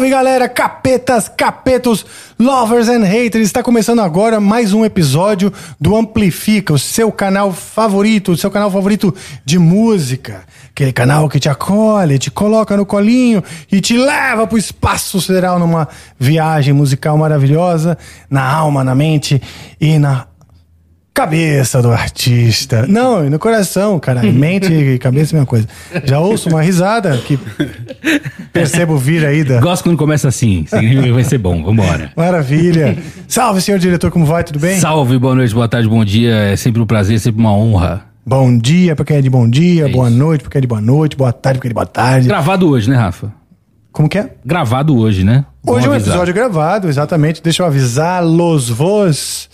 Salve, galera, capetas, capetos, lovers and haters. Está começando agora mais um episódio do Amplifica, o seu canal favorito, de música. Aquele canal que te acolhe, te coloca no colinho e te leva pro espaço sideral numa viagem musical maravilhosa, na alma, na mente e na cabeça do artista. Não, e no coração, cara. Mente e cabeça é a mesma coisa. Já ouço uma risada que percebo vir aí da... Gosto quando começa assim. Significa que vai ser bom. Vambora. Maravilha. Salve, senhor diretor. Como vai? Tudo bem? Salve, boa noite, boa tarde, bom dia. É sempre um prazer, sempre uma honra. Bom dia pra quem é de bom dia, boa noite pra quem é de boa noite, boa tarde pra quem é de boa tarde. Gravado hoje, né, Rafa? Como que é? Gravado hoje, né? Hoje é um episódio gravado, exatamente. Deixa eu avisar-los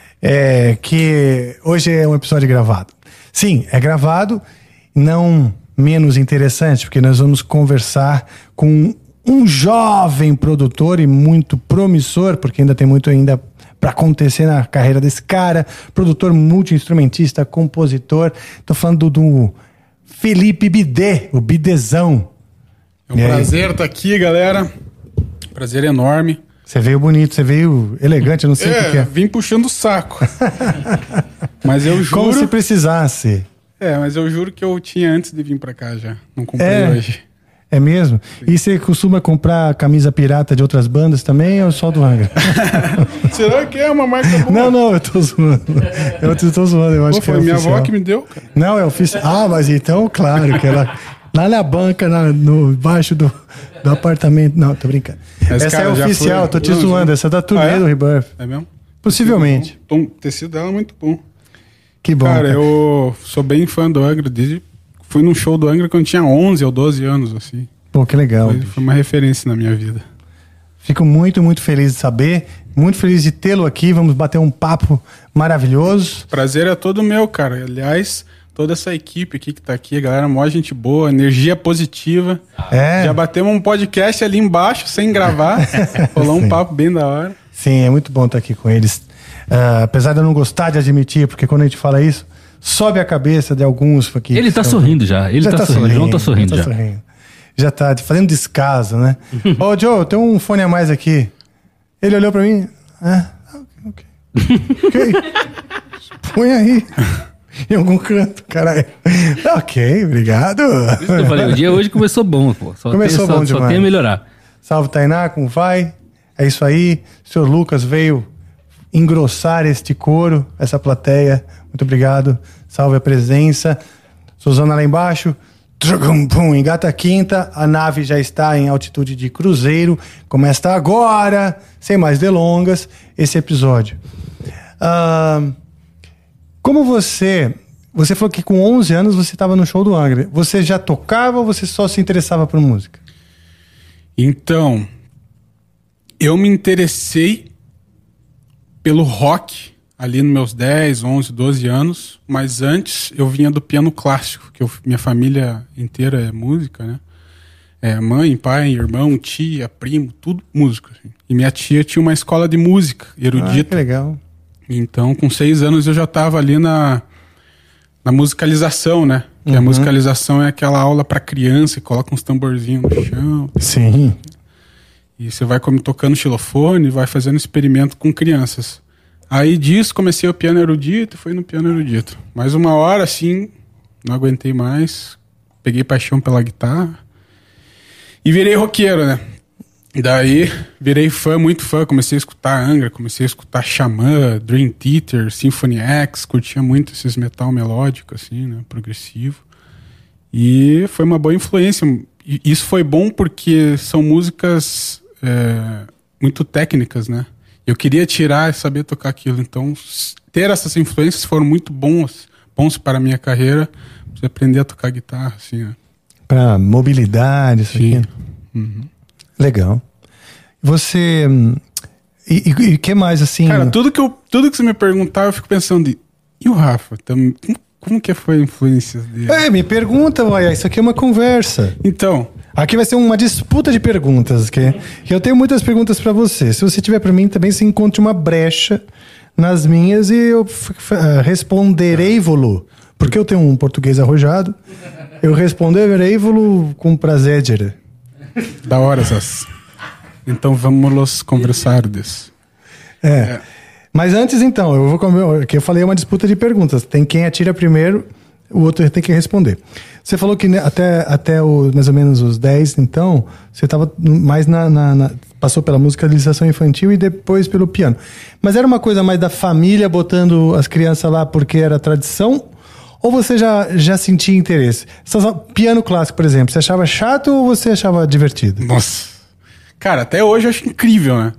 que hoje é um episódio gravado. Sim, é gravado, não menos interessante, porque nós vamos conversar com um jovem produtor e muito promissor, porque ainda tem muito para acontecer na carreira desse cara, produtor multi-instrumentista, compositor. Tô falando do Felipe Bidê, o Bidezão. É um prazer estar aqui, galera. Prazer enorme. Você veio bonito, você veio elegante, eu não sei o que é. Vim puxando o saco. Mas eu juro... Como se precisasse. Mas eu juro que eu tinha antes de vir pra cá já. Não comprei hoje. É mesmo? Sim. E você costuma comprar camisa pirata de outras bandas também ou só do Angra? Será que é uma marca boa? Não, eu tô zoando. Eu acho que foi é minha oficial. avó que me deu, cara. Não, é oficial. Ah, mas então, claro, que ela... Lá na banca, baixo do apartamento. Não, tô brincando. Mas, essa cara, é oficial, tô te zoando. Essa é da turnê do Rebirth. É mesmo? Possivelmente. O tecido dela é muito bom. Que bom. Cara, eu sou bem fã do Angra. Fui num show do Angra quando eu tinha 11 ou 12 anos, assim. Pô, que legal. Foi uma referência na minha vida. Fico muito, muito feliz de saber. Muito feliz de tê-lo aqui. Vamos bater um papo maravilhoso. Prazer é todo meu, cara. Aliás... Toda essa equipe aqui que tá aqui, galera, mó gente boa, energia positiva. Já batemos um podcast ali embaixo, sem gravar. Rolou um papo bem da hora. Sim, é muito bom estar aqui com eles. Apesar de eu não gostar de admitir, porque quando a gente fala isso, sobe a cabeça de alguns aqui. Ele tá sorrindo já. Ele tá sorrindo. João tá sorrindo já. Já tá fazendo descaso, né? Ô, Joe, tem um fone a mais aqui. Ele olhou pra mim. Ok. Põe aí. Em algum canto, caralho. Ok, obrigado. Por isso que eu falei, o dia hoje começou bom, pô. Começou bom demais. Só tem a melhorar. Salve, Tainá, como vai? É isso aí. O senhor Lucas veio engrossar este coro, essa plateia. Muito obrigado. Salve a presença. Suzana lá embaixo. Engata a quinta. A nave já está em altitude de cruzeiro. Começa agora, sem mais delongas, esse episódio. Como você falou que com 11 anos você estava no show do Angra. Você já tocava ou você só se interessava por música? Então, eu me interessei pelo rock ali nos meus 10, 11, 12 anos, mas antes eu vinha do piano clássico, que minha família inteira é música, né? Mãe, pai, irmão, tia, primo, tudo música. Assim. E minha tia tinha uma escola de música, erudita. Que legal. Então, com 6 anos eu já estava ali na musicalização, né? Que a musicalização é aquela aula para criança, que coloca uns tamborzinhos no chão. Sim. E você vai tocando xilofone, vai fazendo experimento com crianças. Aí disso comecei o piano erudito e fui no piano erudito. Mais uma hora, assim, não aguentei mais. Peguei paixão pela guitarra. E virei roqueiro, né? E daí, virei fã, muito fã, comecei a escutar Angra, comecei a escutar Xamã, Dream Theater, Symphony X, curtia muito esses metal melódico, assim, né, progressivo. E foi uma boa influência. E isso foi bom porque são músicas muito técnicas, né? Eu queria tirar e saber tocar aquilo. Então, ter essas influências foram muito bons para a minha carreira, pra aprender a tocar guitarra, assim, né? Pra mobilidade, isso aqui. Uhum. Legal. Você... E que mais, assim... Cara, tudo que você me perguntar, eu fico pensando... E o Rafa? Como que foi a influência dele? Me pergunta, uai. Isso aqui é uma conversa. Então... Aqui vai ser uma disputa de perguntas. Que eu tenho muitas perguntas pra você. Se você tiver pra mim, também se encontre uma brecha nas minhas e eu responderei-vos. Porque eu tenho um português arrojado. Eu responderei-vos com prazer. Da hora, essas... Então vamos conversar disso. Mas antes, então, que eu falei uma disputa de perguntas. Tem quem atira primeiro, o outro tem que responder. Você falou que até mais ou menos os 10, então, você estava mais passou pela musicalização infantil e depois pelo piano. Mas era uma coisa mais da família botando as crianças lá porque era tradição? Ou você já sentia interesse? Piano clássico, por exemplo, você achava chato ou você achava divertido? Nossa. Cara, até hoje eu acho incrível, né?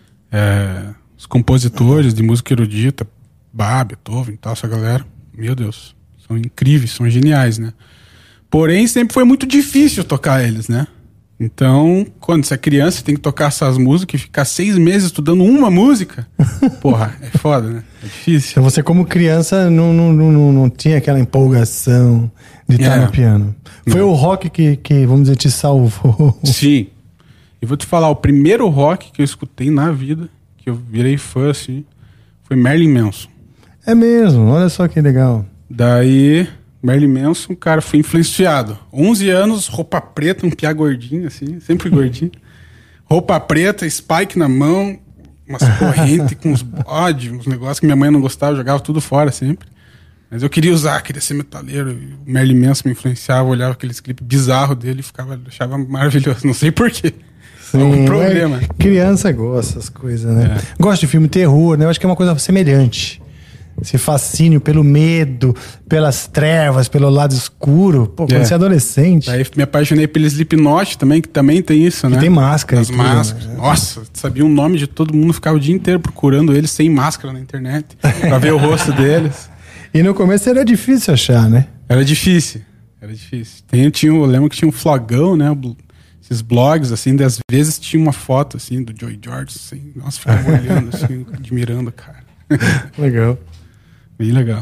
Os compositores de música erudita, Bach, Beethoven e tal, essa galera, meu Deus, são incríveis, são geniais, né? Porém, sempre foi muito difícil tocar eles, né? Então, quando você é criança, tem que tocar essas músicas e ficar 6 meses estudando uma música. Porra, é foda, né? É difícil. Então você, como criança, não tinha aquela empolgação de estar no piano. Foi o rock que, vamos dizer, te salvou. Sim. E vou te falar, o primeiro rock que eu escutei na vida, que eu virei fã, assim, foi Marilyn Manson. É mesmo, olha só que legal. Daí, Marilyn Manson, cara, fui influenciado. 11 anos, roupa preta, um piá gordinho, assim, sempre gordinho. Roupa preta, spike na mão, umas correntes com uns bode, uns negócios que minha mãe não gostava, jogava tudo fora sempre. Mas eu queria usar, queria ser metaleiro. O Marilyn Manson me influenciava, olhava aqueles clipes bizarros dele e achava maravilhoso, não sei porquê. Algum problema. Criança gosta dessas coisas, né? Gosta de filme terror, né? Eu acho que é uma coisa semelhante. Esse fascínio pelo medo, pelas trevas, pelo lado escuro. Pô, quando você é adolescente. Aí me apaixonei pelo Slipknot também, que também tem isso, né? Que tem máscara. As máscaras. Né? Nossa, sabia o nome de todo mundo, ficava o dia inteiro procurando eles sem máscara na internet, pra ver o rosto deles. E no começo era difícil achar, né? Era difícil. Eu lembro que tinha um flogão, né? Esses blogs, assim, às vezes tinha uma foto, assim, do Joey George, assim. Nossa, ficava olhando, assim, admirando, cara. Legal. Bem legal.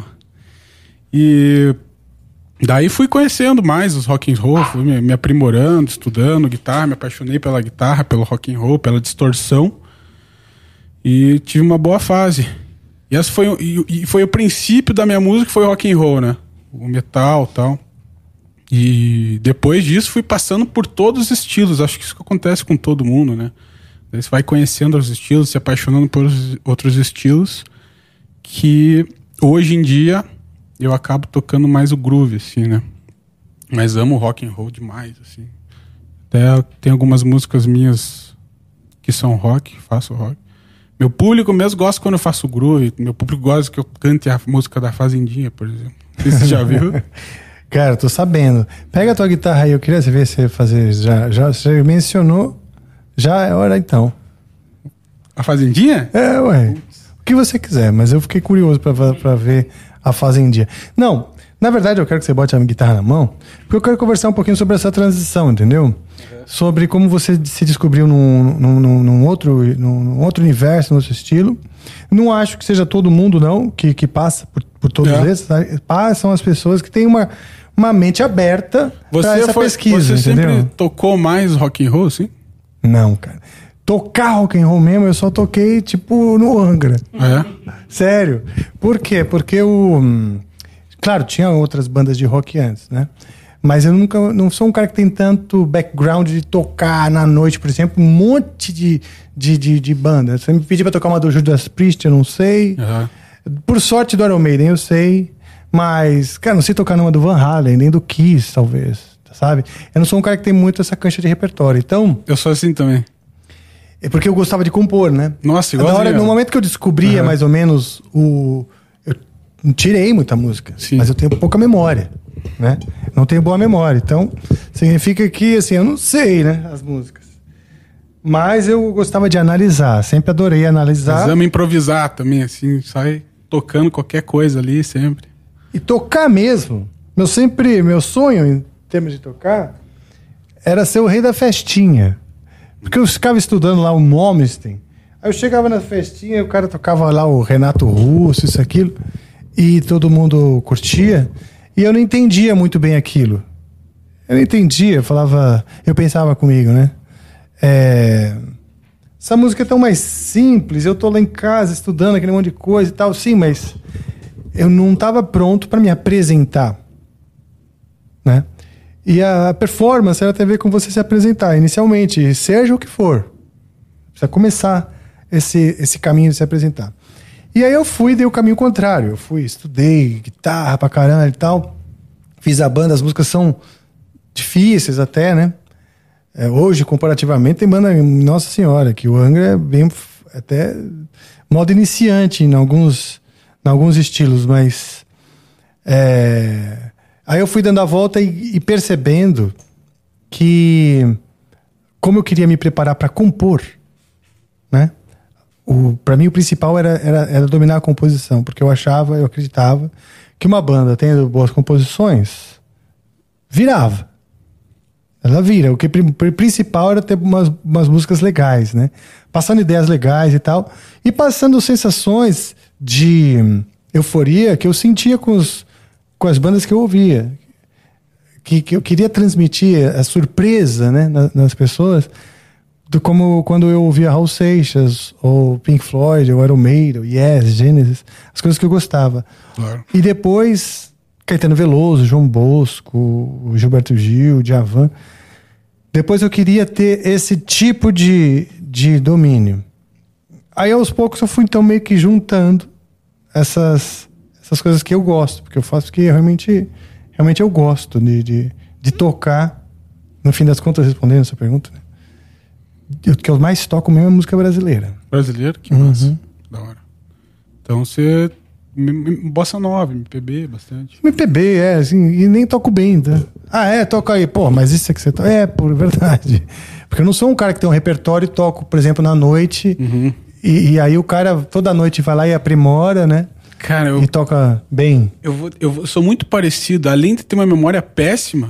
E daí fui conhecendo mais os rock and roll, fui me aprimorando, estudando guitarra, me apaixonei pela guitarra, pelo rock and roll, pela distorção. E tive uma boa fase. E essa foi o princípio da minha música, foi o rock and roll, né? O metal e tal. E depois disso fui passando por todos os estilos. Acho que isso acontece com todo mundo, né? Daí você vai conhecendo os estilos, se apaixonando por outros estilos, que hoje em dia eu acabo tocando mais o groove, assim, né? Mas amo rock and roll demais, assim. Até tem algumas músicas minhas que são rock, faço rock. Meu público mesmo gosta quando eu faço groove. Meu público gosta que eu cante a música da Fazendinha, por exemplo. Não sei se você já viu. Cara, tô sabendo. Pega a tua guitarra aí, eu queria ver você fazer. Já você mencionou. Já é hora então. A Fazendinha? Ué. O que você quiser, mas eu fiquei curioso pra ver a Fazendinha. Não, na verdade eu quero que você bote a guitarra na mão, porque eu quero conversar um pouquinho sobre essa transição, entendeu? Sobre como você se descobriu num outro universo, num outro estilo. Não acho que seja todo mundo, não, que passa por todos esses. Passam as pessoas que têm uma mente aberta para essa pesquisa. Você entendeu? sempre tocou mais rock and roll, sim? Não, cara. Tocar rock and roll mesmo, eu só toquei, tipo, no Angra. Sério. Por quê? Porque claro, tinha outras bandas de rock antes, né? Mas eu não sou um cara que tem tanto background de tocar na noite, por exemplo, um monte de banda. Você me pediu pra tocar uma do Judas Priest, eu não sei. Por sorte do Iron Maiden, eu sei. Mas, cara, não sei tocar numa do Van Halen, nem do Kiss, talvez. Sabe? Eu não sou um cara que tem muito essa cancha de repertório. Então... Eu sou assim também. É porque eu gostava de compor, né? Nossa, igualzinho. No momento que eu descobria mais ou menos eu tirei muita música. Sim. Mas eu tenho pouca memória, né? Não tenho boa memória. Então, significa que, assim, eu não sei, né? As músicas. Mas eu gostava de analisar. Sempre adorei analisar. Mas amo improvisar também, assim. Sai tocando qualquer coisa ali, sempre. E tocar mesmo. Meu sonho, em termos de tocar, era ser o rei da festinha. Porque eu ficava estudando lá o Malmsteen. Aí eu chegava na festinha e o cara tocava lá o Renato Russo, isso, aquilo. E todo mundo curtia. E eu não entendia muito bem aquilo. Eu não entendia, eu pensava comigo, né? Essa música é tão mais simples, eu tô lá em casa estudando aquele monte de coisa e tal. Sim, mas eu não estava pronto para me apresentar, né? E a performance ela tem a ver com você se apresentar inicialmente, seja o que for, Precisa começar esse caminho de se apresentar. E aí eu dei o caminho contrário. Eu estudei guitarra pra caralho e tal. Fiz a banda, as músicas são difíceis até, né? Hoje, comparativamente, tem banda, nossa senhora, que o Angra é bem até modo iniciante em alguns estilos, mas aí eu fui dando a volta e percebendo que como eu queria me preparar para compor, né? Para mim o principal era dominar a composição, porque eu acreditava que uma banda tendo boas composições virava. Ela vira. O que principal era ter umas músicas legais, né? Passando ideias legais e tal. E passando sensações de euforia que eu sentia com as bandas que eu ouvia. Que eu queria transmitir a surpresa, né, nas pessoas, como quando eu ouvia Raul Seixas, ou Pink Floyd, ou Iron Maiden, ou Yes, Genesis, as coisas que eu gostava. Claro. E depois Caetano Veloso, João Bosco, Gilberto Gil, Djavan. Depois eu queria ter esse tipo de domínio. Aí aos poucos eu fui então meio que juntando essas coisas que eu gosto, porque eu faço que realmente eu gosto de tocar. No fim das contas, respondendo essa pergunta, né? O que eu mais toco mesmo é música brasileira. Brasileiro? Que massa. Da hora. Então você... Bossa nova, MPB, bastante. MPB, assim, e nem toco bem, tá? Toca aí. Pô, mas isso é que você toca? Por verdade. Porque eu não sou um cara que tem um repertório e toco, por exemplo, na noite. E aí o cara toda noite vai lá e aprimora, né? Cara, e toca bem. Eu sou muito parecido. Além de ter uma memória péssima,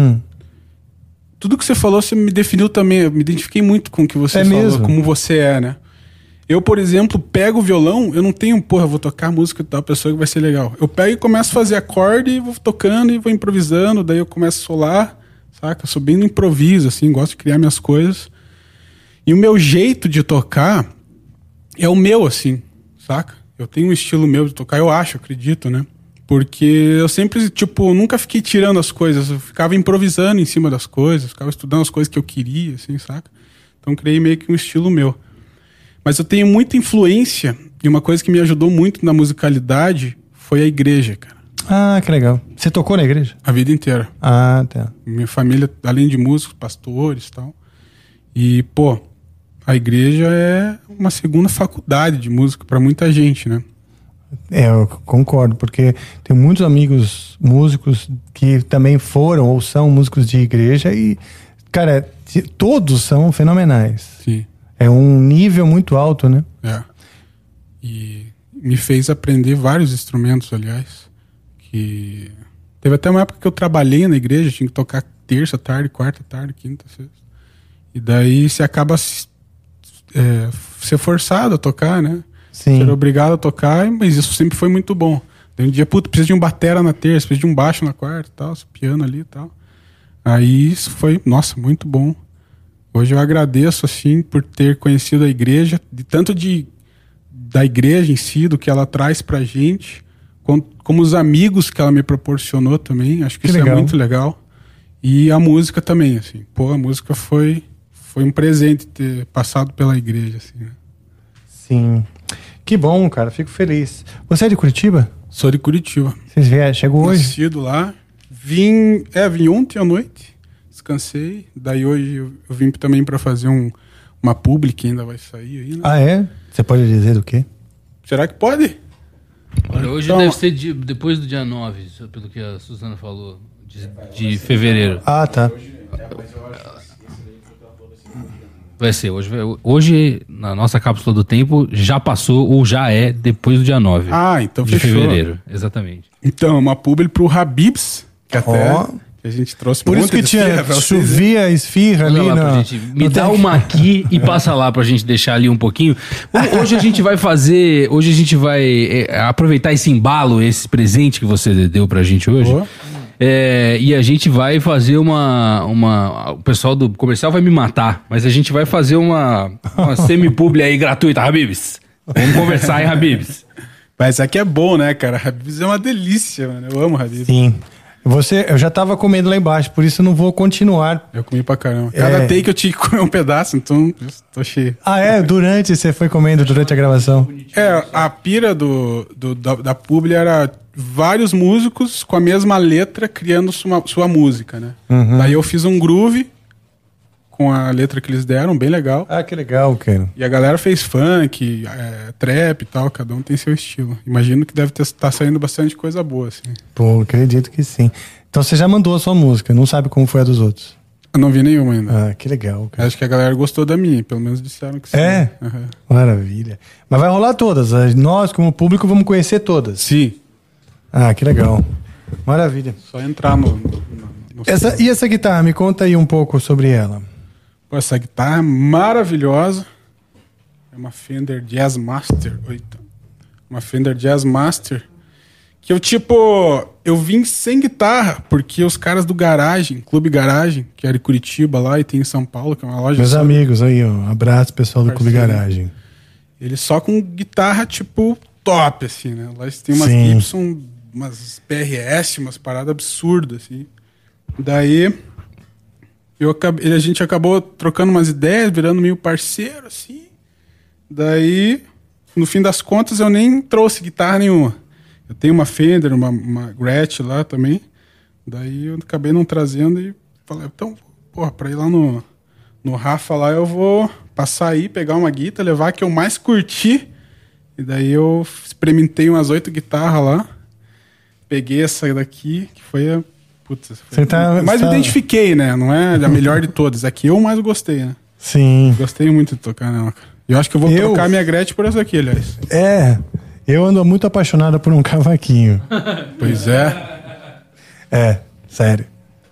tudo que você falou, você me definiu também. Eu me identifiquei muito com o que você falou, mesmo? Como você é, né? Eu, por exemplo, pego o violão, eu não tenho, eu vou tocar música de tal pessoa que vai ser legal. Eu pego e começo a fazer acorde e vou tocando e vou improvisando, daí eu começo a solar, saca? Eu sou bem no improviso, assim, gosto de criar minhas coisas. E o meu jeito de tocar é o meu, assim, saca? Eu tenho um estilo meu de tocar, eu acredito, né? Porque eu sempre, nunca fiquei tirando as coisas, eu ficava improvisando em cima das coisas, ficava estudando as coisas que eu queria, assim, saca? Então criei meio que um estilo meu. Mas eu tenho muita influência, e uma coisa que me ajudou muito na musicalidade foi a igreja, cara. Ah, que legal. Você tocou na igreja? A vida inteira. Ah, tá. Minha família, além de músicos, pastores e tal. E, a igreja é uma segunda faculdade de música para muita gente, né? Eu concordo, porque tem muitos amigos músicos que também foram ou são músicos de igreja e, cara, todos são fenomenais. Sim. É um nível muito alto, né? E me fez aprender vários instrumentos, aliás. Que teve até uma época que eu trabalhei na igreja, tinha que tocar terça, tarde, quarta, tarde, quinta, sexta. E daí você acaba ser forçado a tocar, né? Sim. Ser obrigado a tocar, mas isso sempre foi muito bom. Daí um dia, precisa de um batera na terça, precisa de um baixo na quarta, tal, esse piano ali e tal. Aí isso foi, muito bom. Hoje eu agradeço, assim, por ter conhecido a igreja, da igreja em si, do que ela traz pra gente, como os amigos que ela me proporcionou também. Acho que isso legal. É muito legal. E a música também, assim. A música foi um presente ter passado pela igreja, assim, né? Sim. Que bom, cara. Fico feliz. Você é de Curitiba? Sou de Curitiba. Vocês chegou hoje? Nascido lá. Vim ontem à noite. Descansei. Daí hoje eu vim também para fazer uma publi que ainda vai sair aí, né? Ah, é? Você pode dizer do quê? Será que pode? Olha, hoje Então, deve ser depois do dia 9, pelo que a Suzana falou, de fevereiro. Ah, tá. Vai ser, hoje na nossa cápsula do tempo já passou ou já é depois do dia 9 então de fechou. fevereiro, exatamente. Então, uma publi pro Habib's, que até que a gente trouxe Por isso que chovia esfirra ali, lá pra né? gente, me dá uma aqui e passa lá pra gente deixar ali um pouquinho. Hoje a gente vai aproveitar esse embalo, esse presente que você deu pra gente hoje. E a gente vai fazer o pessoal do comercial vai me matar, mas a gente vai fazer uma semi-publi aí gratuita, Habib's. Vamos conversar, hein, Habib's? Mas aqui é bom, né, cara? Habib's é uma delícia, mano. Eu amo Habib's. Sim. Eu já tava comendo lá embaixo, por isso eu não vou continuar. Eu comi pra caramba. Cada take eu tinha que comer um pedaço, então tô cheio. Ah, é? Você foi comendo durante a gravação? A pira da publi era vários músicos com a mesma letra criando sua música, né? Uhum. Daí eu fiz um groove com a letra que eles deram, bem legal. Ah, que legal, cara. E a galera fez funk, trap e tal, cada um tem seu estilo. Imagino que deve estar saindo bastante coisa boa, assim. Pô, acredito que sim. Então você já mandou a sua música, não sabe como foi a dos outros? Eu não vi nenhuma ainda. Ah, que legal, cara. Acho que a galera gostou da minha, pelo menos disseram que sim. É? Uhum. Maravilha. Mas vai rolar todas. Nós, como público, vamos conhecer todas. Sim. Ah, que legal. Maravilha. Só entrar no E essa guitarra, me conta aí um pouco sobre ela. Pô, essa guitarra é maravilhosa. É uma Fender Jazz Master. Uma Fender Jazz Master. Que eu vim sem guitarra, porque os caras do Garagem, Clube Garagem, que era em Curitiba lá e tem em São Paulo, que é uma loja... Meus amigos aí, ó. Abraço, pessoal do Clube Garagem. Eles só com guitarra, top, assim, né? Lá eles têm umas Sim. Gibson, umas PRS, umas paradas absurdas, assim. Daí... a gente acabou trocando umas ideias, virando meio parceiro, assim. Daí, no fim das contas, eu nem trouxe guitarra nenhuma. Eu tenho uma Fender, uma Gretsch lá também. Daí eu acabei não trazendo e falei, então, porra, pra ir lá no Rafa lá, eu vou passar aí, pegar uma guitarra, levar a que eu mais curti. E daí eu experimentei umas 8 guitarras lá. Peguei essa daqui, que foi a... Putz, mas me identifiquei, né? Não é a melhor de todas. É que eu mais gostei, né? Sim. Gostei muito de tocar nela, cara. Eu acho que eu vou trocar minha Gretsch por essa aqui, aliás. Eu ando muito apaixonado por um cavaquinho. Pois é. Sério.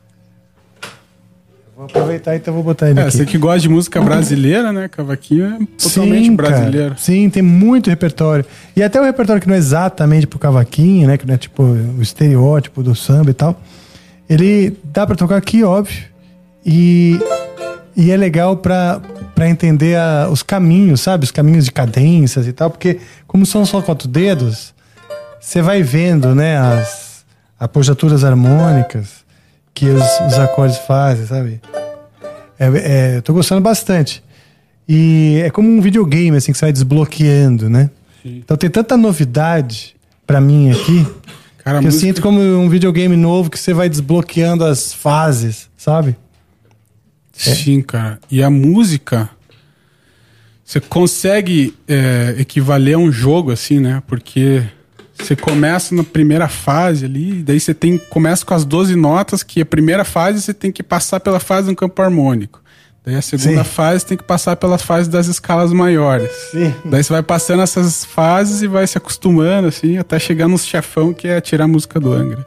Vou aproveitar, então vou botar ele aqui. Você que gosta de música brasileira, né? Cavaquinho é totalmente brasileiro. Cara. Sim, tem muito repertório. E até o repertório que não é exatamente pro cavaquinho, né? Que não é tipo o estereótipo do samba e tal. Ele dá pra tocar aqui, óbvio. E é legal pra entender os caminhos, sabe? Os caminhos de cadências e tal. Porque como são só 4 dedos, você vai vendo, né? As apogiaturas harmônicas que os acordes fazem, sabe? Eu tô gostando bastante. E é como um videogame, assim, que você vai desbloqueando, né? Sim. Então tem tanta novidade pra mim aqui... Cara, que eu sinto como um videogame novo que você vai desbloqueando as fases, sabe? Sim, cara. E a música, você consegue equivaler a um jogo, assim, né? Porque você começa na primeira fase ali, daí você começa com as 12 notas, que a primeira fase você tem que passar pela fase do campo harmônico. Daí a segunda fase tem que passar pelas fases das escalas maiores. Sim. Daí você vai passando essas fases e vai se acostumando, assim, até chegar no chefão, que é tirar a música do Angra.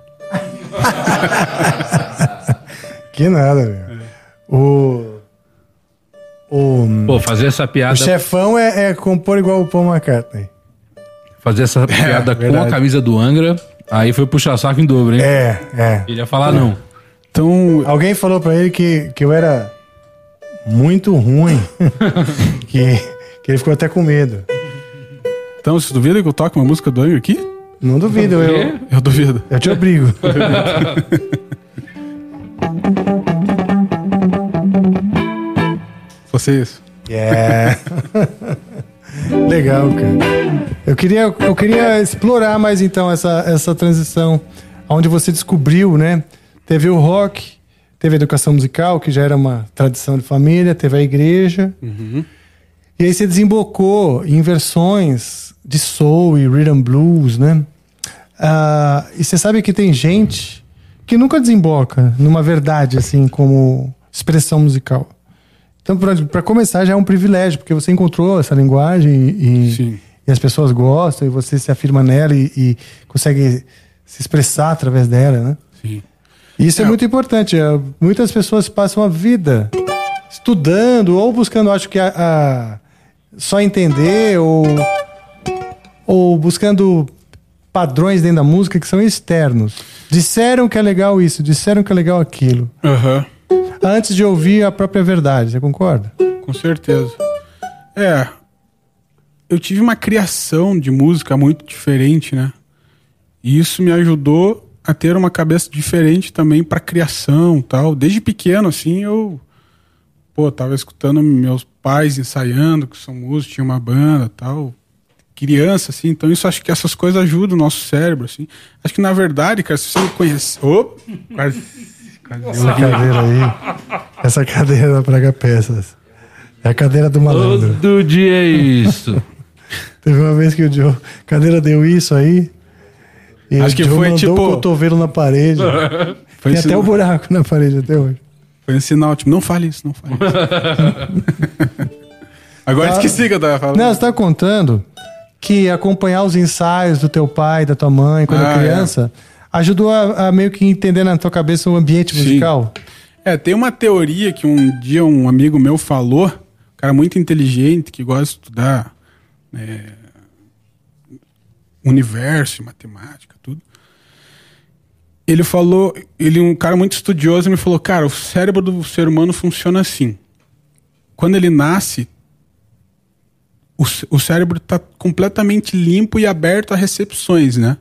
Que nada, velho. Pô, fazer essa piada... O chefão é compor igual o Paul McCartney. Fazer essa piada com a camisa do Angra, aí foi puxar saco em dobro, hein? Ele ia falar não. Então, alguém falou pra ele que eu era... muito ruim. que ele ficou até com medo. Então, você duvida que eu toque uma música do Angra aqui? Não duvido, eu duvido. Eu te obrigo. Vocês. Legal, cara. Eu queria explorar mais então essa transição, onde você descobriu, né? Teve o rock, teve a educação musical, que já era uma tradição de família, teve a igreja. Uhum. E aí você desembocou em versões de soul e rhythm blues, né? E você sabe que tem gente que nunca desemboca numa verdade, assim, como expressão musical. Então, para começar, já é um privilégio, porque você encontrou essa linguagem e as pessoas gostam, e você se afirma nela e consegue se expressar através dela, né? Sim. Isso é muito importante. Muitas pessoas passam a vida estudando ou buscando, acho que, só entender ou buscando padrões dentro da música que são externos. Disseram que é legal isso, disseram que é legal aquilo. Antes de ouvir a própria verdade, você concorda? Com certeza. Eu tive uma criação de música muito diferente, né? E isso me ajudou a ter uma cabeça diferente também para criação, tal. Desde pequeno, assim, eu tava escutando meus pais ensaiando, que são músicos, tinha uma banda, tal. Criança, assim, então isso acho que essas coisas ajudam o nosso cérebro, assim. Acho que na verdade, cara, se você não conhece... Essa cadeira aí, essa cadeira da Praga Peças, é a cadeira do malandro. Todo dia é isso. Teve uma vez que o Joe, a cadeira deu isso aí, e acho que o Joe foi mandou tipo o cotovelo na parede. Tem até o buraco na parede até hoje. Foi um sinal, tipo, não fale isso, não fale isso. Agora esqueci que eu tava falando. Não, você tá contando que acompanhar os ensaios do teu pai, da tua mãe, quando criança, ajudou a meio que entender na tua cabeça o ambiente musical? Tem uma teoria que um dia um amigo meu falou, um cara muito inteligente, que gosta de estudar universo, matemática, tudo. Ele falou, um cara muito estudioso, me falou, cara, o cérebro do ser humano funciona assim. Quando ele nasce, o cérebro está completamente limpo e aberto a recepções, né?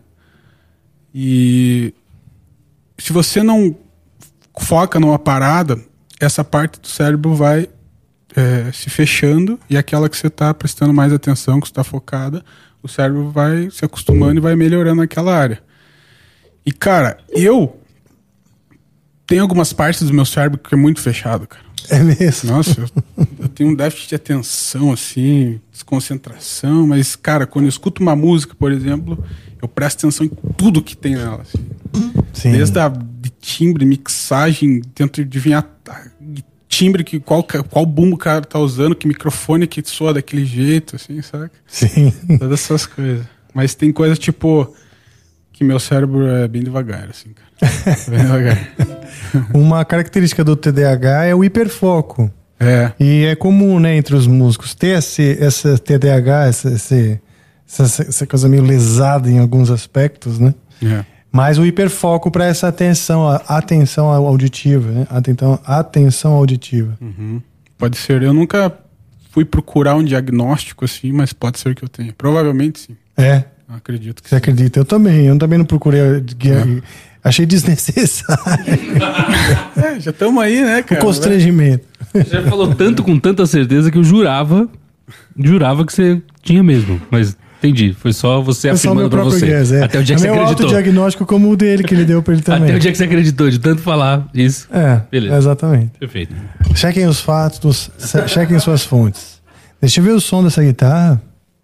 E se você não foca numa parada, essa parte do cérebro vai se fechando, e aquela que você está prestando mais atenção, que você está focada, o cérebro vai se acostumando e vai melhorando aquela área. E, cara, eu tenho algumas partes do meu cérebro que é muito fechado, cara. É mesmo? Nossa, eu tenho um déficit de atenção, assim, desconcentração, mas, cara, quando eu escuto uma música, por exemplo, eu presto atenção em tudo que tem nela, assim. Sim. Desde de timbre, mixagem, tento adivinhar timbre, qual bumbo o cara tá usando, que microfone que soa daquele jeito, assim, sabe? Sim. Todas essas coisas. Mas tem coisas, tipo, que meu cérebro é bem devagar, assim, cara. Bem devagar. Uma característica do TDAH é o hiperfoco. E é comum, né, entre os músicos ter essa TDAH, essa coisa meio lesada em alguns aspectos, né? Mas o hiperfoco para essa atenção auditiva, né? Atenção auditiva. Uhum. Pode ser. Eu nunca fui procurar um diagnóstico assim, mas pode ser que eu tenha. Provavelmente sim. Eu acredito que Você acredita? Eu também não procurei. Achei desnecessário. Já estamos aí, né, cara? O constrangimento. Você já falou tanto com tanta certeza que eu jurava que você tinha mesmo, mas entendi. Foi só você afirmando pra você. Até o dia que você acreditou. Autodiagnóstico como o dele, que ele deu pra ele também. Até o dia que você acreditou, de tanto falar isso. Beleza. Exatamente. Perfeito. Chequem os fatos, chequem suas fontes. Deixa eu ver o som dessa guitarra.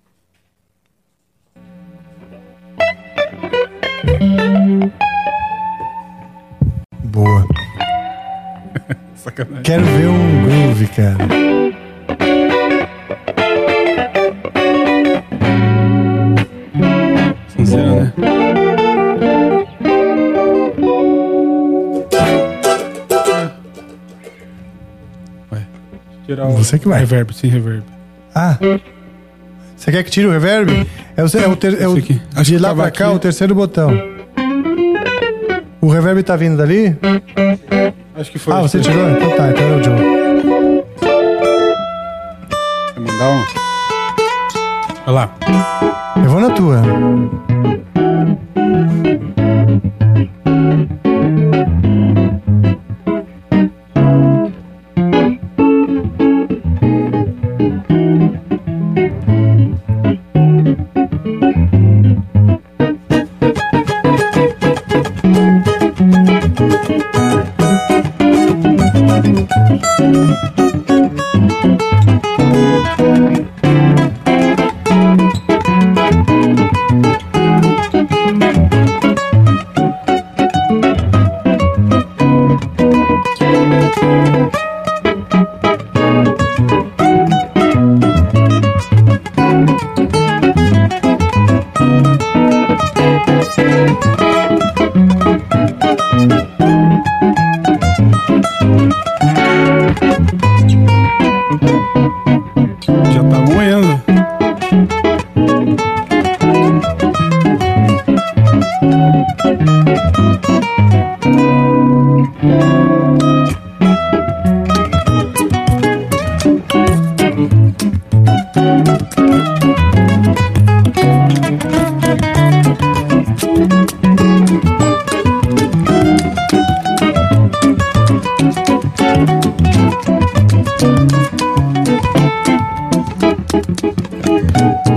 Boa. Sacanagem. Quero ver um groove, cara. Funciona, né? Vai. Tirar o Você que vai. Reverb, sem reverb. Você quer que tire o reverb? De lá pra cá, o terceiro botão. O reverb tá vindo dali? Acho que foi. Você tirou? Então tá, então é o Joe. Quer mandar um? Olha lá. Eu vou na tua.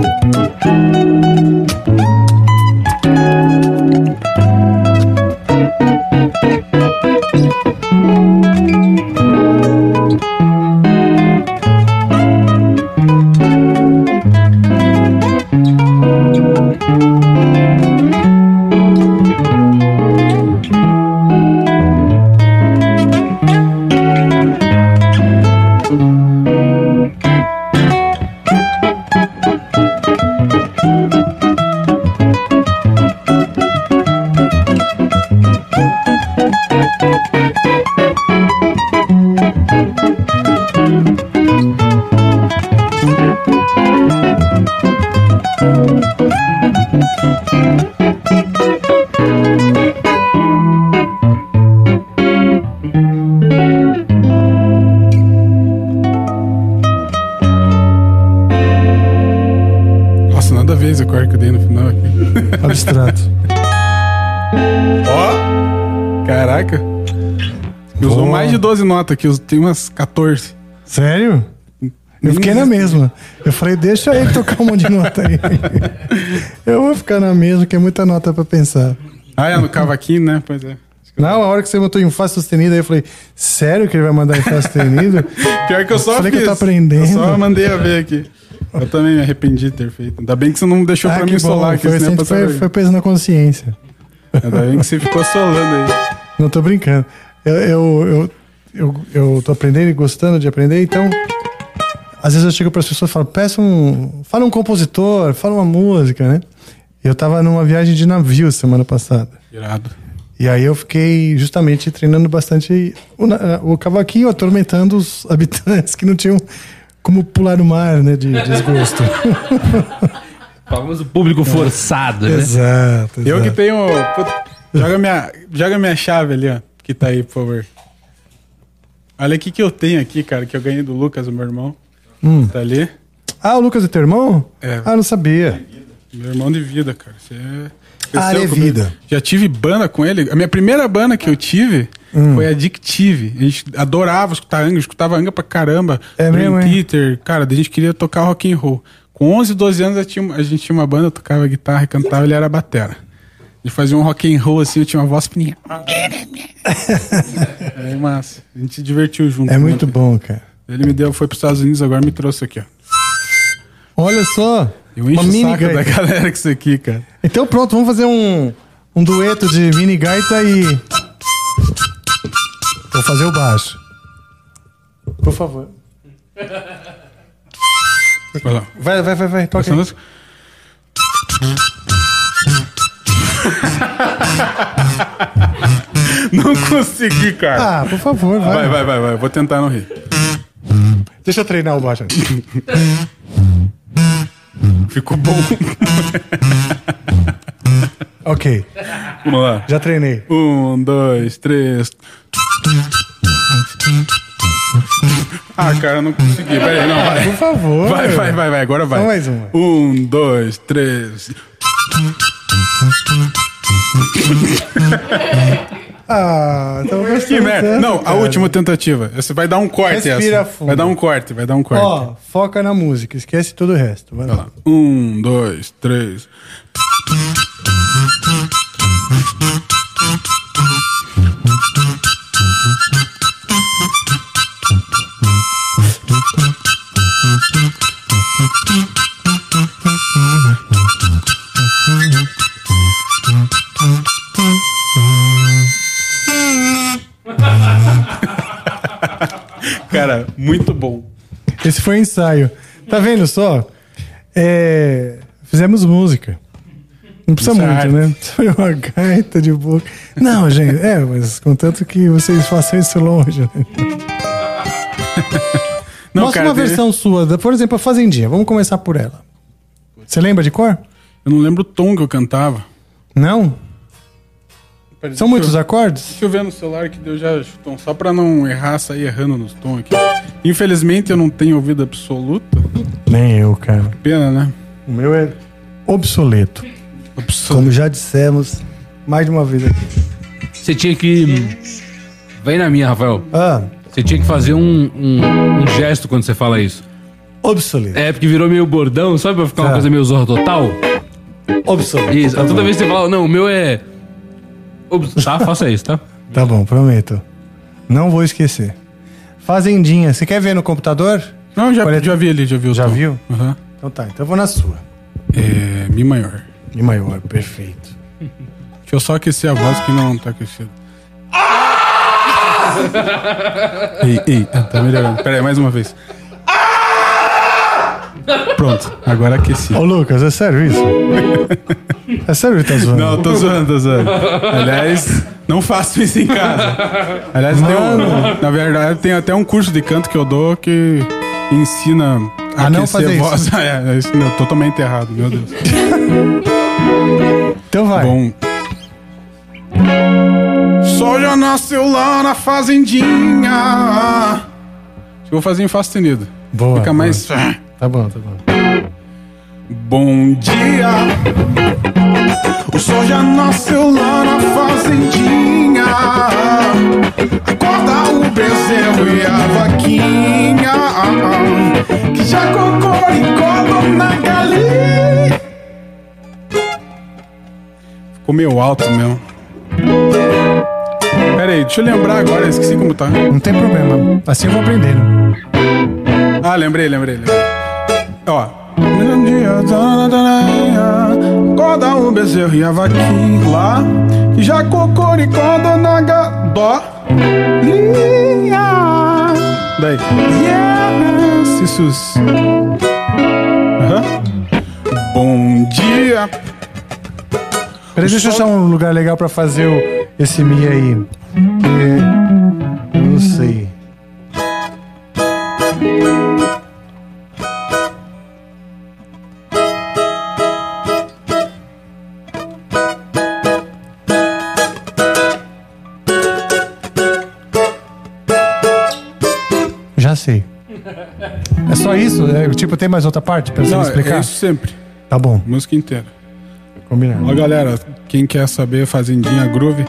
Abstrato. Ó! Caraca! Usou mais de 12 notas aqui, tem umas 14. Sério? Eu fiquei na mesma. Eu falei, deixa ele tocar um monte de nota aí. Eu vou ficar na mesma, que é muita nota pra pensar. Ah, é no cavaquinho, né? Pois é. Não, a hora que você botou em Fá sustenido, aí eu falei, sério que ele vai mandar em Fá sustenido? Pior que eu só falei fiz. Que eu tô aprendendo. Eu só mandei a ver aqui. Eu também me arrependi de ter feito. Ainda bem que você não deixou pra mim solar aqui. Foi peso na consciência. Ainda bem que você ficou solando aí. Não tô brincando. Eu tô aprendendo e gostando de aprender, então... Às vezes eu chego para as pessoas e falo, fala um compositor, fala uma música, né? Eu tava numa viagem de navio semana passada. Irado. E aí eu fiquei justamente treinando bastante o cavaquinho, atormentando os habitantes que não tinham como pular no mar, né? De desgosto. Famoso público forçado, né? Exato. Eu que tenho... Joga minha chave ali, ó. Que tá aí, por favor. Olha o que eu tenho aqui, cara, que eu ganhei do Lucas, o meu irmão. Tá ali. Ah, o Lucas é teu irmão? É. Ah, não sabia. Meu irmão de vida, cara. Você é vida. Já tive banda com ele. A minha primeira banda que eu tive foi a Addictive. A gente adorava escutar Angra, escutava Angra pra caramba. Dream Theater. Cara, a gente queria tocar rock and roll. Com 11, 12 anos a gente tinha uma banda, eu tocava guitarra e cantava, ele era batera. A gente fazia um rock and roll assim, eu tinha uma voz fininha. É massa. A gente se divertiu junto. É muito bom, cara. Ele foi pros Estados Unidos, agora me trouxe aqui, ó. Olha só. Eu encho o saco da galera com isso aqui, cara. Então pronto, vamos fazer um dueto de mini gaita e... Vou fazer o baixo. Por favor. Vai lá. Vai. Toca aí. Não consegui, cara. Ah, por favor, vai. Vai. Vou tentar não rir. Deixa eu treinar o baixo. Ficou bom. Ok. Vamos lá. Já treinei. 1, 2, 3. Ah, cara, eu não consegui. Pera aí, não, vai. Por favor. Vai. Agora vai. Só mais uma. 1, 2, 3. Ah, então que merda. Não, a última tentativa. Você vai dar um corte. Respira essa. fundo. Vai dar um corte. Ó, foca na música, esquece todo o resto. Vai lá. 1, 2, 3. Cara, muito bom. Esse foi o ensaio. Tá vendo só? Fizemos música. Não precisa muito, arte. né? Foi uma gaita de boca. Não, gente, mas contanto que vocês façam isso longe, né? Não, Mostra cara, uma versão sua, por exemplo, a Fazendinha. Vamos começar por ela. Você lembra de cor? Eu não lembro o tom que eu cantava. Não? São muitos acordes? Deixa eu ver no celular que deu já tom, só pra não errar, sair errando nos tons aqui. Infelizmente eu não tenho ouvido absoluto. Nem eu, cara. Pena, né? O meu é obsoleto. Como já dissemos mais de uma vez aqui. Você tinha que... Vem na minha, Rafael. Ah, Você tinha que fazer um gesto quando você fala isso. Obsoleto. É, porque virou meio bordão, sabe? Pra ficar uma coisa meio Zorra Total. Obsoleto. Isso. Toda vez que você fala, não, o meu é... Tá, faça isso, tá? Tá bom, prometo. Não vou esquecer. Fazendinha, você quer ver no computador? Não, já vi ali, já vi o Já tom. viu? Aham. Então tá, então eu vou na sua. É, Mi maior. Mi maior, perfeito. Deixa eu só aquecer a voz que não tá aquecida. Ei, tá melhorando. Pera aí, mais uma vez. Pronto, agora aqueci. Ô Lucas, é sério isso? É sério que tá zoando? Não, tô zoando. Aliás, não faço isso em casa. Aliás, na verdade, tem até um curso de canto que eu dou que ensina a não aquecer fazer a voz. isso. É isso não, totalmente errado, meu Deus. Então vai. Bom. Sol já nasceu lá na fazendinha. Acho que eu vou fazer em Fá sustenido. Boa, Fica mais... Tá bom, tá bom. Bom dia, o sol já nasceu lá na fazendinha. Acorda o bezerro e a vaquinha, que já cocoricó na galinha. Ficou meio alto mesmo. Pera aí, deixa eu lembrar agora, esqueci como tá. Não tem problema. Assim eu vou aprendendo. Ah, lembrei. Ó. Acorda o bezerro e a vaquinha lá, que já cocoricó na dó. Daí. Yes, Jesus. Bom dia. Peraí, deixa eu achar um lugar legal pra fazer esse Mi aí. Eu não sei. Já sei. É só isso? Tipo, tem mais outra parte pra você me explicar? É isso sempre. Tá bom, Música inteira. combinado. Ó, galera, quem quer saber Fazendinha Groove,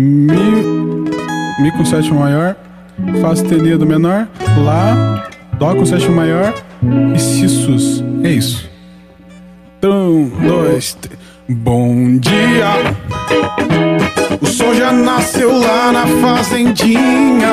Mi com sétima maior, Fá sustenido menor, Lá, Dó com sétima maior e Si sus. É isso. 1, 2, 3. Bom dia, o sol já nasceu lá na fazendinha.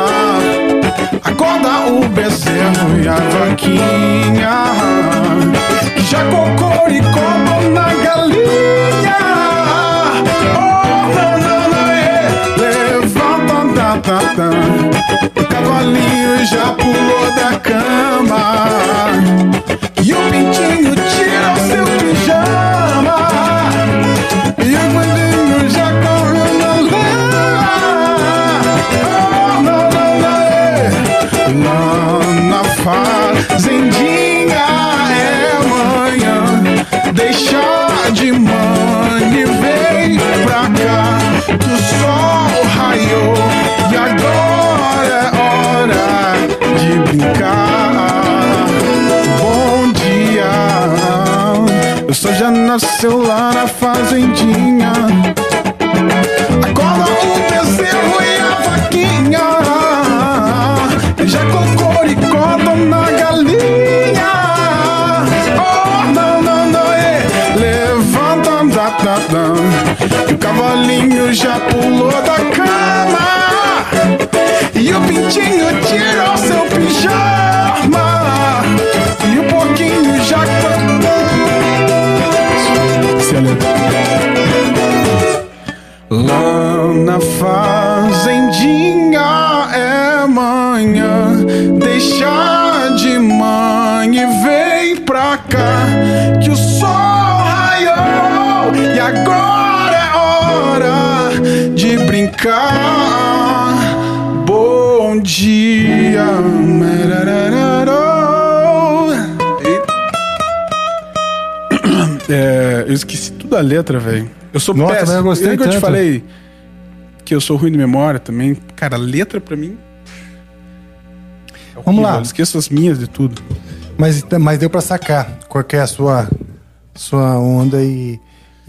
Acorda o bezerro e a vaquinha, que já cocoricó na galinha. Oh, não, levanta, o cavalinho já pulou da cama, e o pintinho tira o seu pijama, e o coelhinho já correu na lama. Oh, não, lá na fazendinha é manhã, deixa de manhã e vem pra cá, que o sol raiou e agora é hora de brincar. Bom dia, o sol já nasceu lá na fazendinha. Acorda o bezerro e a vaquinha, já cocoricó na galinha. Oh, não, levanta, e o cavalinho já pulou da cama, e o pintinho tirou seu pijama, e o porquinho já lá na fazendinha é manhã, deixa de manhã e vem pra cá, que o sol raiou e agora é hora de brincar. Bom dia. Eu esqueci tudo a letra, velho. Eu sou Nossa, péssimo. mas eu gostei Eu te tanto. falei que eu sou ruim de memória também. Cara, letra pra mim... Vamos lá. Eu esqueço as minhas de tudo. Mas deu pra sacar qual que é a sua onda e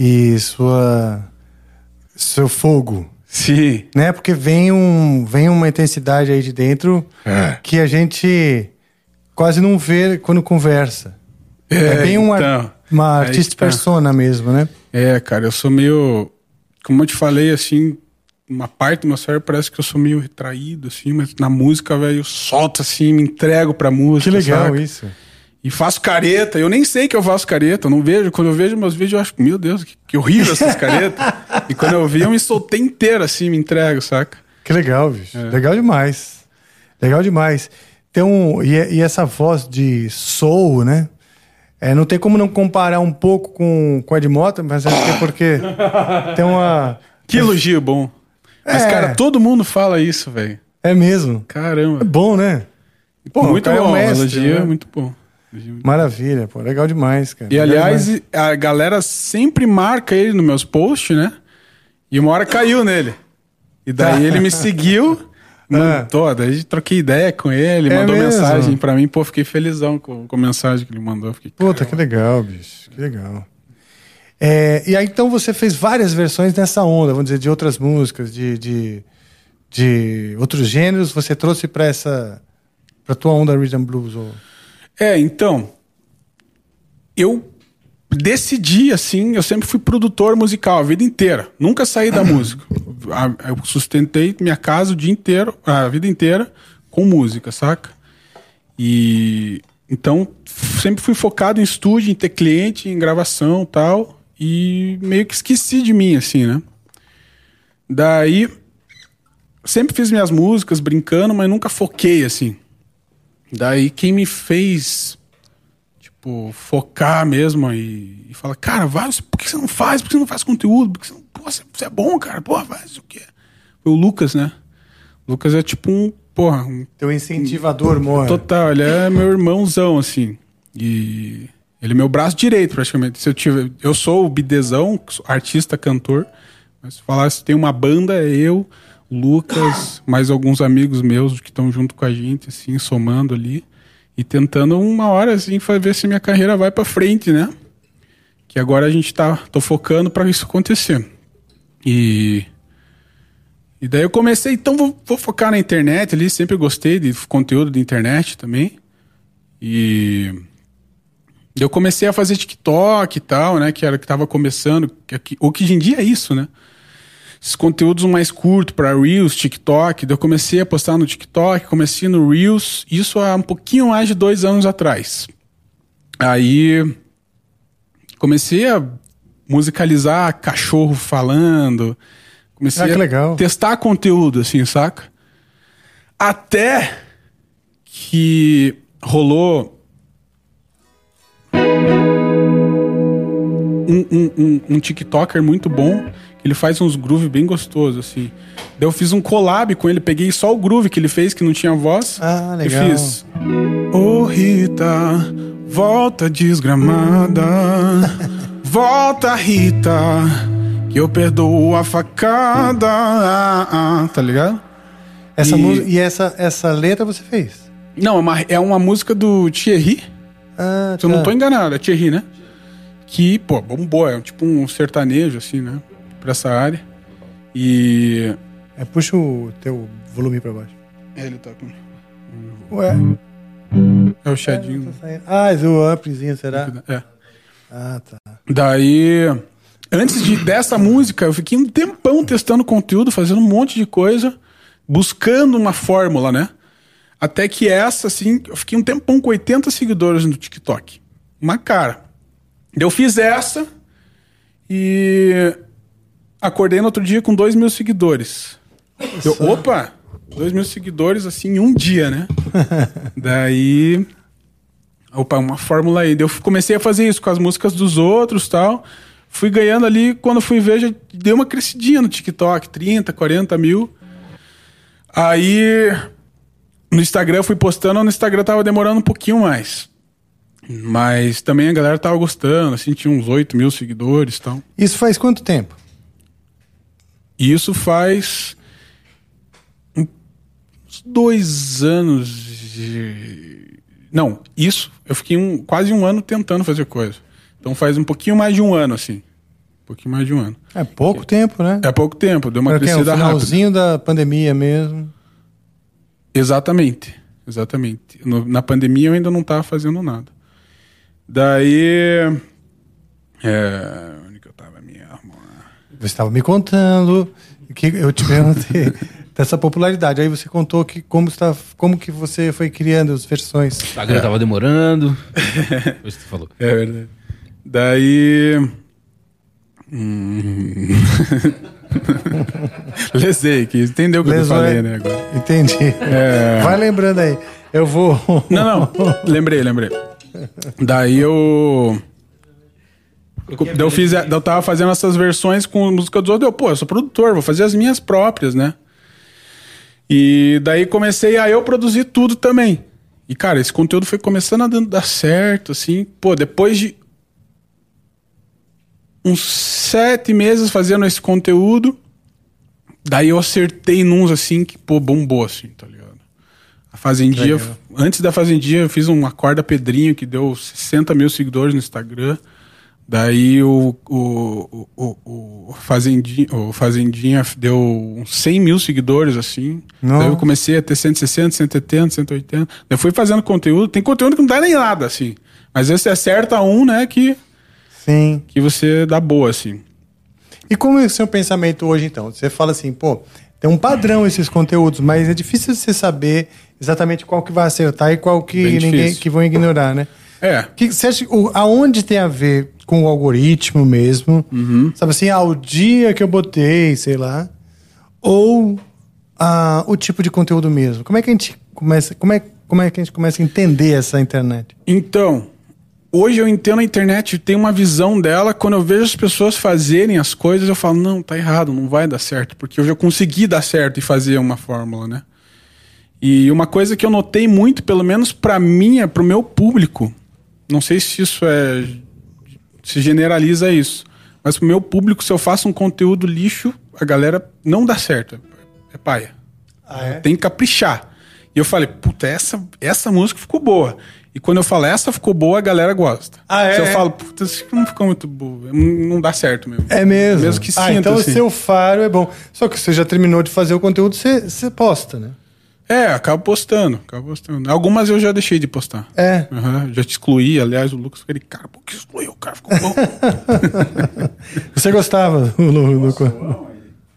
seu fogo, Sim. né? Porque vem uma intensidade aí de dentro que a gente quase não vê quando conversa. É bem uma artista persona mesmo, né? Cara, eu sou meio... Como eu te falei, assim, uma parte do meu cérebro parece que eu sou meio retraído, assim, mas na música, velho, eu solto, assim, me entrego pra música, que legal, saca? isso. E faço careta. Eu nem sei que eu faço careta. Eu não vejo. Quando eu vejo meus vídeos, eu acho, meu Deus, que horrível essas caretas. E quando eu vi, eu me soltei inteiro, assim, me entrego, saca? Que legal, bicho. Legal demais. Legal demais. E essa voz de soul, né? Não tem como não comparar um pouco com a Ed Mota, mas acho que é porque tem uma... Que elogio bom. Mas, cara, todo mundo fala isso, velho. É mesmo. Caramba. É bom, né? Pô, muito bom. Mestre, elogio, né? muito bom. Maravilha, pô. Legal demais, cara. E, aliás, a galera sempre marca ele nos meus posts, né? E uma hora caiu nele. E daí ele me seguiu... Daí troquei ideia com ele, mandou mensagem pra mim, pô, fiquei felizão com a mensagem que ele mandou. Fiquei, puta, que legal, bicho, que legal. E aí então você fez várias versões nessa onda, vamos dizer, de outras músicas, de outros gêneros, você trouxe pra tua onda Rhythm Blues? Ou... então, eu decidi, assim, eu sempre fui produtor musical a vida inteira, nunca saí da música. Eu sustentei minha casa o dia inteiro, a vida inteira, com música, saca? E então sempre fui focado em estúdio, em ter cliente, em gravação e tal, e meio que esqueci de mim, assim, né? Daí sempre fiz minhas músicas brincando, mas nunca foquei, assim. Daí quem me fez focar mesmo e falar, cara, vai, por que você não faz? Por que você não faz conteúdo? Por que você é bom, cara? Porra, faz o quê? Foi o Lucas, né? O Lucas é tipo teu incentivador, mano. Total, ele é meu irmãozão, assim. E ele é meu braço direito, praticamente. Eu sou o bidezão, artista, cantor. Mas se falasse, tem uma banda, é eu, o Lucas, mais alguns amigos meus que estão junto com a gente, assim, somando ali. E tentando uma hora, assim, ver se minha carreira vai pra frente, né? Que agora a gente tô focando pra isso acontecer. E daí eu comecei, então vou focar na internet ali, sempre gostei de conteúdo de internet também. E eu comecei a fazer TikTok e tal, né? Que tava começando, o que hoje em dia é isso, né? Esses conteúdos mais curtos para Reels, TikTok. Daí eu comecei a postar no TikTok, comecei no Reels, isso há um pouquinho mais de 2 anos atrás. Aí comecei a musicalizar cachorro falando, comecei a testar conteúdo, assim, saca? Até que rolou um TikToker muito bom. Ele faz uns groove bem gostosos, assim. Daí eu fiz um collab com ele, peguei só o groove que ele fez, que não tinha voz. Ah, legal. E fiz... Ô Rita, volta desgramada. Volta, Rita, que eu perdoo a facada. Tá ligado? Essa letra você fez? Não, é uma música do Thierry. Se eu não tô enganado, é Thierry, né? Que, pô, bombou. É tipo um sertanejo, assim, né? Pra essa área. E... puxa o teu volume pra baixo. Ele tá com... Ué? É o Shadinho. É o upzinho, será? É. Ah, tá. Daí, antes dessa música, eu fiquei um tempão testando conteúdo, fazendo um monte de coisa, buscando uma fórmula, né? Até que essa, assim, eu fiquei um tempão com 80 seguidores no TikTok. Uma cara. Eu fiz essa e acordei no outro dia com 2.000 seguidores. Opa! 2.000 seguidores, assim, em um dia, né? Daí... uma fórmula aí. Eu comecei a fazer isso com as músicas dos outros e tal. Fui ganhando ali, quando fui ver, já deu uma crescidinha no TikTok. 30, 40 mil. Aí, no Instagram, eu fui postando. No Instagram tava demorando um pouquinho mais. Mas também a galera tava gostando. Assim, tinha uns 8.000 seguidores e tal. Isso faz quanto tempo? Isso faz... uns 2 anos... Não, isso, eu fiquei quase um ano tentando fazer coisa. Então faz um pouquinho mais de um ano, assim. Um pouquinho mais de um ano. É pouco tempo, né? É pouco tempo, deu uma crescida rápida. No finalzinho da pandemia mesmo. Exatamente. exatamente. Na pandemia eu ainda não estava fazendo nada. Daí... onde que eu estava mesmo? Você estava me contando que eu te perguntei dessa popularidade. Aí você contou que como que você foi criando as versões. O Instagram tava demorando. Foi isso que você falou. É verdade. Daí... Lesei, que entendeu o que eu falei, né? Agora. Entendi. Vai lembrando aí. Eu vou... Não. Lembrei. Daí eu tava fazendo essas versões com música dos outros. Eu sou produtor, vou fazer as minhas próprias, né? E daí comecei a eu produzir tudo também. E, cara, esse conteúdo foi começando a dar certo, assim. Depois de uns 7 meses fazendo esse conteúdo, daí eu acertei nuns, assim, que, bombou, assim, tá ligado? A Fazendinha, antes da Fazendinha, eu fiz uma corda Pedrinho, que deu 60 mil seguidores no Instagram. Daí o Fazendinha deu uns 100 mil seguidores, assim. Não. Daí eu comecei a ter 160, 180, 180. Daí eu fui fazendo conteúdo. Tem conteúdo que não dá nem nada, assim. Mas esse acerta né, que você dá boa, assim. E como é o seu pensamento hoje, então? Você fala assim, tem um padrão esses conteúdos, mas é difícil você saber exatamente qual que vai acertar e qual que vão ignorar, né? Que você acha, aonde tem a ver com o algoritmo mesmo? Sabe assim, o dia que eu botei, sei lá, ou o tipo de conteúdo mesmo? Como é que a gente começa a entender essa internet? Então, hoje eu entendo a internet, tenho uma visão dela. Quando eu vejo as pessoas fazerem as coisas, eu falo, não, tá errado, não vai dar certo, porque eu já consegui dar certo e fazer uma fórmula, né? E uma coisa que eu notei muito, pelo menos pro meu público, não sei se isso se generaliza isso, mas pro meu público, se eu faço um conteúdo lixo, a galera não dá certo, é paia. Tem que caprichar. E eu falei, puta, essa música ficou boa. E quando eu falo, essa ficou boa, a galera gosta. Se eu falo, puta, isso não ficou muito boa, não dá certo mesmo. É mesmo? Mesmo que sinta, então assim. O seu faro é bom. Só que você já terminou de fazer o conteúdo, você posta, né? Acabo postando. Algumas eu já deixei de postar. Já te excluí, aliás, o Lucas falou, cara, por que excluiu? O cara ficou bom. Você gostava do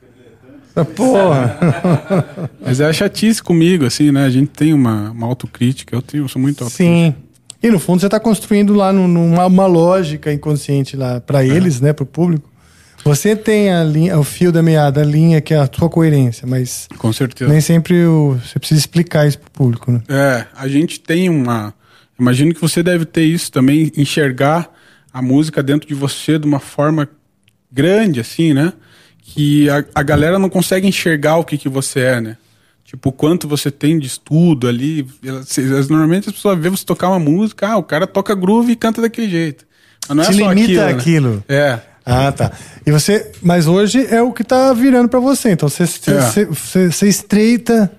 porra. Mas é chatice comigo, assim, né? A gente tem uma autocrítica, eu sou muito autocrítico. Sim. E no fundo você está construindo lá uma lógica inconsciente lá para eles, né? Para o público. Você tem a linha, o fio da meada, a linha que é a sua coerência, mas com certeza. Nem sempre você precisa explicar isso pro público, né? A gente tem imagino que você deve ter isso também, enxergar a música dentro de você de uma forma grande, assim, né? Que a galera não consegue enxergar o que você é, né? Tipo, o quanto você tem de estudo ali. Normalmente as pessoas veem você tocar uma música, o cara toca groove e canta daquele jeito. Mas não é só limita aquilo. Né? Tá. E você, mas hoje é o que tá virando pra você, então você estreita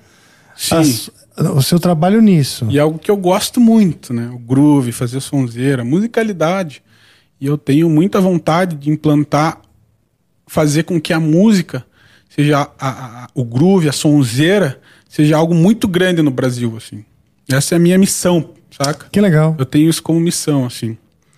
o seu trabalho nisso. E é algo que eu gosto muito, né? O groove, fazer sonzeira, musicalidade. E eu tenho muita vontade de implantar, fazer com que a música seja o groove, a sonzeira, seja algo muito grande no Brasil, assim. Essa é a minha missão, saca? Que legal. Eu tenho isso como missão, assim.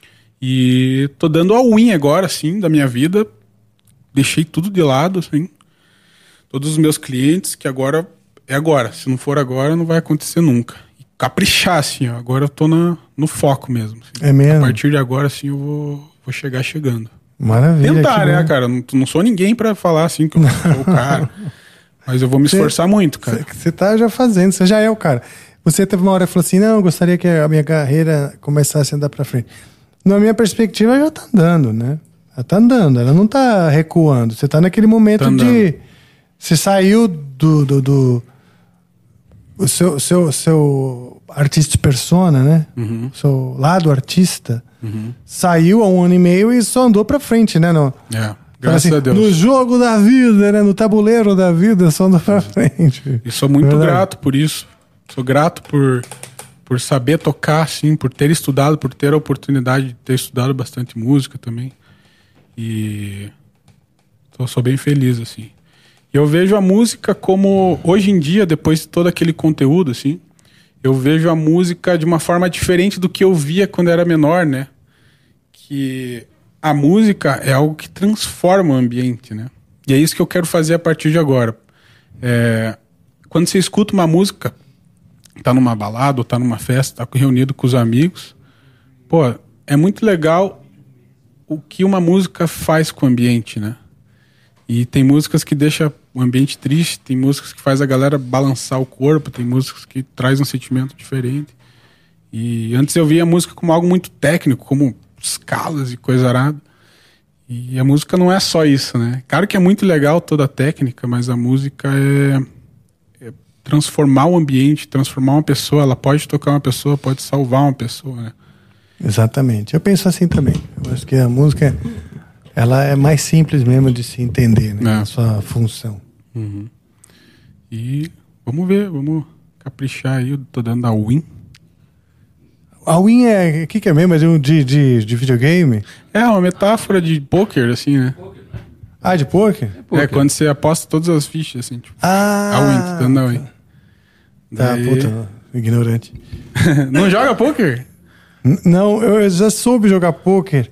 E tô dando a win agora, assim, da minha vida. Deixei tudo de lado, assim. Todos os meus clientes, que agora é agora. Se não for agora, não vai acontecer nunca. E caprichar, assim, ó. Agora eu tô no foco mesmo. Assim. É mesmo? A partir de agora, assim, eu vou chegar chegando. Maravilha. Tentar, né, cara? Não sou ninguém pra falar, assim, que eu sou o cara. Mas eu vou me esforçar muito, cara. Você tá já fazendo, você já é o cara. Você teve uma hora que falou assim, não, eu gostaria que a minha carreira começasse a andar pra frente. Na minha perspectiva, já tá andando, né? Ela tá andando, ela não tá recuando. Você tá naquele momento de... Você saiu o seu artista persona, né? Uhum. O seu lado artista. Uhum. Saiu há 1 ano e meio e só andou pra frente, né? Graças a Deus. No jogo da vida, né? No tabuleiro da vida, só andou pra frente. E sou muito grato por isso. Sou grato por saber tocar, assim, por ter estudado, por ter a oportunidade de ter estudado bastante música também. E sou bem feliz, assim. E eu vejo a música como, hoje em dia, depois de todo aquele conteúdo, assim, eu vejo a música de uma forma diferente do que eu via quando era menor, né? Que a música é algo que transforma o ambiente, né? E é isso que eu quero fazer a partir de agora. Quando você escuta uma música, tá numa balada ou tá numa festa, tá reunido com os amigos, pô, é muito legal o que uma música faz com o ambiente, né? E tem músicas que deixam o ambiente triste, tem músicas que faz a galera balançar o corpo, tem músicas que traz um sentimento diferente. E antes eu via a música como algo muito técnico, como escalas e coisa arada. E a música não é só isso, né? Claro que é muito legal toda a técnica, mas a música é transformar o ambiente, transformar uma pessoa. Ela pode tocar uma pessoa, pode salvar uma pessoa, né? Exatamente. Eu penso assim também. Eu acho que a música, ela é mais simples mesmo de se entender, né? A sua função. Uhum. E vamos ver, vamos caprichar aí. Eu tô dando a win. A win é... O que é mesmo? É de videogame? É uma metáfora de poker, assim, né? Ah, de poker? É quando você aposta todas as fichas, assim, tipo... Ah! A win, tô dando a win. Tá, Daí... puta, ignorante. Não joga poker? Não, eu já soube jogar pôquer.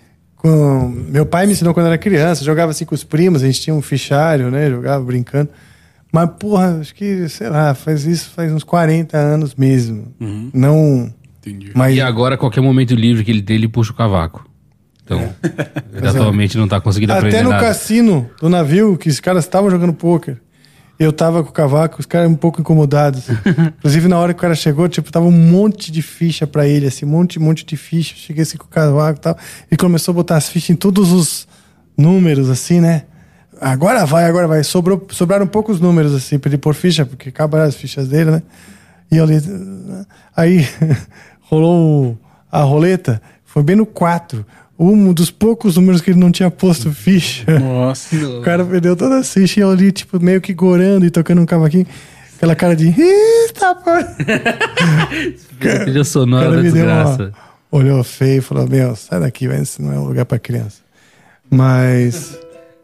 Meu pai me ensinou quando era criança. Jogava assim com os primos, a gente tinha um fichário, né? Jogava brincando. Mas, porra, acho que, sei lá, faz uns 40 anos mesmo. Uhum. Não... Entendi. Mas... E agora, qualquer momento livre que ele tem, ele puxa o cavaco. Então, ele atualmente não tá conseguindo aprender até no nada. cassino do navio, que os caras estavam jogando pôquer. Eu tava com o cavaco, os caras um pouco incomodados. Inclusive, na hora que o cara chegou, tipo, tava um monte de ficha pra ele, assim, um monte de ficha. Cheguei assim com o cavaco e tal. E começou a botar as fichas em todos os números, assim, né? Agora vai. Sobraram poucos números, assim, pra ele pôr ficha, porque acabaram as fichas dele, né? E eu ali... Aí rolou a roleta, foi bem no 4. Um dos poucos números que ele não tinha posto ficha. Nossa. O cara perdeu toda a ficha e eu ali, tipo, meio que gorando e tocando um cavaquinho. Aquela cara de... Eita, pô! Trilha sonora da desgraça. Olhou feio e falou, meu, sai daqui, velho, isso não é um lugar pra criança. Mas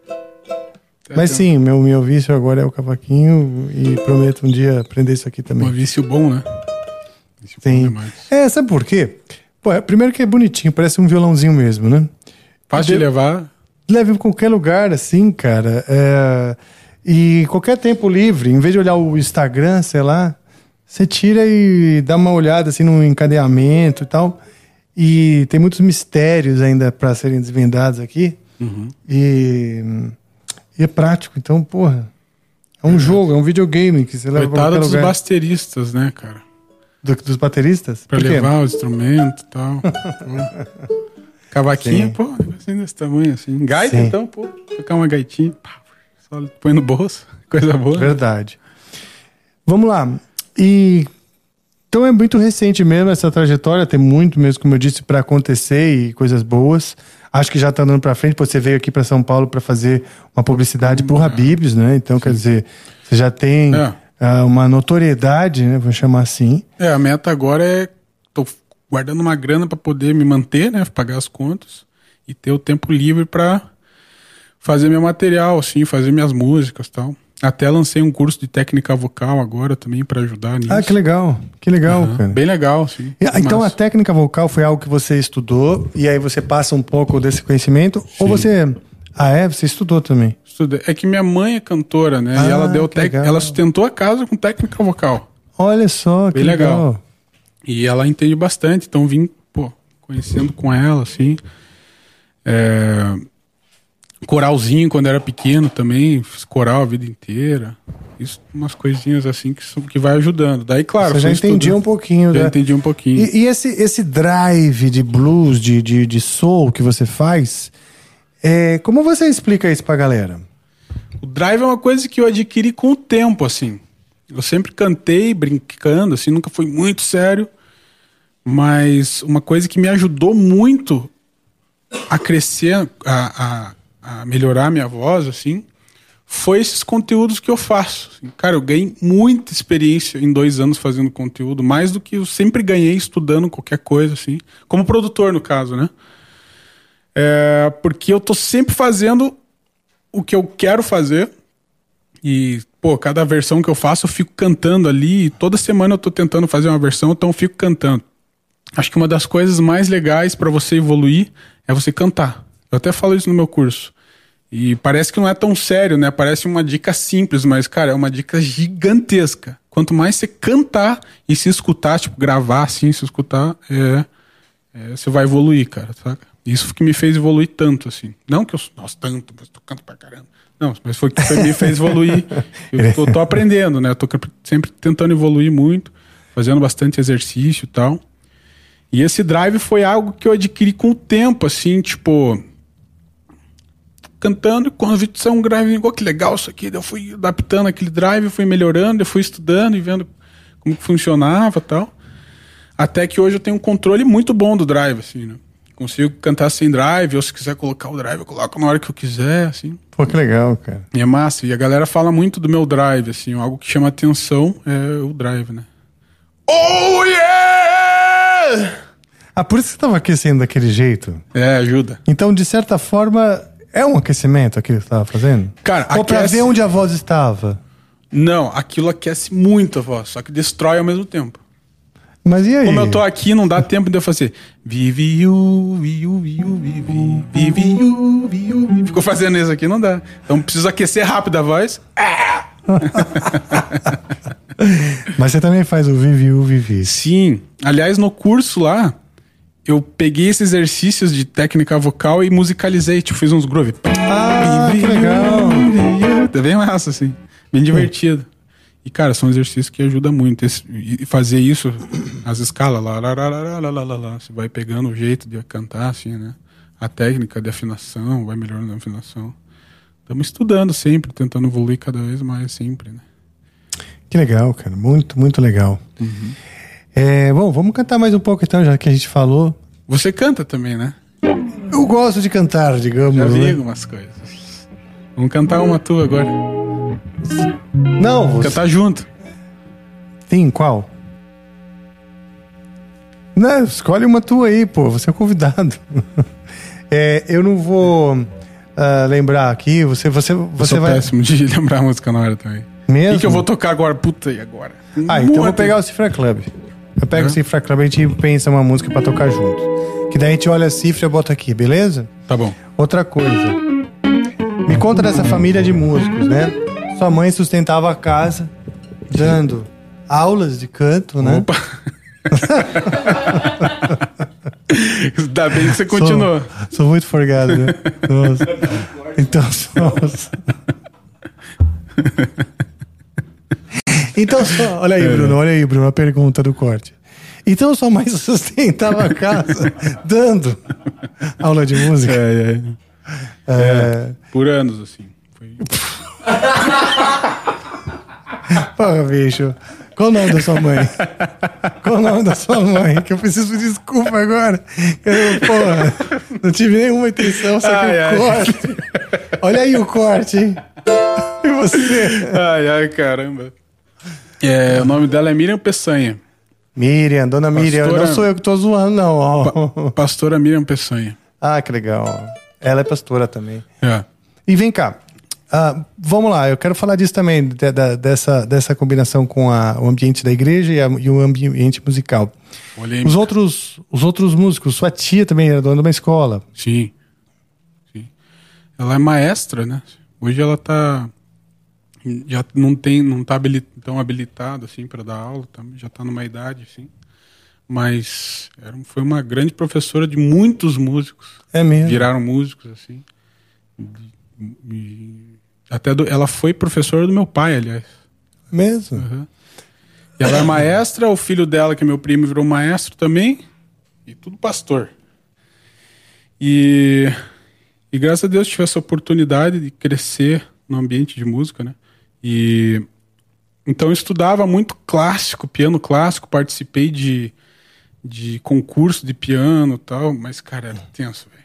sim, meu vício agora é o cavaquinho e prometo um dia aprender isso aqui também. Um vício bom, né? Vício Sim. bom demais. Sabe por quê? Pô, primeiro que é bonitinho, parece um violãozinho mesmo, né? Fácil de levar. Leva em qualquer lugar, assim, cara. E qualquer tempo livre, em vez de olhar o Instagram, sei lá, você tira e dá uma olhada, assim, no encadeamento e tal. E tem muitos mistérios ainda para serem desvendados aqui. Uhum. E é prático, então, porra. É um jogo, é um videogame que você leva pra Coitado qualquer dos lugar. bateristas, né, cara? Dos bateristas? Pra Por quê? levar o instrumento e tal. Cavaquinho, Sim. pô, assim desse tamanho, assim. Gaita, Sim. então, pô, tocar uma gaitinha, pá, só põe no bolso, coisa boa. Verdade. Vamos lá. Então é muito recente mesmo essa trajetória, tem muito mesmo, como eu disse, para acontecer e coisas boas. Acho que já tá andando para frente, você veio aqui para São Paulo para fazer uma publicidade pro Habib's, né? Então, quer dizer, você já tem uma notoriedade, né? Vou chamar assim. A meta agora é... Tô guardando uma grana para poder me manter, né? Pagar as contas e ter o tempo livre para fazer meu material, assim, fazer minhas músicas e tal. Até lancei um curso de técnica vocal agora também para ajudar nisso. Ah, que legal. Que legal, cara. Bem legal, sim. Então a técnica vocal foi algo que você estudou e aí você passa um pouco desse conhecimento? Sim. Ou você... Você estudou também? Estudei. É que minha mãe é cantora, né? E ela deu ela sustentou a casa com técnica vocal. Olha só, que bem legal. E ela entende bastante, então vim, conhecendo com ela, assim. Coralzinho quando era pequeno também, fiz coral a vida inteira. Isso, umas coisinhas assim que vai ajudando. Daí, claro... Você já entendia um pouquinho. Já entendi um pouquinho. E esse drive de blues, de soul que você faz, como você explica isso pra galera? O drive é uma coisa que eu adquiri com o tempo, assim. Eu sempre cantei brincando, assim, nunca foi muito sério. Mas uma coisa que me ajudou muito a crescer, a melhorar a minha voz, assim, foi esses conteúdos que eu faço. Assim. Cara, eu ganhei muita experiência em 2 anos fazendo conteúdo, mais do que eu sempre ganhei estudando qualquer coisa, assim. Como produtor, no caso, né? Porque eu tô sempre fazendo o que eu quero fazer e pô, cada versão que eu faço eu fico cantando ali, e toda semana eu tô tentando fazer uma versão, então eu fico cantando. Acho que uma das coisas mais legais pra você evoluir é você cantar. Eu até falo isso no meu curso. E parece que não é tão sério, né? Parece uma dica simples, mas, cara, é uma dica gigantesca. Quanto mais você cantar e se escutar, tipo, gravar assim, se escutar, você vai evoluir, cara, saca? Isso que me fez evoluir tanto, assim. Não que eu... Nossa, tanto, mas eu canto pra caramba. Não, mas foi que me fez evoluir. Eu tô aprendendo, né? Eu tô sempre tentando evoluir muito, fazendo bastante exercício e tal. E esse drive foi algo que eu adquiri com o tempo, assim, tipo... Cantando, e quando eu vi que é um drive, que legal isso aqui. Daí eu fui adaptando aquele drive, fui melhorando, eu fui estudando e vendo como que funcionava e tal. Até que hoje eu tenho um controle muito bom do drive, assim, né? Consigo cantar sem drive, ou se quiser colocar o drive, eu coloco na hora que eu quiser, assim. Pô, que legal, cara. E é massa. E a galera fala muito do meu drive, assim, algo que chama atenção é o drive, né? Oh, yeah! Ah, por isso que você tava aquecendo daquele jeito? É, ajuda. Então, de certa forma, é um aquecimento aquilo que você tava fazendo? Cara, ou pra ver onde a voz estava? Não, aquilo aquece muito a voz, só que destrói ao mesmo tempo. Mas e aí? Como eu tô aqui, não dá tempo de eu fazer vive. Ficou fazendo isso aqui, não dá. Então preciso aquecer rápido a voz. Mas você também faz o vivi. Sim. Aliás, no curso lá, eu peguei esses exercícios de técnica vocal e musicalizei. Tipo, fiz uns groove. Ah, que legal. É bem massa, assim. Bem divertido. E, cara, são exercícios que ajudam muito. E fazer isso, as escalas, lá. Você vai pegando o jeito de cantar, assim, né? A técnica de afinação, vai melhorando a afinação. Estamos estudando sempre, tentando evoluir cada vez mais, sempre, né? Que legal, cara. Muito, muito legal. Uhum. Bom, vamos cantar mais um pouco então, já que a gente falou. Você canta também, né? Eu gosto de cantar, digamos. Já vi né? algumas coisas. Vamos cantar uma tua agora. Não, você... Cantar junto. Sim, qual? Não, escolhe uma tua aí, pô. Você é convidado. Eu não vou lembrar aqui. Você Eu sou vai... péssimo de lembrar a música na hora também. Mesmo? O que eu vou tocar agora? Puta, e agora? Então eu vou pegar o Cifra Club. Eu pego o Cifra Club e a gente pensa uma música pra tocar junto. Que daí a gente olha a cifra e bota aqui, beleza? Tá bom. Outra coisa. Me conta dessa família de músicos, né? Sua mãe sustentava a casa dando aulas de canto, né? Opa! Ainda bem que você continuou. Sou muito forgado, né? Nossa. Então somos... Então só... Olha aí, Bruno, a pergunta do corte. Então sua mãe sustentava a casa dando aula de música? Por anos, assim. Foi... Porra, bicho. Qual o nome da sua mãe? Qual o nome da sua mãe? Que eu preciso de desculpa agora. Porra, não tive nenhuma intenção, só que o corte. Olha aí o corte, hein? E você? Ai, caramba. O nome dela é Miriam Peçanha. Miriam, dona Miriam. Não sou eu que tô zoando, não. Ó. Pastora Miriam Peçanha. Ah, que legal. Ela é pastora também. É. E vem cá. Vamos lá, eu quero falar disso também, dessa combinação com o ambiente da igreja e o ambiente musical. Os outros músicos, sua tia também era dona de uma escola. Sim. Ela é maestra, né? Hoje ela já não tá tão habilitada assim para dar aula, já tá numa idade assim. Mas foi uma grande professora de muitos músicos. É mesmo? Viraram músicos assim. Ela foi professora do meu pai, aliás. Mesmo? Uhum. E ela é maestra, o filho dela, que é meu primo, virou maestro também. E tudo pastor. E graças a Deus tive essa oportunidade de crescer no ambiente de música, né? E então eu estudava muito clássico, piano clássico, participei de concurso de piano e tal, mas, cara, era tenso, velho.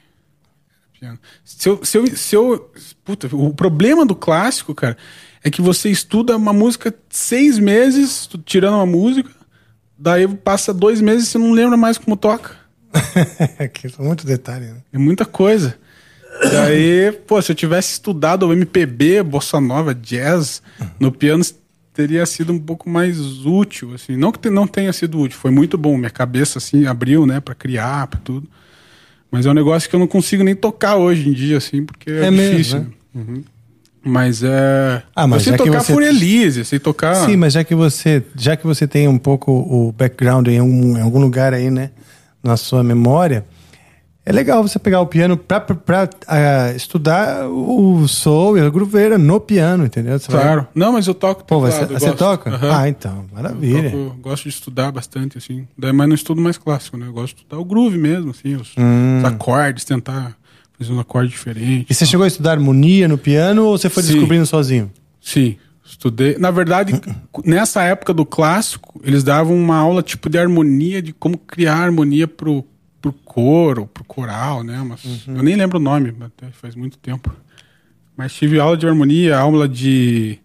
Puta, o problema do clássico, cara, é que você estuda uma música 6 meses, tirando uma música, daí passa 2 meses e você não lembra mais como toca. Que são muitos detalhes, né? É muita coisa. Daí, pô, se eu tivesse estudado o MPB, bossa nova, jazz, no piano teria sido um pouco mais útil, assim. Não que não tenha sido útil, foi muito bom. Minha cabeça, assim, abriu, né, pra criar, pra tudo. Mas é um negócio que eu não consigo nem tocar hoje em dia, assim, porque é difícil. Mesmo, né? Uhum. Mas é... Mas eu sei tocar Fúria Elise, sei tocar... Sim, mas já que você tem um pouco o background em algum lugar aí, né, na sua memória, é legal você pegar o piano pra estudar o soul e a grooveira no piano, entendeu? Claro. Não, mas eu toco teclado. Você toca? Uhum. Ah, então, maravilha. Eu gosto de estudar bastante, assim. Mas não estudo mais clássico, né? Eu gosto de estudar o groove mesmo, assim, os acordes, tentar fazer um acorde diferente. E você chegou a estudar harmonia no piano ou você foi descobrindo sozinho? Sim, estudei. Na verdade, nessa época do clássico, eles davam uma aula tipo de harmonia, de como criar harmonia pro coro, pro coral, né? Mas eu nem lembro o nome, até faz muito tempo. Mas tive aula de harmonia, aula de...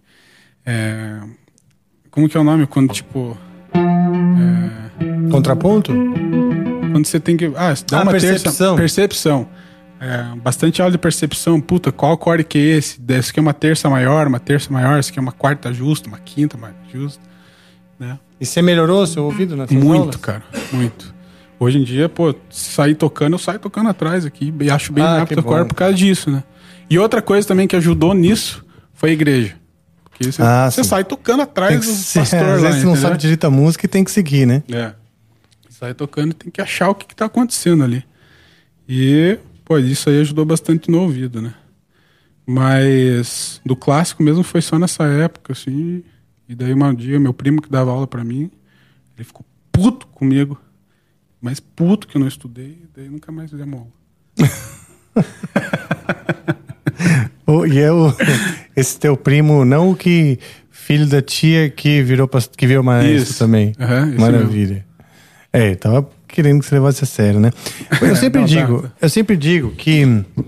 como que é o nome? Quando, tipo... Contraponto? Quando você tem que... dá uma percepção. Percepção. Bastante aula de percepção. Puta, qual acorde que é esse? Esse aqui é uma terça maior, esse aqui é uma quarta justa, uma quinta mais justa, né? E você melhorou seu ouvido nessas Muito, aulas? cara, muito. Hoje em dia, pô, sair tocando, eu saio tocando atrás aqui. E acho bem rápido o acorde por causa disso, né? E outra coisa também que ajudou nisso foi a igreja. Porque você sai tocando atrás do pastor lá. Às vezes você não sabe direito a música e tem que seguir, né? Sai tocando e tem que achar o que tá acontecendo ali. E, pô, isso aí ajudou bastante no ouvido, né? Mas do clássico mesmo foi só nessa época, assim. E daí um dia, meu primo que dava aula pra mim, ele ficou puto comigo. Mais puto que eu não estudei, daí nunca mais fizemos aula. Esse teu primo, não o que filho da tia que virou maestro também. Maravilha. Tava querendo que você levasse a sério, né? Eu sempre digo que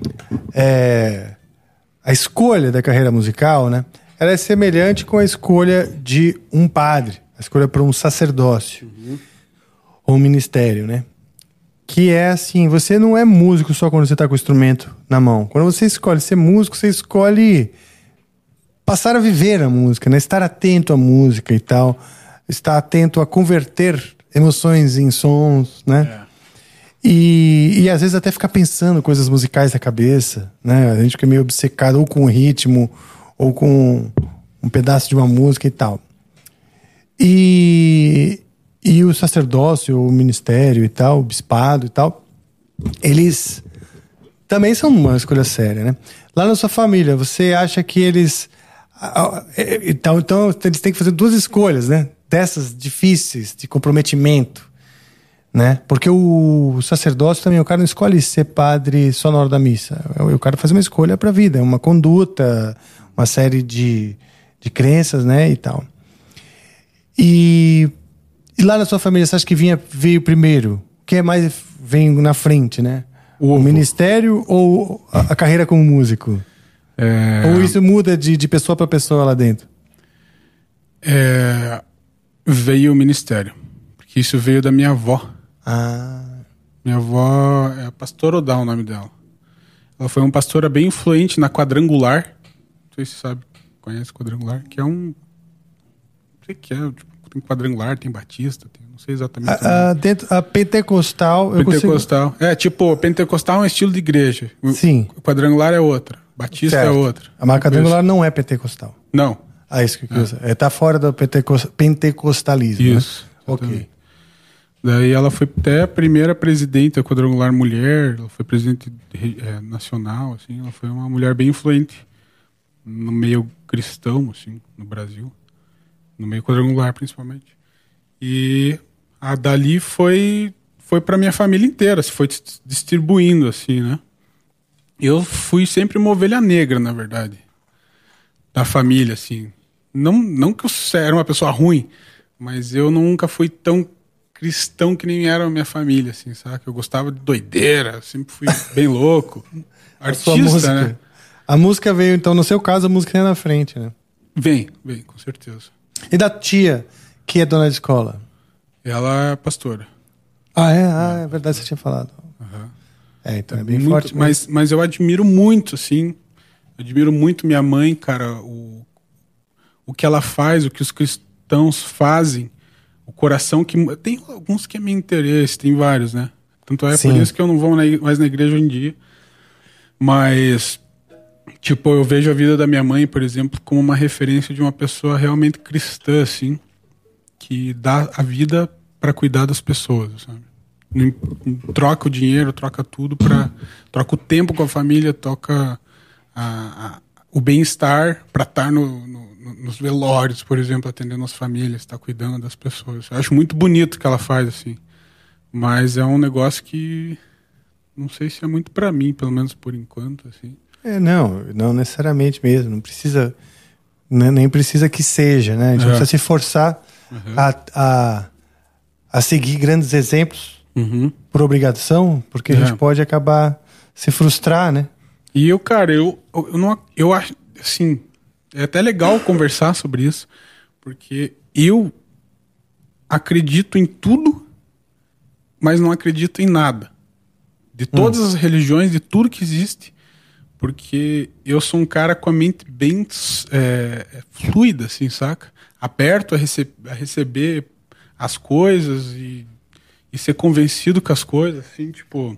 a escolha da carreira musical, né, ela é semelhante com a escolha de um padre, a escolha para um sacerdócio. Ou um ministério, né? Que é assim, você não é músico só quando você tá com o instrumento na mão. Quando você escolhe ser músico, você escolhe passar a viver a música, né? Estar atento à música e tal. Estar atento a converter emoções em sons, né? E às vezes até ficar pensando coisas musicais na cabeça, né? A gente fica meio obcecado ou com o ritmo, ou com um pedaço de uma música e tal. E o sacerdócio, o ministério e tal, o bispado e tal, eles também são uma escolha séria, né? Lá na sua família, você acha que eles... Então eles têm que fazer duas escolhas, né? Dessas difíceis, de comprometimento, né? Porque o sacerdócio também, o cara não escolhe ser padre só na hora da missa. O cara faz uma escolha pra vida, uma conduta, uma série de crenças, né? E tal. E lá na sua família, você acha que veio primeiro? O que é mais vem na frente, né? O ministério ou a carreira como músico? Ou isso muda de pessoa para pessoa lá dentro? Veio o ministério. Porque isso veio da minha avó. Minha avó é a pastora Odal, o nome dela. Ela foi uma pastora bem influente na Quadrangular. Não sei se você sabe, conhece Quadrangular, que é um... Não sei o que é, tipo, tem Quadrangular, tem Batista, não sei exatamente. A pentecostal... Pentecostal. Tipo, pentecostal é um estilo de igreja. Sim. O Quadrangular é outra. Batista é outra. A marca Quadrangular não é pentecostal. Não. Isso que eu sei. Tá fora do pentecostalismo. Isso. Né? Ok. Daí ela foi até a primeira presidente da Quadrangular mulher, ela foi presidente nacional, assim, ela foi uma mulher bem influente no meio cristão, assim, no Brasil. No meio quadrangular, principalmente. E dali foi pra minha família inteira, se foi distribuindo, assim, né? Eu fui sempre uma ovelha negra, na verdade, da família, assim. Não que eu era uma pessoa ruim, mas eu nunca fui tão cristão que nem era a minha família, assim, sabe? Eu gostava de doideira, sempre fui bem louco. Artista, né? A música veio, então, no seu caso, a música veio na frente, né? Vem, com certeza. E da tia, que é dona de escola? Ela é pastora. É verdade, você tinha falado. Então é bem muito, forte. Mas eu admiro muito, assim. Admiro muito minha mãe, cara. O que ela faz, o que os cristãos fazem. O coração que... Tem alguns que é meu interesse, tem vários, né? Tanto é por isso que eu não vou mais na igreja hoje em dia. Mas, tipo, eu vejo a vida da minha mãe, por exemplo, como uma referência de uma pessoa realmente cristã, assim, que dá a vida para cuidar das pessoas, sabe? Troca o dinheiro, troca tudo, troca o tempo com a família, troca o bem-estar para estar nos velórios, por exemplo, atendendo as famílias, estar cuidando das pessoas. Eu acho muito bonito o que ela faz, assim. Mas é um negócio que não sei se é muito para mim, pelo menos por enquanto, assim. Não necessariamente mesmo. Não precisa, nem precisa que seja, né? A gente não precisa se forçar a seguir grandes exemplos por obrigação, porque a gente pode acabar se frustrar, né? E eu acho, assim, é até legal conversar sobre isso, porque eu acredito em tudo, mas não acredito em nada. De todas as religiões, de tudo que existe, porque eu sou um cara com a mente bem fluida, assim, saca? Aberto a receber as coisas e ser convencido com as coisas, assim, tipo...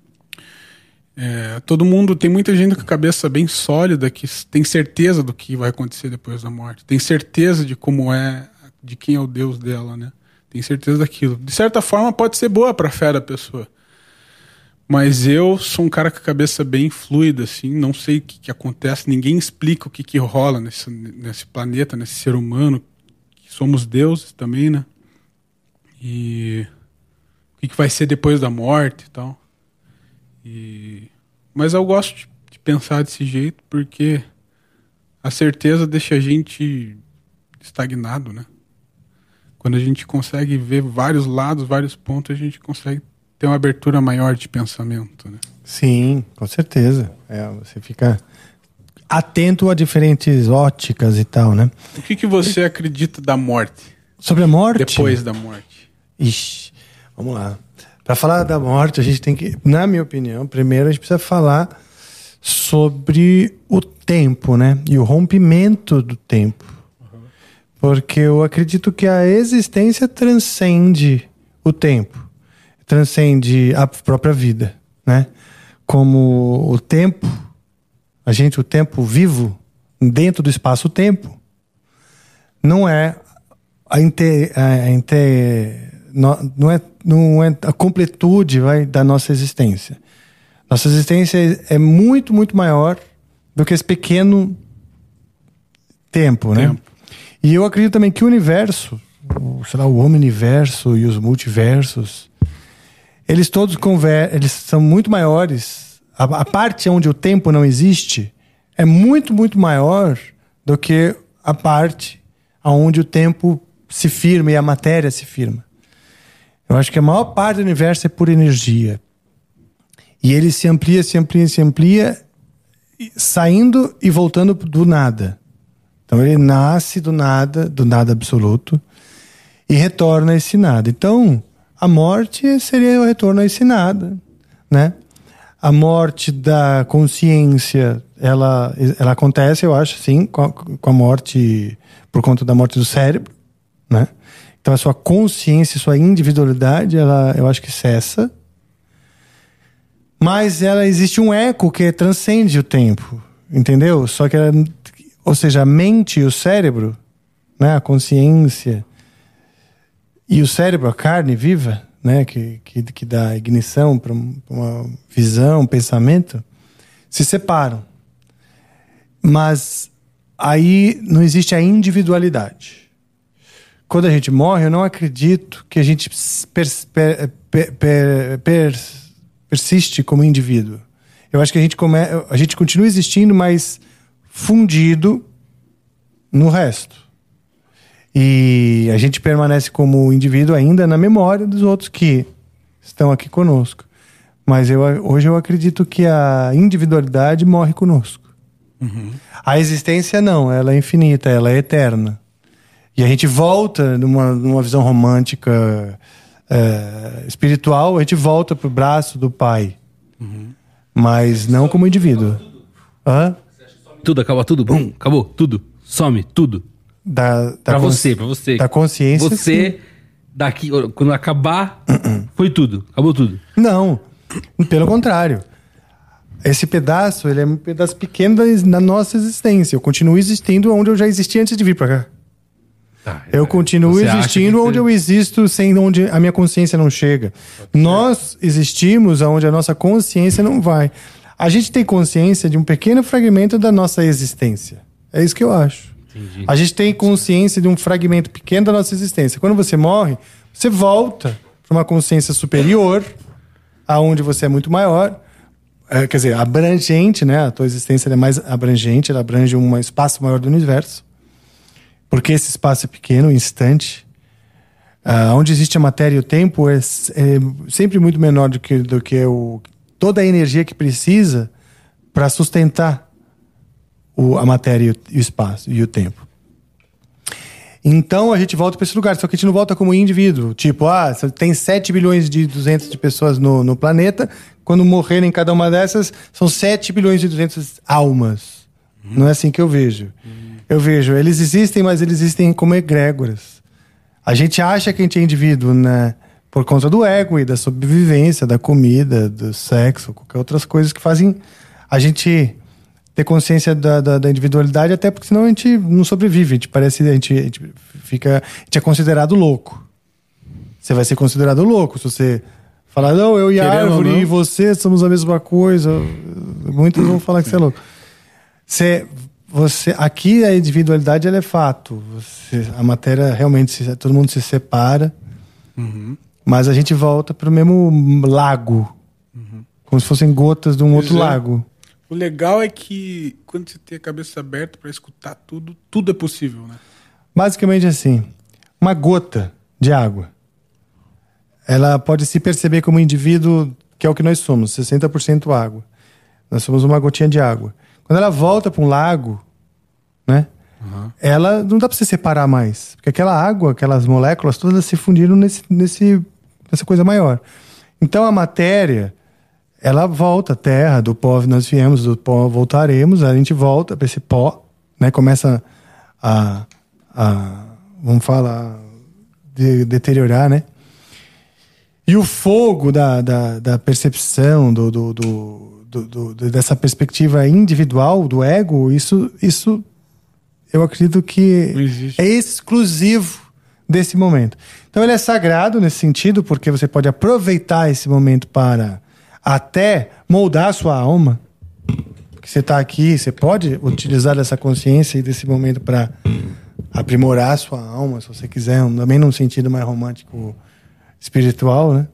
todo mundo, tem muita gente com a cabeça bem sólida, que tem certeza do que vai acontecer depois da morte, tem certeza de como é, de quem é o Deus dela, né? Tem certeza daquilo. De certa forma pode ser boa pra fé da pessoa, mas eu sou um cara com a cabeça bem fluida, assim, não sei o que acontece, ninguém explica o que rola nesse planeta, nesse ser humano, que somos deuses também, né? E o que vai ser depois da morte e tal. Mas eu gosto de pensar desse jeito porque a certeza deixa a gente estagnado, né? Quando a gente consegue ver vários lados, vários pontos, a gente consegue ter uma abertura maior de pensamento, né? Sim, com certeza. Você fica atento a diferentes óticas e tal, né? O que você acredita da morte? Sobre a morte? Depois da morte. Ixi, vamos lá. Para falar da morte, a gente tem que, na minha opinião, primeiro a gente precisa falar sobre o tempo, né? E o rompimento do tempo. Porque eu acredito que a existência transcende o tempo. Transcende a própria vida, né? Como o tempo, o tempo vivo, dentro do espaço-tempo, não é não é a completude da nossa existência. Nossa existência é muito, muito maior do que esse pequeno tempo, né? E eu acredito também que o universo, o omniverso e os multiversos, eles todos eles são muito maiores. A parte onde o tempo não existe é muito, muito maior do que a parte onde o tempo se firma e a matéria se firma. Eu acho que a maior parte do universo é por energia. E ele se amplia, saindo e voltando do nada. Então ele nasce do nada absoluto, e retorna a esse nada. Então, a morte seria o retorno a esse nada, né? A morte da consciência, ela acontece, eu acho, sim, com a morte, por conta da morte do cérebro, né? Então a sua consciência, sua individualidade, eu acho que cessa. Mas existe um eco que transcende o tempo, entendeu? Só que ou seja, a mente e o cérebro, né, a consciência e o cérebro, a carne viva, né, que dá ignição para uma visão, um pensamento, se separam. Mas aí não existe a individualidade. Quando a gente morre, eu não acredito que a gente persiste como indivíduo. Eu acho que a gente continua existindo, mas fundido no resto. E a gente permanece como indivíduo ainda na memória dos outros que estão aqui conosco. Mas hoje eu acredito que a individualidade morre conosco. A existência não, ela é infinita, ela é eterna. E a gente volta numa visão romântica, espiritual, a gente volta pro braço do Pai. Mas não como indivíduo. Hã? Tudo, acaba tudo, bum, acabou, tudo. Some, tudo. Pra você. Da consciência, você, sim. Daqui, quando acabar, foi tudo, acabou tudo. Não, pelo contrário. Esse pedaço, ele é um pedaço pequeno da nossa existência. Eu continuo existindo onde eu já existi antes de vir pra cá. Tá, eu continuo existindo onde eu existo, sem onde a minha consciência não chega. Nós existimos onde a nossa consciência não vai. A gente tem consciência de um pequeno fragmento da nossa existência. É isso que eu acho. Entendi. A gente tem consciência de um fragmento pequeno da nossa existência. Quando você morre, você volta para uma consciência superior, aonde você é muito maior, quer dizer, abrangente, né? A tua existência é mais abrangente, ela abrange um espaço maior do universo. Porque esse espaço é pequeno, instante. Onde existe a matéria e o tempo é sempre muito menor do que toda a energia que precisa para sustentar a matéria e o espaço e o tempo. Então a gente volta para esse lugar, só que a gente não volta como indivíduo. Tipo, tem 7 bilhões e 200 de pessoas no planeta, quando morrerem cada uma dessas, são 7 bilhões e 200 almas. Não é assim que eu vejo. Eu vejo, eles existem, mas eles existem como egrégoras. A gente acha que a gente é indivíduo, né? Por conta do ego e da sobrevivência, da comida, do sexo, qualquer outras coisas que fazem a gente ter consciência da individualidade, até porque senão a gente não sobrevive. A gente é considerado louco. Você vai ser considerado louco se você falar, não, eu e a árvore e você somos a mesma coisa. Muitos vão falar que você é louco. Aqui a individualidade ela é fato. A matéria realmente, todo mundo se separa. Mas a gente volta para o mesmo lago. Como se fossem gotas de um outro lago. O legal é que quando você tem a cabeça aberta para escutar tudo, tudo é possível, né? Basicamente assim, uma gota de água, ela pode se perceber como um indivíduo, que é o que nós somos, 60% água. Nós somos uma gotinha de água. Quando ela volta para um lago, né? Ela não dá para você separar mais. Porque aquela água, aquelas moléculas, todas se fundiram nessa coisa maior. Então a matéria, ela volta à terra, do pó nós viemos, do pó voltaremos, a gente volta para esse pó, né? Começa a vamos falar, deteriorar, né? E o fogo da percepção, dessa perspectiva individual do ego, isso eu acredito que é exclusivo desse momento. Então ele é sagrado nesse sentido, porque você pode aproveitar esse momento para até moldar a sua alma. Porque você está aqui, você pode utilizar essa consciência e desse momento para aprimorar a sua alma, se você quiser, também num sentido mais romântico, espiritual, né?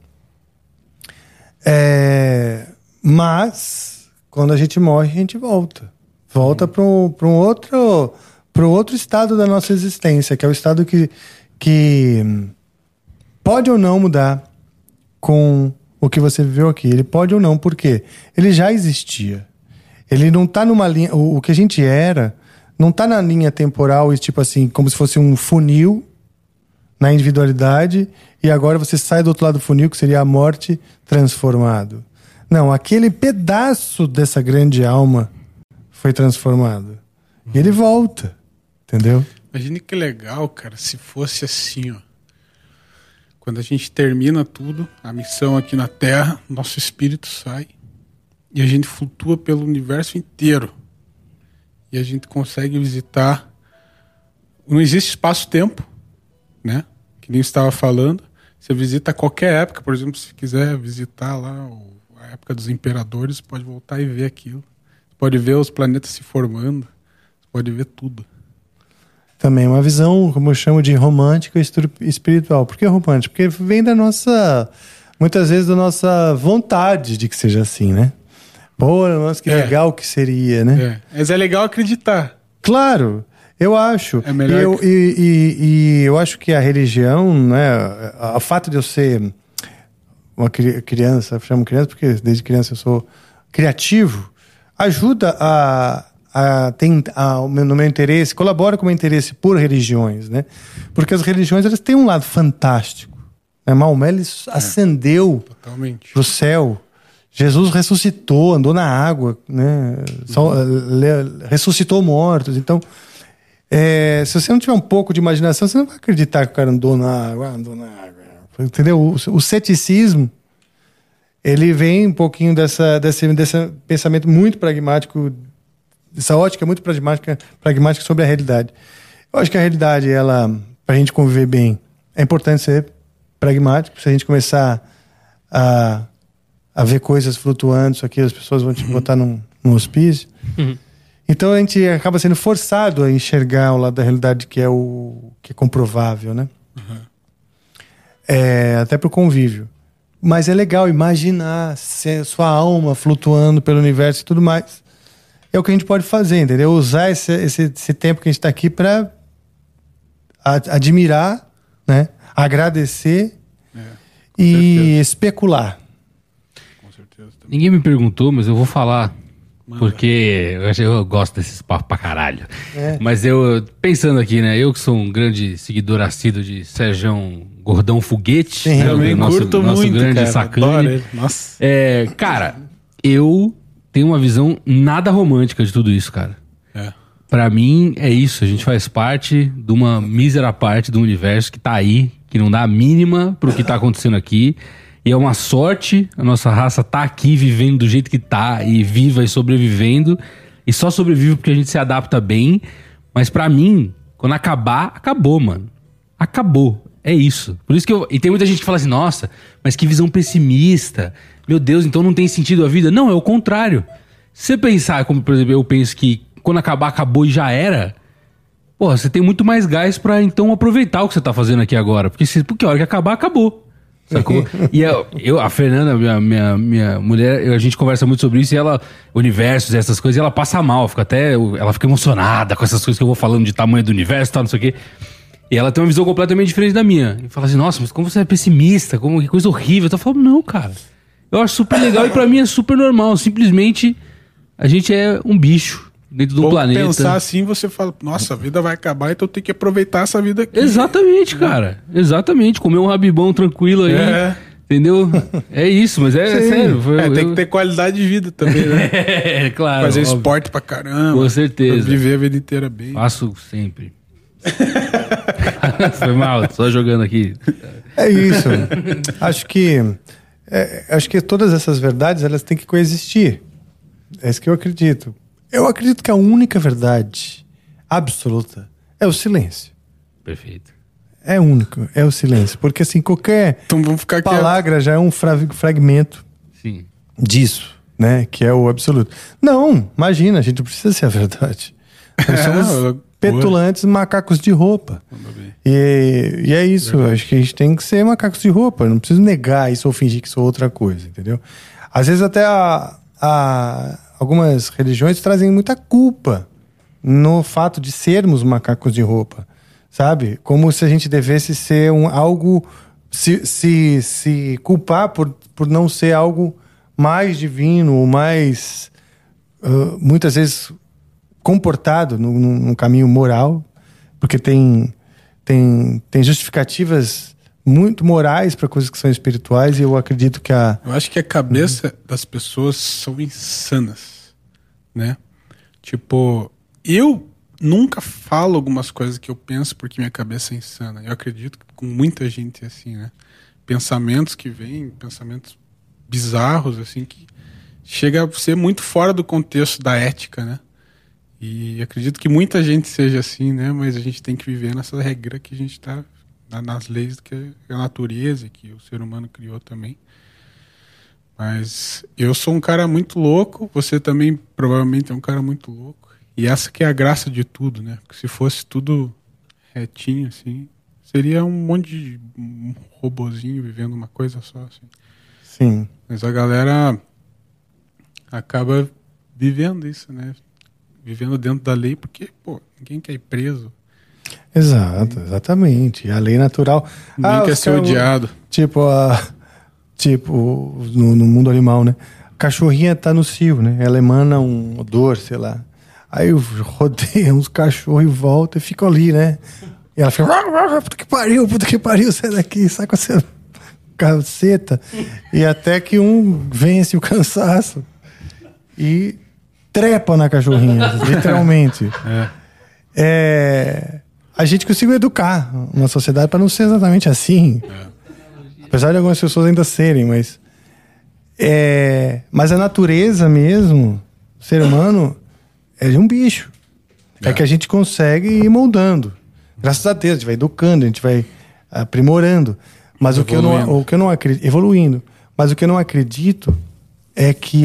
Mas quando a gente morre, a gente volta para um outro estado da nossa existência, que é o estado que pode ou não mudar com o que você viveu aqui. Ele pode ou não, porque ele já existia. Ele não está numa linha... O que a gente era não está na linha temporal, tipo assim, como se fosse um funil na individualidade, e agora você sai do outro lado do funil, que seria a morte, transformado. Não, aquele pedaço dessa grande alma foi transformado. E ele volta, entendeu? Imagine que legal, cara, se fosse assim, ó. Quando a gente termina tudo, a missão aqui na Terra, nosso espírito sai e a gente flutua pelo universo inteiro. E a gente consegue visitar... Não existe espaço-tempo, né? Que nem eu estava falando. Você visita qualquer época, por exemplo, se quiser visitar lá a época dos imperadores, pode voltar e ver aquilo. Pode ver os planetas se formando, pode ver tudo. Também uma visão, como eu chamo de romântica e espiritual. Por que romântica? Porque vem muitas vezes da nossa vontade de que seja assim, né? Pô, nossa, que legal que seria, né? Mas é legal acreditar. Claro, eu acho. É melhor e eu acho que a religião, né? O fato de eu ser uma criança, eu chamo criança porque desde criança eu sou criativo, ajuda no meu interesse, colabora com o meu interesse por religiões, né? Porque as religiões, elas têm um lado fantástico. Né? Maomé, ele ascendeu para o céu, Jesus ressuscitou, andou na água, né? Ressuscitou mortos. Então, se você não tiver um pouco de imaginação, você não vai acreditar que o cara andou na água. Entendeu? O ceticismo, ele vem um pouquinho desse pensamento muito pragmático, dessa ótica muito pragmática sobre a realidade. Eu acho que a realidade, pra gente conviver bem, é importante ser pragmático. Se a gente começar a ver coisas flutuando, isso aqui, as pessoas vão te botar num hospício. Então a gente acaba sendo forçado a enxergar o lado da realidade que é comprovável, né? Até pro convívio. Mas é legal imaginar sua alma flutuando pelo universo e tudo mais. É o que a gente pode fazer, entendeu? Usar esse tempo que a gente está aqui para admirar, né? Agradecer e especular. Com certeza. Também. Ninguém me perguntou, mas eu vou falar. Porque eu gosto desses papos pra caralho. Mas pensando aqui, né? Eu que sou um grande seguidor assíduo de Serjão Gordão Foguete. Sim, né, também curto nosso muito, grande cara. sacane. Adoro ele. Nossa. Cara, eu tenho uma visão nada romântica de tudo isso, cara. Pra mim, é isso. A gente faz parte de uma mísera parte do universo que tá aí, que não dá a mínima pro que tá acontecendo aqui. E é uma sorte a nossa raça tá aqui vivendo do jeito que tá, e viva e sobrevivendo. E só sobrevive porque a gente se adapta bem. Mas pra mim, quando acabar, acabou, mano. Acabou. É isso. Por isso que E tem muita gente que fala assim, nossa, mas que visão pessimista. Meu Deus, então não tem sentido a vida? Não, é o contrário. Se você pensar, como por exemplo, eu penso que quando acabar, acabou e já era... Porra, você tem muito mais gás pra então aproveitar o que você tá fazendo aqui agora. Porque a hora que acabar, acabou. Sacou? E a Fernanda, minha mulher, a gente conversa muito sobre isso, e ela, universos e essas coisas, e ela passa mal, ela fica emocionada com essas coisas que eu vou falando de tamanho do universo e tal, não sei o quê. E ela tem uma visão completamente diferente da minha. E fala assim, nossa, mas como você é pessimista, que coisa horrível. Eu tô falando, não, cara. Eu acho super legal e pra mim é super normal. Simplesmente, a gente é um bicho dentro do planeta. Pensar assim, você fala, nossa, a vida vai acabar, então eu tenho que aproveitar essa vida aqui. Exatamente, cara. Exatamente. Comer um rabibão tranquilo aí. Entendeu? É isso, mas sério. Tem que ter qualidade de vida também, né? Claro. Fazer esporte pra caramba. Com certeza. Viver a vida inteira bem. Faço sempre. Foi mal, só jogando aqui. É isso. Acho que todas essas verdades, elas têm que coexistir. É isso que eu acredito. Eu acredito que a única verdade absoluta é o silêncio. Perfeito. É único, é o silêncio. Porque assim, qualquer Então vamos ficar aqui. palavra já é um fragmento Sim. disso, né? Que é o absoluto. Não, imagina, a gente não precisa ser a verdade. Nós somos petulantes macacos de roupa. E é isso, verdade. Acho que a gente tem que ser macacos de roupa. Não preciso negar isso ou fingir que sou outra coisa, entendeu? Às vezes até algumas religiões trazem muita culpa no fato de sermos macacos de roupa, sabe? Como se a gente devesse ser algo... Se culpar por não ser algo mais divino ou mais... muitas vezes comportado num caminho moral, porque tem justificativas muito morais para coisas que são espirituais, e eu acredito que Eu acho que a cabeça das pessoas são insanas, né? Tipo, eu nunca falo algumas coisas que eu penso porque minha cabeça é insana. Eu acredito que com muita gente é assim, né? Pensamentos que vêm, pensamentos bizarros, assim, que chega a ser muito fora do contexto da ética, né? E acredito que muita gente seja assim, né? Mas a gente tem que viver nessa regra que a gente está... nas leis que a natureza, que o ser humano criou também. Mas eu sou um cara muito louco, você também provavelmente é um cara muito louco. E essa que é a graça de tudo, né? Porque se fosse tudo retinho, assim, seria um monte de robozinho vivendo uma coisa só, assim. Sim. Mas a galera acaba vivendo isso, né? Vivendo dentro da lei, porque, pô, ninguém quer ir preso. Exato, exatamente. A lei natural. Ninguém quer ser odiado. Tipo, no mundo animal, né? A cachorrinha tá no cio, né? Ela emana um odor, sei lá. Aí rodeia uns cachorros e volta e fica ali, né? E ela fica... Puta que pariu, sai daqui, sai com essa caceta, e até que um vence o cansaço e trepa na cachorrinha, literalmente. A gente conseguiu educar uma sociedade para não ser exatamente assim. Apesar de algumas pessoas ainda serem, mas a natureza mesmo, o ser humano, é de um bicho. É que a gente consegue ir moldando. Graças a Deus, a gente vai educando, a gente vai aprimorando. Mas o que eu não acredito... Evoluindo. Mas o que eu não acredito é que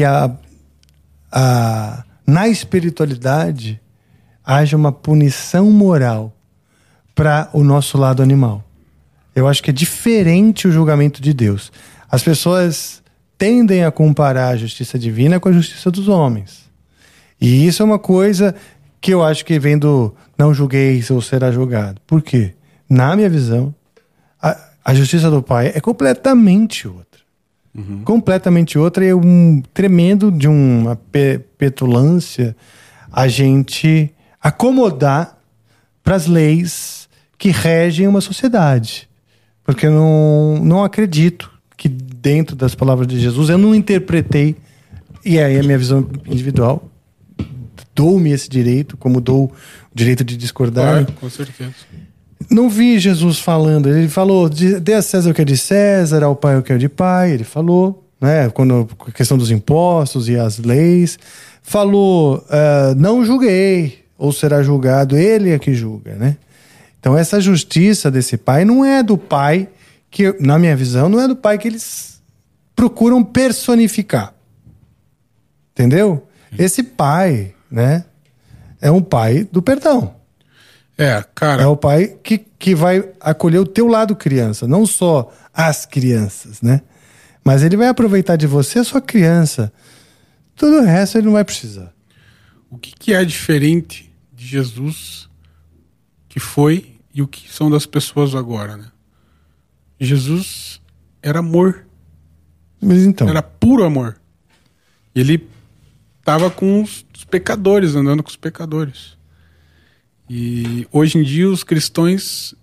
na espiritualidade haja uma punição moral para o nosso lado animal. Eu acho que é diferente o julgamento de Deus. As pessoas tendem a comparar a justiça divina com a justiça dos homens. E isso é uma coisa que eu acho que vem do não julgueis ou será julgado. Por quê? Na minha visão, a justiça do Pai é completamente outra. Completamente outra, e é um tremendo de uma petulância a gente acomodar para as leis que regem uma sociedade. Porque eu não acredito que dentro das palavras de Jesus, eu não interpretei, e aí a minha visão individual, dou-me esse direito, como dou o direito de discordar. Com certeza. Não vi Jesus falando, ele falou, dê a César o que é de César, ao Pai o que é de Pai, ele falou, né, quando a questão dos impostos e as leis, falou, não julguei, ou será julgado, ele é que julga, né? Então essa justiça desse pai não é do pai que, na minha visão, não é do pai que eles procuram personificar. Entendeu? Esse pai, né, é um pai do perdão. Cara... É o pai que vai acolher o teu lado criança, não só as crianças, né? Mas ele vai aproveitar de você a sua criança. Tudo o resto ele não vai precisar. O que é diferente de Jesus que foi e o que são das pessoas agora, né? Jesus era amor. Mas então... Era puro amor. Ele estava com os pecadores, andando com os pecadores. E hoje em dia os cristãos,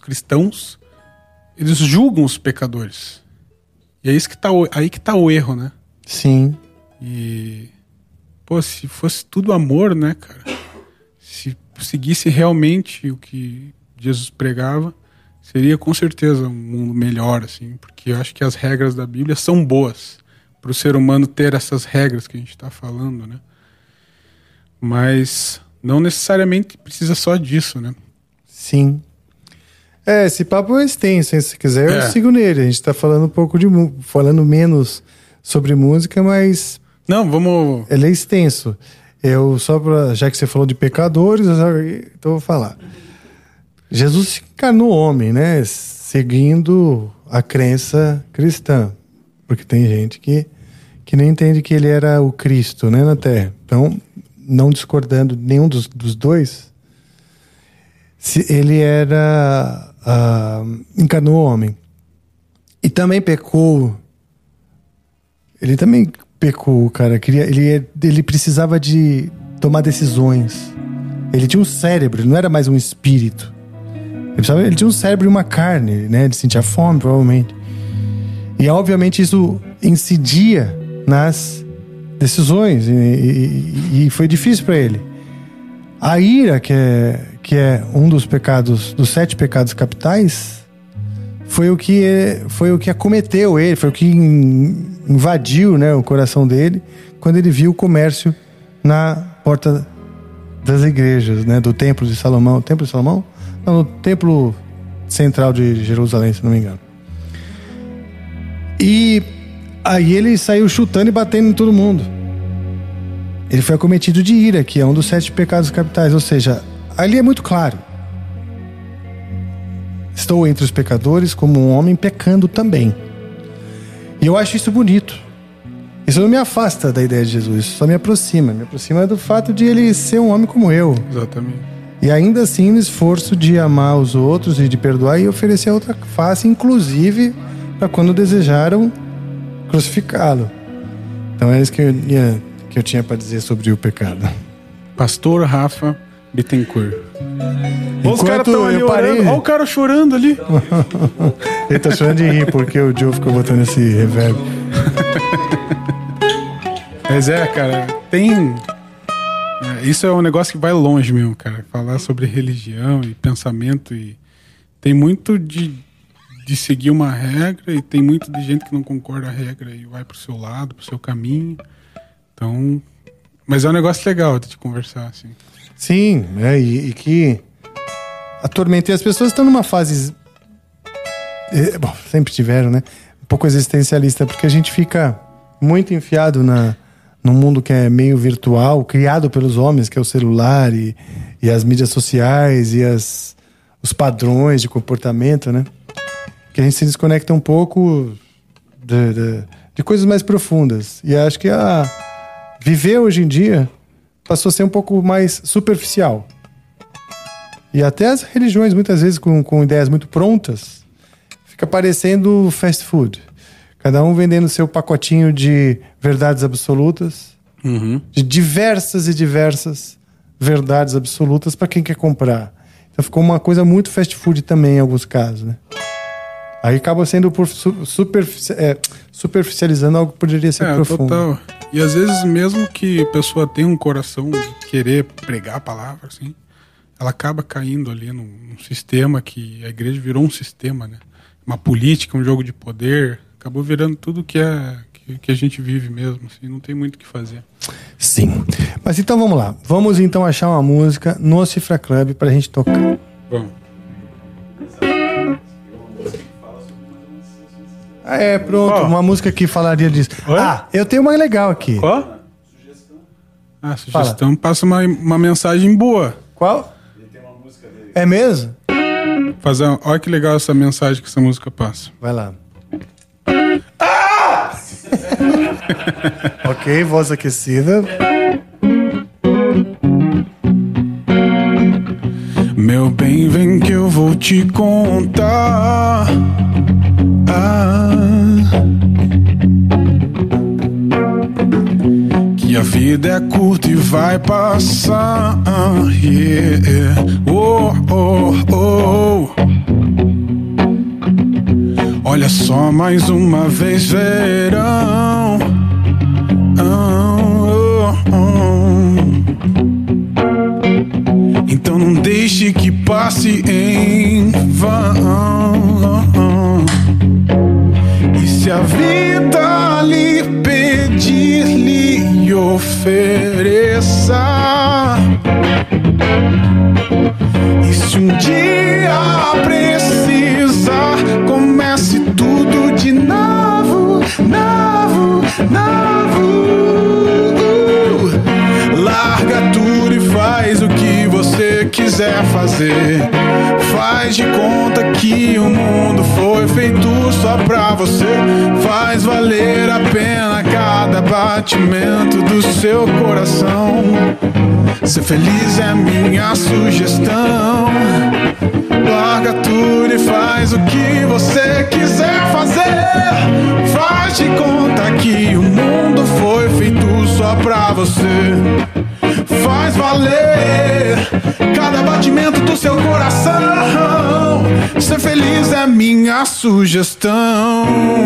eles julgam os pecadores. E é isso que aí que tá o erro, né? Sim. E se fosse tudo amor, né, cara? Se seguisse realmente o que Jesus pregava, seria com certeza um mundo melhor, assim, porque eu acho que as regras da Bíblia são boas para o ser humano ter essas regras que a gente está falando, né? Mas não necessariamente precisa só disso, né? Sim. Esse papo é extenso, hein? Se quiser eu sigo nele. A gente tá falando um pouco falando menos sobre música, mas... Não, vamos... Ele é extenso. Já que você falou de pecadores, então eu vou falar. Jesus se encarnou homem, né? Seguindo a crença cristã. Porque tem gente que nem entende que ele era o Cristo, né, na Terra. Então, não discordando de nenhum dos dois, ele encarnou homem. E também pecou. Ele também pecou, cara. Ele precisava de tomar decisões. Ele tinha um cérebro, ele não era mais um espírito. Ele tinha um cérebro e uma carne, né? Ele sentia fome, provavelmente. E, obviamente, isso incidia nas decisões. E foi difícil para ele. A ira, que é um dos pecados, dos 7 pecados capitais, foi o que acometeu ele, foi o que invadiu, né, o coração dele, quando ele viu o comércio na porta das igrejas, né, do Templo de Salomão. Templo de Salomão? Não, no Templo Central de Jerusalém, se não me engano. E aí ele saiu chutando e batendo em todo mundo. Ele foi acometido de ira, que é um dos 7 pecados capitais. Ou seja, ali é muito claro. Estou entre os pecadores como um homem pecando também. E eu acho isso bonito. Isso não me afasta da ideia de Jesus, isso só me aproxima. Me aproxima do fato de ele ser um homem como eu. Exatamente. E ainda assim no esforço de amar os outros e de perdoar e oferecer outra face, inclusive para quando desejaram crucificá-lo. Então é isso que eu tinha para dizer sobre o pecado. Pastor Rafa Bittencourt. Os caras estão ali orando. Olha o cara chorando ali. Ele tá chorando de rir porque o Joe ficou botando esse reverb. Mas cara, tem... Isso é um negócio que vai longe mesmo, cara. Falar sobre religião e pensamento. E tem muito de seguir uma regra e tem muito de gente que não concorda a regra e vai pro seu lado, pro seu caminho. Então... Mas é um negócio legal de conversar, assim. Sim, e que atormentei. As pessoas estão numa fase... Bom, sempre tiveram, né? Um pouco existencialista, porque a gente fica muito enfiado num mundo que é meio virtual, criado pelos homens, que é o celular e as mídias sociais e os padrões de comportamento, né? Que a gente se desconecta um pouco de coisas mais profundas. E acho que viver hoje em dia passou a ser um pouco mais superficial. E até as religiões, muitas vezes, com ideias muito prontas, fica parecendo fast food. Cada um vendendo seu pacotinho de verdades absolutas, de diversas e diversas verdades absolutas para quem quer comprar. Então ficou uma coisa muito fast food também em alguns casos, né? Aí acaba sendo superficializando algo que poderia ser profundo. Total. E às vezes mesmo que a pessoa tenha um coração de querer pregar a palavra, assim, ela acaba caindo ali num sistema que a igreja virou um sistema, né? Uma política, um jogo de poder, acabou virando tudo que a gente vive mesmo, assim, não tem muito o que fazer. Sim. Mas então vamos lá. Vamos então achar uma música no Cifra Club pra gente tocar. Vamos. Pronto, uma música que falaria disso. Oi? Eu tenho uma legal aqui. Qual? Sugestão passa uma mensagem boa. Qual? Ele tem uma música dele. É mesmo? Olha que legal essa mensagem que essa música passa. Vai lá. Ok, voz aquecida. Meu bem, vem que eu vou te contar. Que a vida é curta e vai passar. Yeah. Oh, oh, oh. Olha só mais uma vez verão. Então não deixe que passe em vão. E se a vida lhe pedir, lhe ofereça. E se um dia precisar, comece tudo de novo, novo, novo. Larga tudo e faz o que você quiser fazer. Faz de conta que o mundo foi feito só pra você. Faz valer a pena cada batimento do seu coração. Ser feliz é a minha sugestão. Larga tudo e faz o que você quiser fazer. Faz de conta que o mundo foi feito só pra você. Faz valer cada batimento do seu coração. Ser feliz é minha sugestão.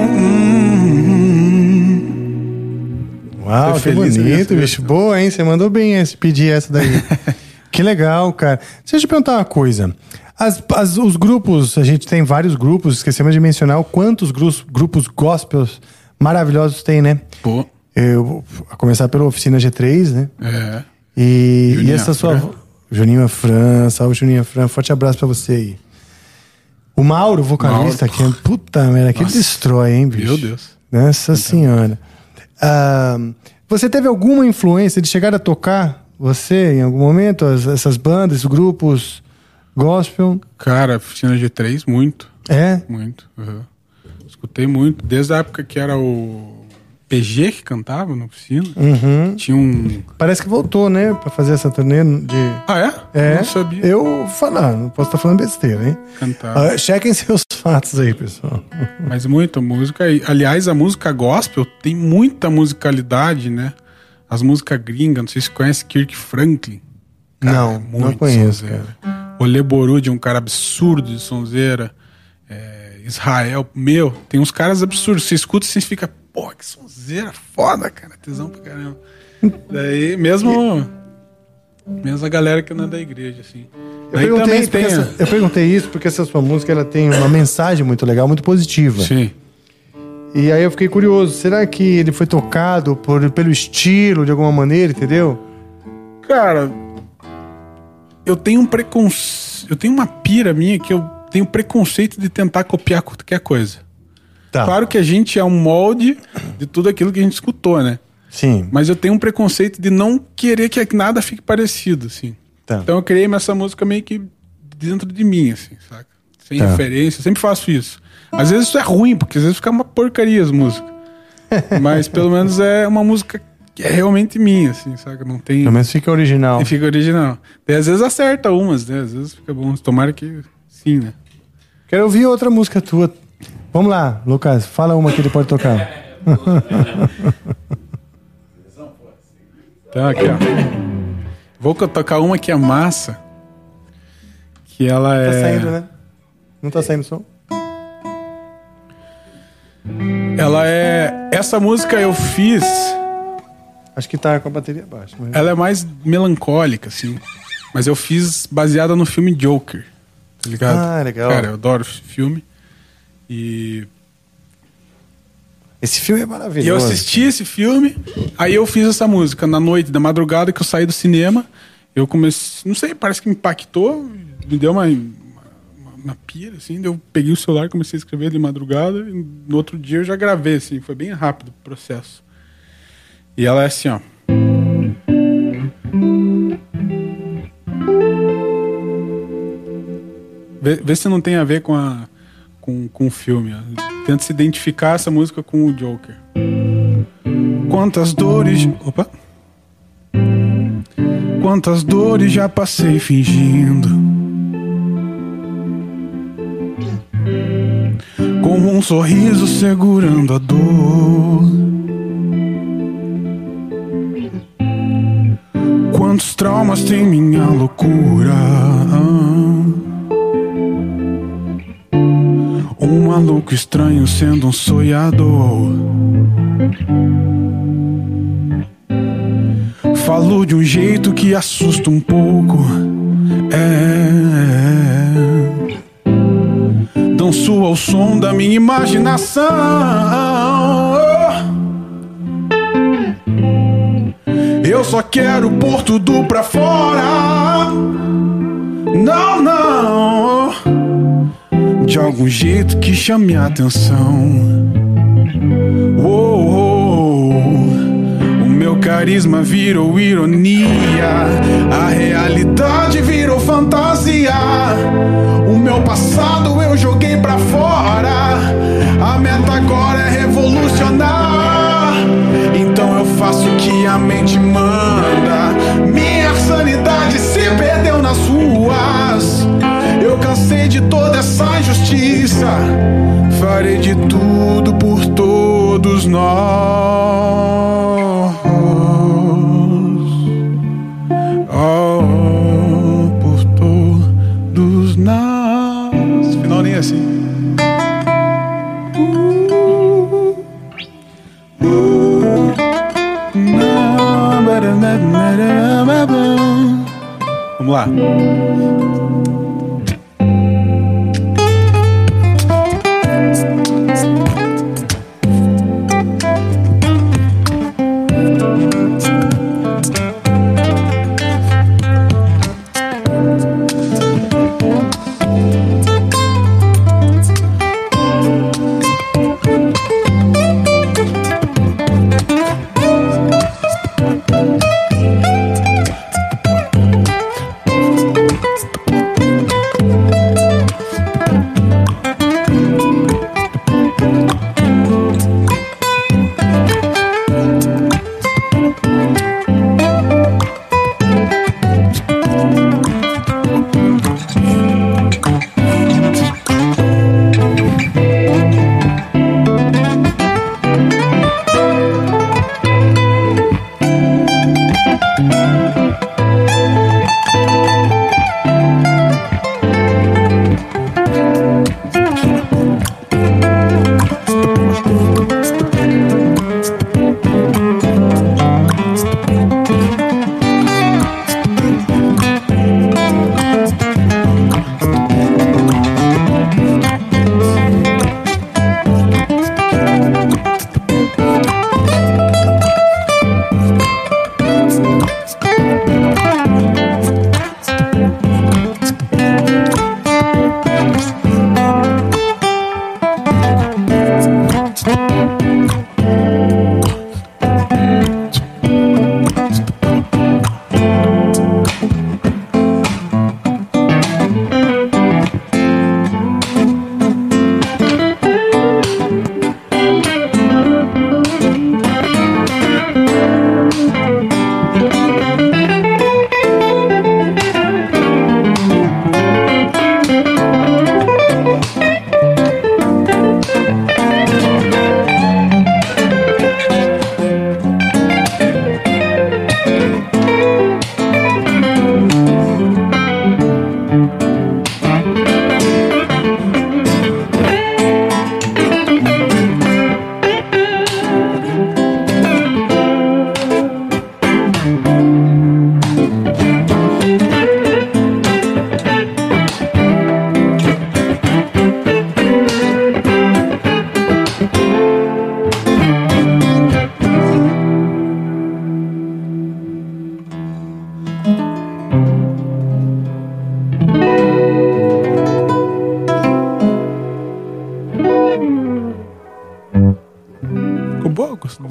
Uau, que bonito, bicho. Boa, hein? Você mandou bem pedir essa daí. Que legal, cara. Deixa eu te perguntar uma coisa. Os grupos, a gente tem vários grupos, esquecemos de mencionar o quantos grupos gospels maravilhosos tem, né? Pô. A começar pela Oficina G3, né? É. E essa sua... Juninho Afran, salve Juninho Afran, forte abraço pra você aí. O Mauro, vocalista, que é... Puta merda, que ele destrói, hein, bicho? Meu Deus. Nossa senhora. Você teve alguma influência de chegar a tocar, você, em algum momento, essas bandas, esses grupos gospel? Cara, Oficina G3, muito. É? Muito. Uhum. Escutei muito, desde a época que era o PG que cantava na oficina. Uhum. Tinha um... Parece que voltou, né? Pra fazer essa turnê de... Ah, é? Não sabia. Eu falar, não posso estar falando besteira, hein? Cantava. Chequem seus fatos aí, pessoal. Mas muita música. Aliás, a música gospel tem muita musicalidade, né? As músicas gringas, não sei se você conhece Kirk Franklin. Não, não conheço, sonzeira. Olê Borud, um cara absurdo de sonzeira. Israel, tem uns caras absurdos. Você escuta e você fica, pô, que sonzeira foda, cara. Tesão pra caramba. Daí, mesmo a galera que não é da igreja, assim. Eu perguntei isso porque essa sua música ela tem uma mensagem muito legal, muito positiva. Sim. E aí eu fiquei curioso, será que ele foi tocado pelo estilo, de alguma maneira, entendeu? Cara, eu tenho uma pira minha que eu tenho preconceito de tentar copiar qualquer coisa. Tá. Claro que a gente é um molde de tudo aquilo que a gente escutou, né? Sim. Mas eu tenho um preconceito de não querer que nada fique parecido, assim. Tá. Então eu criei essa música meio que dentro de mim, assim, saca? Sem referência, eu sempre faço isso. Às vezes isso é ruim, porque às vezes fica uma porcaria as músicas. Mas pelo menos é uma música que é realmente minha, assim, saca? Não tem... Pelo menos fica original. E fica original. E às vezes acerta umas, né? Às vezes fica bom. Tomara que sim, né? Quero ouvir outra música tua. Vamos lá, Lucas, fala uma que ele pode tocar. Então, aqui, ó. Vou tocar uma que é massa. Que ela é... Tá saindo, né? Não tá saindo som? Ela é... Essa música eu fiz... Acho que tá com a bateria baixa. Mas... Ela é mais melancólica, assim. Mas eu fiz baseada no filme Joker. Tá ligado? Ah, legal. Cara, eu adoro esse filme. E... Esse filme é maravilhoso. E eu assisti esse filme, aí eu fiz essa música na noite, da madrugada que eu saí do cinema. Eu comecei, não sei, parece que me impactou, me deu uma pira, assim. Eu peguei o celular, comecei a escrever de madrugada, e no outro dia eu já gravei, assim. Foi bem rápido o processo. E ela é assim, ó. Vê se não tem a ver com o filme, ó. Tenta se identificar essa música com o Joker. Quantas dores... Opa! Quantas dores já passei fingindo, com um sorriso segurando a dor. Quantos traumas tem minha loucura. Um maluco estranho sendo um sonhador. Falo de um jeito que assusta um pouco. Danço ao som da minha imaginação. Eu só quero pôr tudo pra fora. Não, não. De algum jeito que chame a atenção. O meu carisma virou ironia, a realidade virou fantasia. O meu passado eu joguei pra fora. A meta agora é revolucionar. Então eu faço o que a mente manda. Minha sanidade se perdeu nas ruas. Eu cansei de toda essa injustiça. Farei de tudo por todos nós. Oh, por todos nós. Final nem assim. Vamos lá.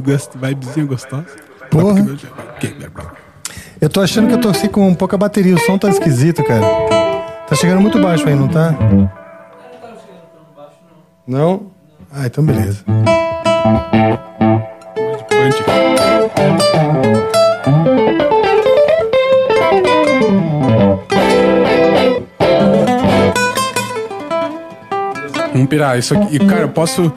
vibezinha gostosa. Porra. Eu tô achando que eu tô assim com pouca bateria. O som tá esquisito, cara. Tá chegando muito baixo aí, não tá? Não? Ah, então beleza. Vamos pirar isso aqui. Cara, eu posso...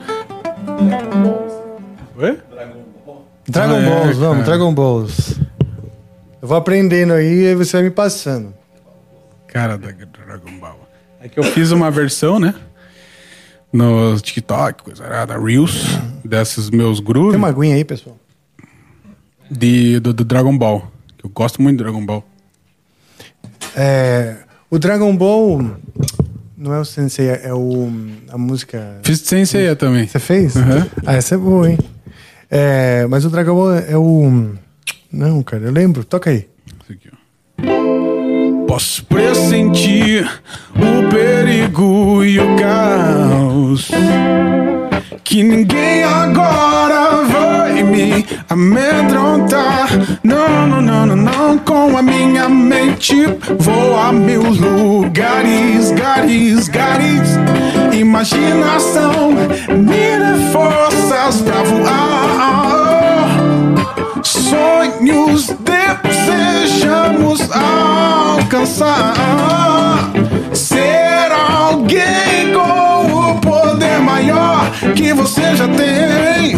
Oi? Dragon Balls, vamos, Dragon Balls. Eu vou aprendendo aí e você vai me passando. Cara, da Dragon Ball. É que eu fiz uma versão, né? No TikTok, coisa errada, Reels, desses meus grooves. Tem uma aguinha aí, pessoal? Do Dragon Ball. Eu gosto muito do Dragon Ball. O Dragon Ball não é o Sensei, é a música... Fiz de Sensei também. Você fez? Uhum. Ah, essa é boa, hein? Mas o Dragon Ball é o... Não, cara, eu lembro. Toca aí. Isso aqui, ó. Posso pressentir o perigo e o caos, que ninguém agora vai me amedrontar. Não, não, não, não, não. Com a minha mente vou a mil lugares, garis. Imaginação me dá forças pra voar. Sonhos desejamos alcançar. Ser alguém com o poder maior que você já tem.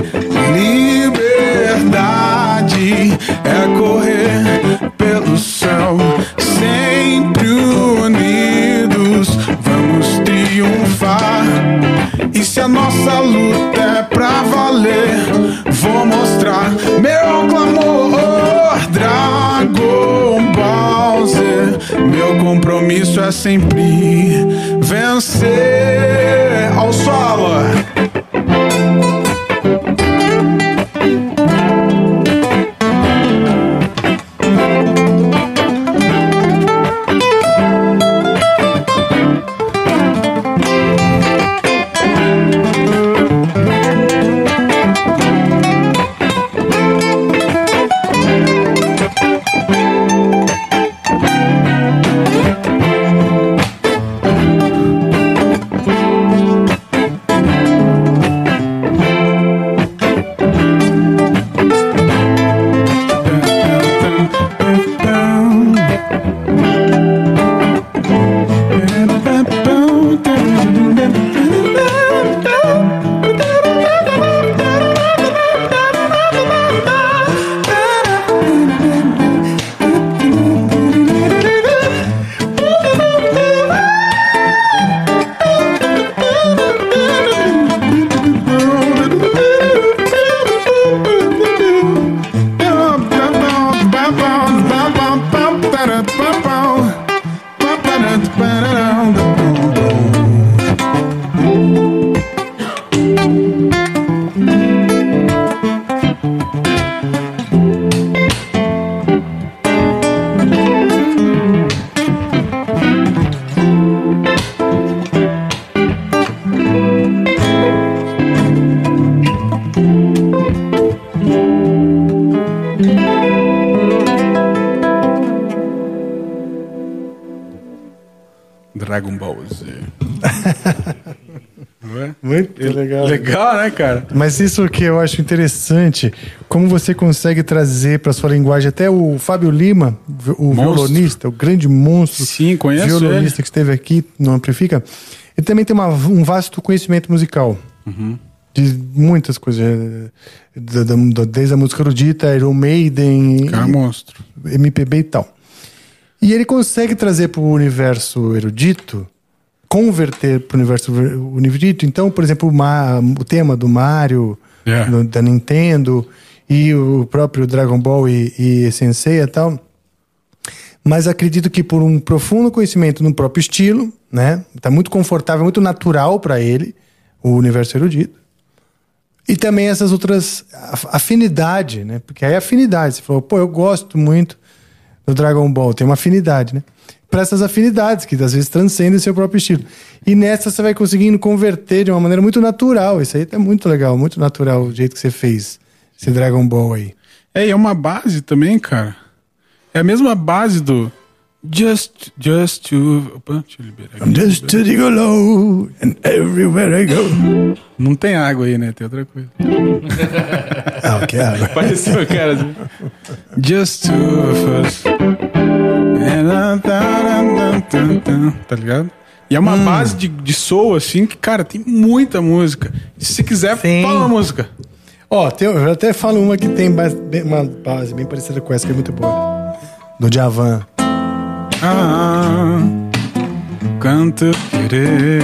Liberdade é correr pelo céu, sempre unidos vamos triunfar. E se a nossa luta é pra valer, vou mostrar meu clamor. Dragon Ball Z, meu compromisso é sempre vencer. Ao solo. Dragon Ball Z. Muito legal. Legal, né, cara? Mas isso que eu acho interessante, como você consegue trazer para sua linguagem até o Fábio Lima, o violonista, o grande monstro. Sim, conheço violonista ele. que esteve aqui no Amplifica. Ele também tem um vasto conhecimento musical. Uhum. De muitas coisas. Desde a música erudita, Iron Maiden, Cara, monstro. MPB e tal. E ele consegue trazer para o universo erudito, converter para o universo erudito. Então, por exemplo, o tema do Mario, da Nintendo, e o próprio Dragon Ball e Sensei e tal. Mas acredito que por um profundo conhecimento no próprio estilo, né? Tá muito confortável, muito natural para ele, o universo erudito. E também essas outras afinidade, né? Porque aí é afinidade. Você falou, pô, eu gosto muito do Dragon Ball, tem uma afinidade, né? Para essas afinidades, que às vezes transcendem o seu próprio estilo. E nessa você vai conseguindo converter de uma maneira muito natural. Isso aí tá muito legal, muito natural o jeito que você fez esse Dragon Ball aí. É uma base também, cara. É a mesma base do Just to... Opa, deixa eu liberar aqui. I'm just to go low and everywhere I go. Não tem água aí, né? Tem outra coisa. Que água. Pareceu, cara, assim. Just two of us. Tá ligado? E é uma base de soul, assim, que, cara, tem muita música. Se você quiser, fala uma música. Eu até falo uma que tem uma base bem parecida com essa, que é muito boa. Do Djavan. Quanto querer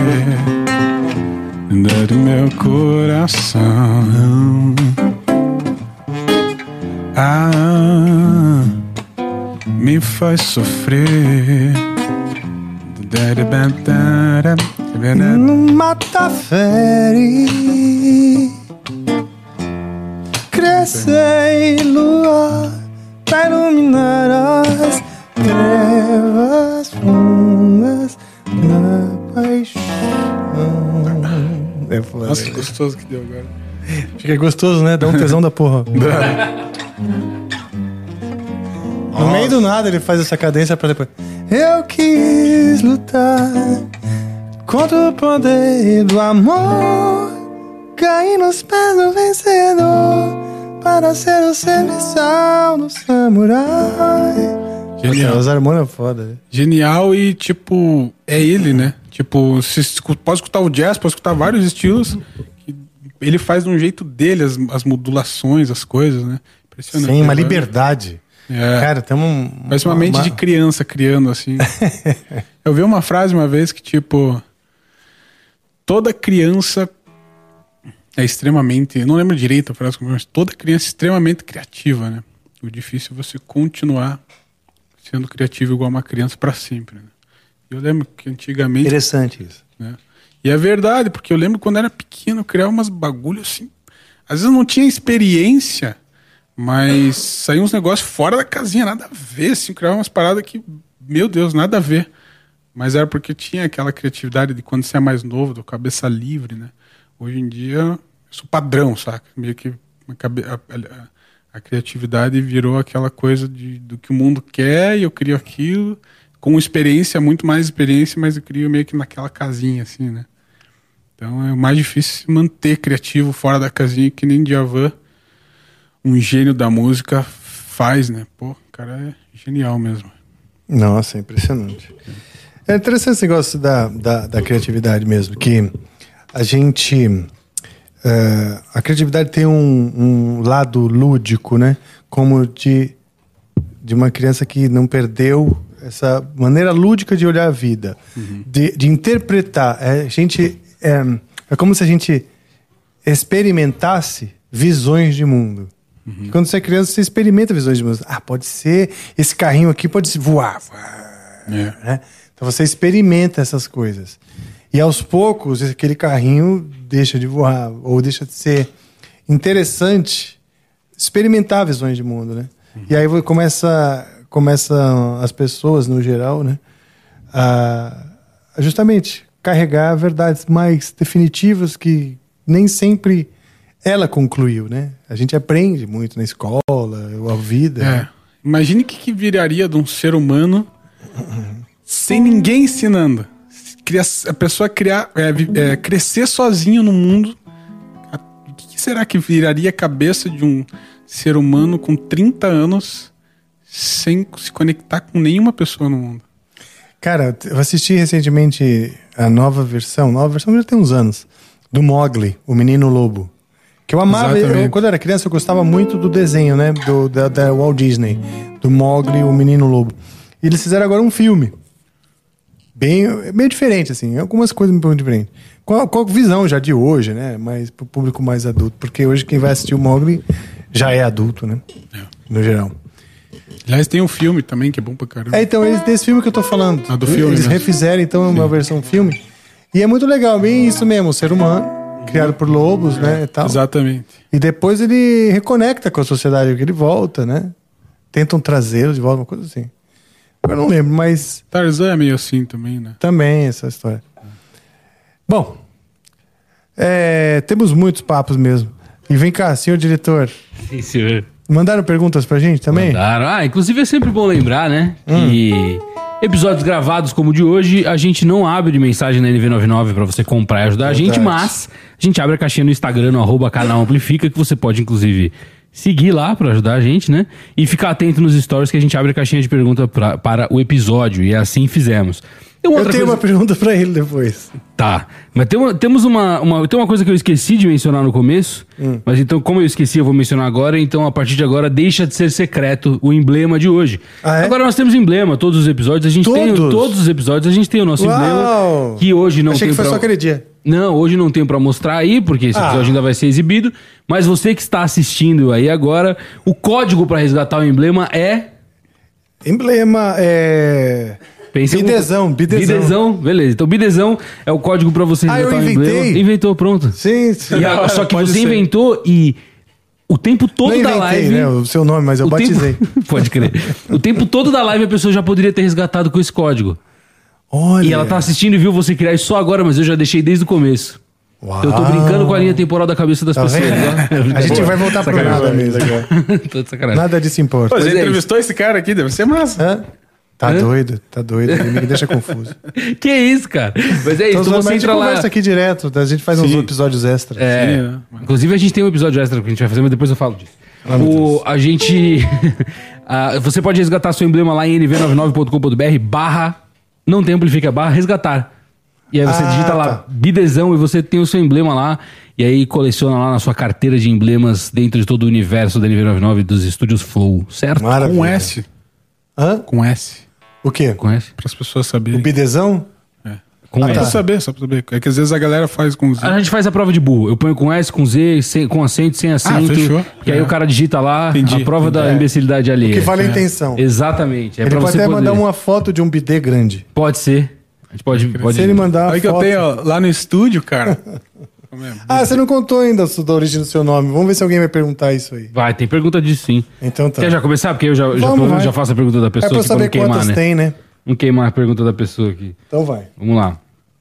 do meu coração. Me faz sofrer. No mata fere, crescer lua pra iluminar as trevas fundas na paixão. Nossa, que gostoso que deu agora. Acho que é gostoso, né? Dá um tesão da porra. No meio do nada ele faz essa cadência pra depois. Eu quis lutar contra o poder do amor, cair nos pés do vencedor para ser o serviçal do samurai. Genial. Os harmônios é foda, né? Genial e, tipo, é ele, né? Tipo, você pode escutar o jazz, pode escutar vários estilos. Ele faz de um jeito dele as modulações, as coisas, né? Impressionante. Sim, uma liberdade. Cara, temos parece uma mente de criança criando, assim. Eu vi uma frase uma vez que, tipo, toda criança é extremamente... Eu não lembro direito a frase, mas toda criança é extremamente criativa, né? O difícil é você continuar sendo criativo igual uma criança pra sempre, né? Eu lembro que antigamente... Interessante isso. Né? E é verdade, porque eu lembro quando eu era pequeno, eu criava umas bagulhos assim. Às vezes eu não tinha experiência, mas saíam uns negócios fora da casinha, nada a ver, assim, criava umas paradas que, meu Deus, nada a ver. Mas era porque tinha aquela criatividade de quando você é mais novo, do cabeça livre, né? Hoje em dia, eu sou padrão, saca? Meio que a criatividade virou aquela coisa do que o mundo quer e eu crio aquilo, com experiência, muito mais experiência, mas eu crio meio que naquela casinha, assim, né? Então é mais difícil se manter criativo fora da casinha, que nem Djavan, um gênio da música, faz, né? Pô, o cara é genial mesmo. Nossa, é impressionante. É interessante esse negócio da criatividade mesmo, que a gente... a criatividade tem um lado lúdico, né? Como de uma criança que não perdeu essa maneira lúdica de olhar a vida, de interpretar. É como se a gente experimentasse visões de mundo. Quando você é criança, você experimenta visões de mundo. Pode ser, esse carrinho aqui pode voar. Né? Então você experimenta essas coisas. E aos poucos, aquele carrinho deixa de voar, ou deixa de ser interessante experimentar visões de mundo, né? E aí começam as pessoas, no geral, né, a justamente carregar verdades mais definitivas que nem sempre ela concluiu, né? A gente aprende muito na escola, a vida. Né? Imagine o que viraria de um ser humano sem ninguém ensinando. A pessoa crescer sozinho no mundo. O que será que viraria a cabeça de um ser humano com 30 anos sem se conectar com nenhuma pessoa no mundo? Cara, eu assisti recentemente a nova versão já tem uns anos, do Mowgli, o Menino Lobo. Que eu amava, quando eu era criança eu gostava muito do desenho, né, da Walt Disney, do Mowgli, o Menino Lobo. E eles fizeram agora um filme. Bem diferente, assim, algumas coisas bem diferentes. Com a visão já de hoje, né? Mas pro público mais adulto. Porque hoje quem vai assistir o Mowgli já é adulto, né? No geral. Aliás, tem um filme também que é bom pra caramba. Então, desse filme que eu tô falando. Do filme, eles refizeram, então, uma versão filme. E é muito legal, bem isso mesmo, o ser humano, criado por lobos, né? E tal. Exatamente. E depois ele reconecta com a sociedade, porque ele volta, né? Tentam trazê-lo de volta, uma coisa assim. Eu não lembro, mas... Tarzan é meio assim também, né? Também, essa história. Bom, temos muitos papos mesmo. E vem cá, senhor diretor. Sim, senhor. Mandaram perguntas pra gente também? Mandaram. Inclusive é sempre bom lembrar, né? Que episódios gravados como o de hoje, a gente não abre mensagem na NV99 pra você comprar e ajudar a gente, mas a gente abre a caixinha no Instagram, no @canal Amplifica, que você pode, inclusive, seguir lá pra ajudar a gente, né? E ficar atento nos stories que a gente abre a caixinha de pergunta para o episódio. E assim fizemos. Eu tenho uma pergunta pra ele depois. Tá, mas temos uma coisa que eu esqueci de mencionar no começo, mas então, como eu esqueci, eu vou mencionar agora, então a partir de agora deixa de ser secreto o emblema de hoje. Ah, é? Agora nós temos emblema, todos os episódios, a gente tem todos os episódios, a gente tem o nosso emblema, que hoje não Achei tem que foi só aquele dia. Não, hoje não tem pra mostrar aí, porque esse episódio ainda vai ser exibido, mas você que está assistindo aí agora, o código pra resgatar o emblema é... Emblema é... Bidezão. Bidezão, beleza. Então, Bidezão é o código pra você resgatar o emblema. Inventou, pronto. Sim. Só que você inventou e o tempo todo da live... né, o seu nome, mas eu batizei. Pode crer. O tempo todo da live a pessoa já poderia ter resgatado com esse código. Olha. E ela tá assistindo e viu você criar isso só agora, mas eu já deixei desde o começo. Uau. Eu tô brincando com a linha temporal da cabeça das pessoas. A gente vai voltar pro nada mesmo. Tô de sacanagem. Nada disso importa. Pô, você entrevistou esse cara aqui, deve ser massa. Hã? Tá doido. Ele me deixa confuso. Que isso, cara? Mas é isso, então você entra lá... conversa aqui direto, a gente faz uns episódios extras. Inclusive a gente tem um episódio extra que a gente vai fazer, mas depois eu falo disso. A gente... você pode resgatar seu emblema lá em nv99.com.br/ não tem amplifica, /resgatar. E aí você digita lá Bidezão e você tem o seu emblema lá. E aí coleciona lá na sua carteira de emblemas dentro de todo o universo da NV99 dos estúdios Flow, certo? Maravilha. Com S. Hã? Com S. O quê? Conhece? Para as pessoas saberem. O Bidezão? Com S. Só pra saber. É que às vezes a galera faz com Z. A gente faz a prova de burro. Eu ponho com S, com Z, com acento, sem acento. Fechou. Que aí o cara digita lá. Entendi. A prova da imbecilidade alheia. Que vale a intenção. Exatamente. É Ele pra pode você até poder. mandar uma foto de um bidê grande. Pode ser. A gente pode... Se ele mandar uma Aí que foto... eu tenho ó, lá no estúdio, cara. você não contou ainda da origem do seu nome. Vamos ver se alguém vai perguntar isso aí. Vai, tem pergunta disso sim. Então tá. Quer já começar? Porque eu já faço a pergunta da pessoa. É pra saber queimar, quantas né? tem, né? Não queimar a pergunta da pessoa aqui. Então vai. Vamos lá.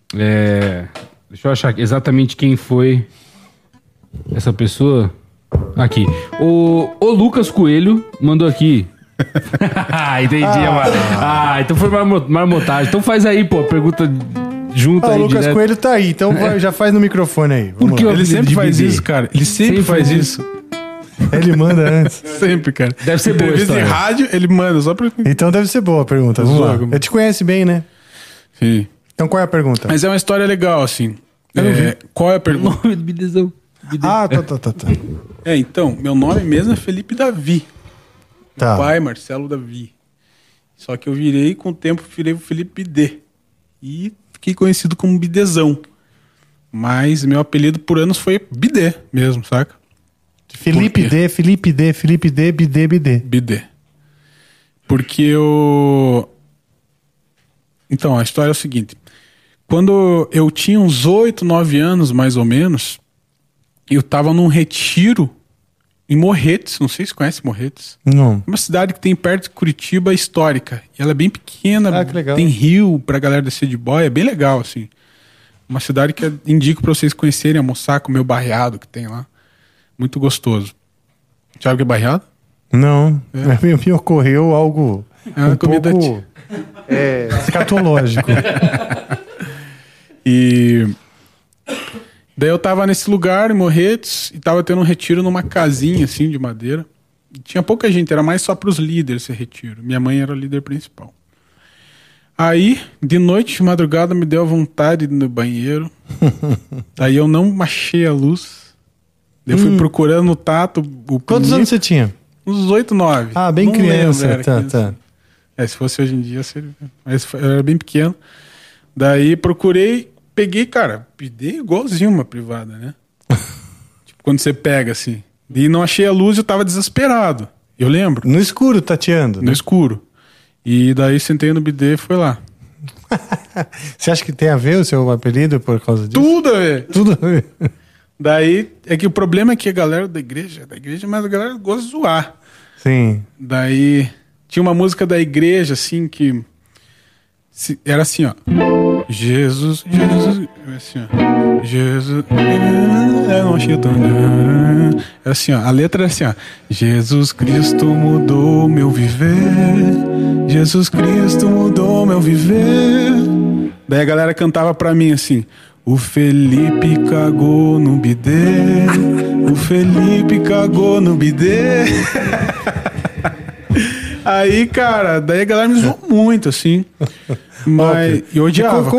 Deixa eu achar exatamente quem foi essa pessoa. Aqui. O Lucas Coelho mandou aqui. Entendi, mano. Então foi marmotagem. Então faz aí, pô, pergunta junto aí. O Lucas direto. Coelho tá aí, então já faz no microfone aí. Vamos Porque lá. Ele sempre faz isso, cara. Ele sempre faz isso. Ele manda antes. Sempre, cara. Deve ser boa a Entrevista em história. rádio, ele manda só pra... Então deve ser boa a pergunta. Vamos lá. Ele te conhece bem, né? Sim. Então qual é a pergunta? Mas é uma história legal, assim. Qual é a pergunta? Nome do Bidezão. Tá. Então, meu nome mesmo é Felipe Davi. Tá. Pai, Marcelo Davi. Só que eu virei, com o tempo, virei o Felipe D. E fiquei conhecido como Bidezão. Mas meu apelido por anos foi Bidê mesmo, saca? Felipe D, Bidê. Bidê. Porque eu... Então, a história é o seguinte. Quando eu tinha uns 8, 9 anos, mais ou menos, eu tava num retiro em Morretes. Não sei se conhece Morretes. Não. É uma cidade que tem perto de Curitiba, histórica. E ela é bem pequena, Que legal. tem rio pra galera descer de boia, é bem legal, assim. Uma cidade que eu indico pra vocês conhecerem, almoçar, comer o barreado que tem lá. Muito gostoso. Sabe o que é barreado? Não. Me ocorreu algo uma um comida pouco escatológico. E daí eu tava nesse lugar, em Morretes, e tava tendo um retiro numa casinha, assim, de madeira. E tinha pouca gente, era mais só pros líderes esse retiro. Minha mãe era o líder principal. Aí, de noite, de madrugada, me deu a vontade de ir no banheiro. Aí eu não achei a luz. Daí eu fui procurando no tato. Quantos anos você tinha? Uns 8, 9. Bem Não criança. lembro, era 15. Se fosse hoje em dia, seria... Mas eu era bem pequeno. Daí procurei, peguei, cara, pedi igualzinho uma privada, né? Tipo, quando você pega, assim. E não achei a luz, eu tava desesperado. Eu lembro. No escuro, tateando. No escuro. E daí sentei no bidê e foi lá. Você acha que tem a ver o seu apelido por causa disso? Tudo a ver. Tudo a ver. Daí, é que o problema é que a galera da igreja, mas a galera gosta de zoar. Sim. Daí, tinha uma música da igreja, assim, que Era assim, ó. Jesus, assim, ó. Jesus, não achei tão... Era assim, ó. A letra era assim, ó. Jesus Cristo mudou meu viver. Jesus Cristo mudou meu viver. Daí a galera cantava pra mim assim: o Felipe cagou no bidê. O Felipe cagou no bidê. Aí, cara, daí a galera me zoou muito, assim. Mas eu odiava,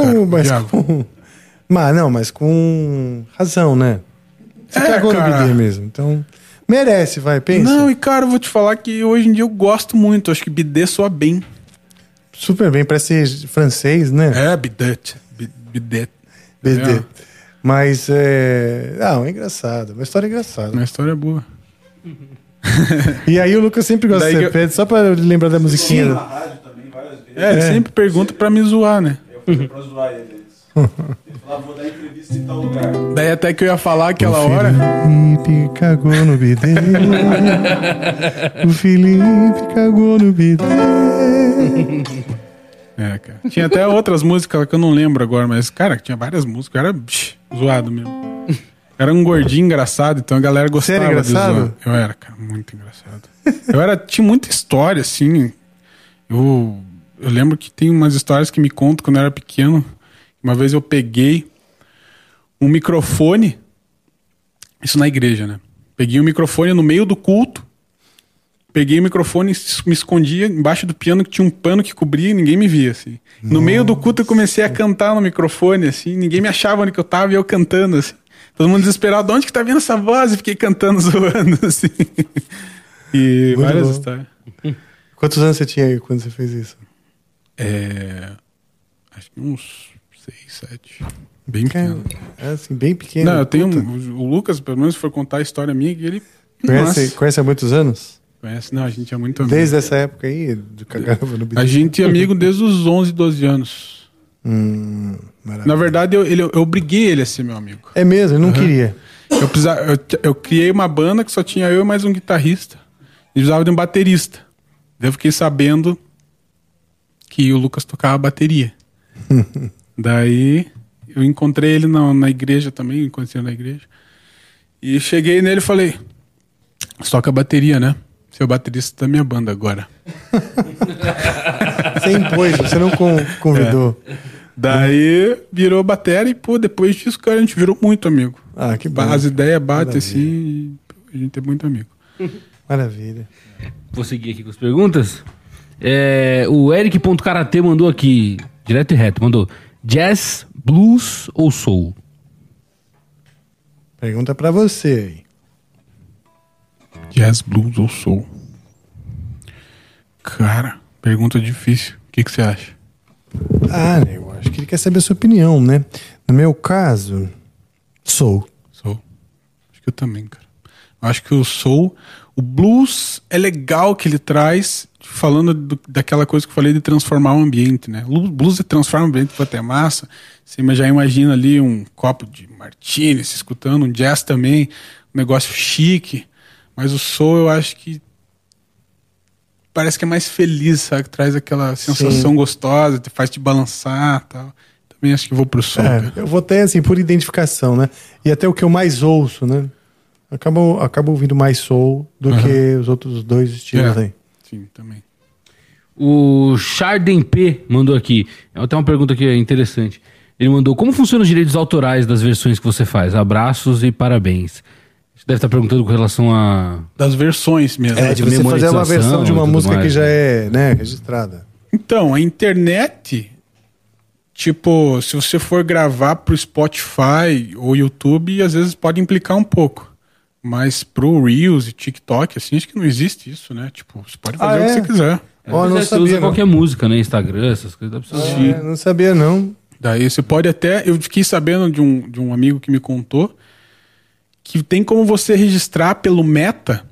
Mas com razão, né? Você cagou no bidê mesmo, então... Merece, vai, pensa. Não, e cara, eu vou te falar que hoje em dia eu gosto muito. Acho que bidê soa bem. Super bem, parece francês, né? É, bidet. Bidet. Bidê. Mas é engraçado. Uma história engraçada. Uma história boa. E aí o Lucas sempre gosta de ser só pra lembrar da musiquinha. Na rádio também, várias vezes. Ele sempre pergunta pra me zoar, né? Eu falei pra zoar ele. Ele falava, vou dar entrevista em tal lugar. Daí até que eu ia falar aquela hora. Felipe cagou no bidê. O Felipe cagou no bidê. É, cara. Tinha até outras músicas que eu não lembro agora, mas, cara, tinha várias músicas. Era zoado mesmo. Era um gordinho engraçado, então a galera gostava. Você era engraçado? Eu era, cara, muito engraçado. Tinha muita história, assim. Eu lembro que tem umas histórias que me contam quando eu era pequeno. Uma vez eu peguei um microfone, isso na igreja, né? Peguei um microfone no meio do culto, peguei o microfone e me escondia embaixo do piano que tinha um pano que cobria e ninguém me via, assim. No meio do culto eu comecei a cantar no microfone, assim, ninguém me achava onde que eu tava e eu cantando, assim. Todo mundo desesperado, de onde que tá vindo essa voz? E fiquei cantando, zoando, assim. E muito várias bom. histórias. Quantos anos você tinha aí quando você fez isso? Acho que uns 6, 7. Bem pequeno. É assim, bem pequeno. Não, eu tenho o Lucas, pelo menos, se for contar a história minha, que ele... Conhece há muitos anos? Conhece? Não, a gente é muito amigo. Desde essa época aí, do cagava no bidê. A gente é amigo desde os 11, 12 anos. Na verdade, eu obriguei ele a ser meu amigo. É mesmo, ele não queria. Eu criei uma banda que só tinha eu e mais um guitarrista. E precisava de um baterista. Daí eu fiquei sabendo que o Lucas tocava bateria. Daí eu encontrei ele na igreja também, conheci ele na igreja. E cheguei nele e falei: você toca bateria, né? Você é o baterista da minha banda agora. Você impôs, você não convidou. Daí virou bateria e, pô, depois disso, cara, a gente virou muito amigo. Ah, que bom. As ideias batem Maravilha. assim e a gente é muito amigo. Maravilha. Vou seguir aqui com as perguntas. O Eric.karatê mandou aqui, direto e reto, mandou: jazz, blues ou soul? Pergunta pra você aí. Jazz, blues ou soul? Cara, pergunta difícil. O que você acha? Eu acho que ele quer saber a sua opinião, né? No meu caso, soul. Soul. Acho que eu também, cara. Eu acho que o soul... O blues é legal que ele traz, falando daquela coisa que eu falei de transformar o ambiente, né? O blues transforma o ambiente, foi até massa. Você já imagina ali um copo de martini, se escutando, um jazz também, um negócio chique. Mas o soul eu acho que parece que é mais feliz, sabe? Que traz aquela sensação gostosa, te faz te balançar e tal. Também acho que vou pro soul. Eu vou até assim, por identificação, né? E até o que eu mais ouço, né? Acabo ouvindo mais soul do que os outros dois estilos aí. Sim, também. O Charden P mandou aqui. Tem uma pergunta aqui interessante. Ele mandou: como funcionam os direitos autorais das versões que você faz? Abraços e parabéns. Você deve estar perguntando com relação a... Das versões mesmo. De você fazer uma versão de uma música que já é, né, registrada. Então, a internet, tipo, se você for gravar pro Spotify ou YouTube, às vezes pode implicar um pouco. Mas pro Reels e TikTok, assim, acho que não existe isso, né? Tipo, você pode fazer o que você quiser. Não você sabia, usa não. qualquer música, né? Instagram, essas coisas. Dá pra você... Não sabia, não. Daí você pode até... Eu fiquei sabendo de um amigo que me contou que tem como você registrar pelo Meta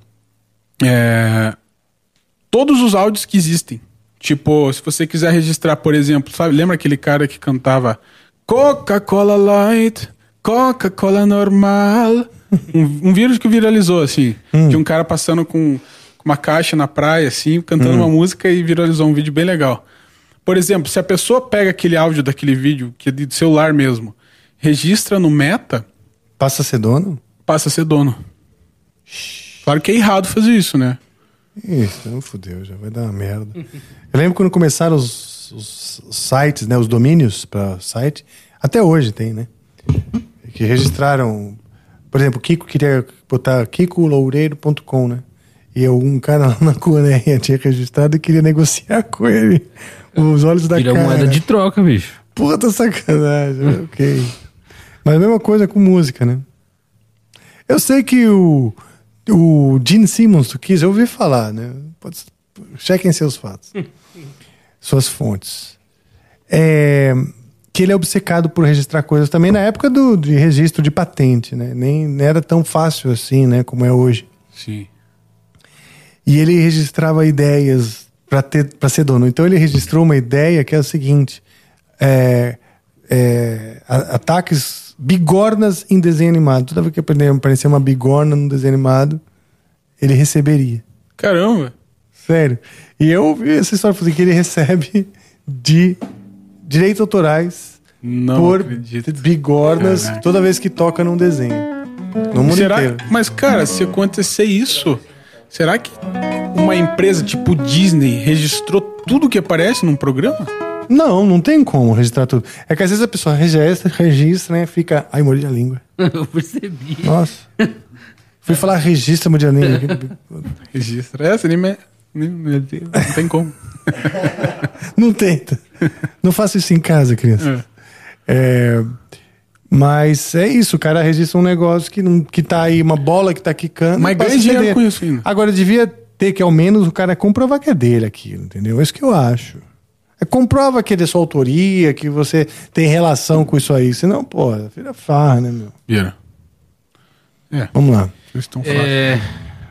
todos os áudios que existem. Tipo, se você quiser registrar, por exemplo, sabe, lembra aquele cara que cantava Coca-Cola Light, Coca-Cola normal? Um vídeo que viralizou, assim, de um cara passando com uma caixa na praia, assim, cantando uma música e viralizou um vídeo bem legal. Por exemplo, se a pessoa pega aquele áudio daquele vídeo, que é de celular mesmo, registra no Meta, Passa a ser dono? passa a ser dono. Claro que é errado fazer isso, né? Isso, não fudeu, já vai dar uma merda. Eu lembro quando começaram os sites, né? Os domínios para site. Até hoje tem, né? Que registraram. Por exemplo, o Kiko queria botar kikoloureiro.com, né? E um cara lá na Coreia tinha registrado e queria negociar com ele os olhos da Vira cara. moeda de troca, bicho. Puta sacanagem, ok. Mas a mesma coisa com música, né? Eu sei que o Gene Simmons do Kiss, eu ouvi falar, né? Chequem seus fatos. Suas fontes. Que ele é obcecado por registrar coisas também na época de registro de patente, né? Nem era tão fácil assim, né? Como é hoje. Sim. E ele registrava ideias para ser dono. Então ele registrou uma ideia que é o seguinte: ataques, bigornas em desenho animado. Toda vez que aparecer uma bigorna no desenho animado, ele receberia. Caramba! Sério. E eu ouvi essa história, falei que ele recebe de direitos autorais Não por acredito. bigornas toda vez que toca num desenho. No mundo inteiro. Mas, cara, se acontecer isso, será que uma empresa tipo Disney registrou tudo que aparece num programa? Não tem como registrar tudo. É que às vezes a pessoa registra, né? Fica. Ai, mordi a língua. Eu percebi. Nossa. Fui falar registra, mordi a língua. Registra. Essa não tem como. Não tenta. Não faça isso em casa, criança. Mas é isso, o cara registra um negócio que tá aí, uma bola que tá quicando. Mas ganha dinheiro com isso ainda. Agora, devia ter que ao menos o cara comprovar que é dele aquilo, entendeu? É isso que eu acho. Comprova que é de sua autoria, que você tem relação com isso aí. Senão, pô, vira farra, né, meu? Vira. Vamos lá. Vocês estão falando.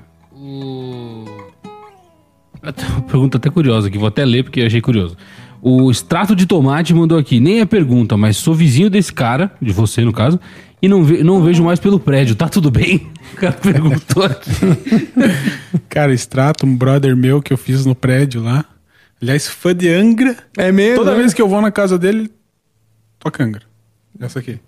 Uma pergunta até curiosa aqui, vou até ler porque eu achei curioso. O Extrato de Tomate mandou aqui, nem é pergunta, mas sou vizinho desse cara, de você no caso, e não vejo mais pelo prédio, tá tudo bem? O cara perguntou aqui. Cara, Extrato, um brother meu que eu fiz no prédio lá. Aliás, fã de Angra. É mesmo? Toda vez que eu vou na casa dele, toca Angra. Essa aqui.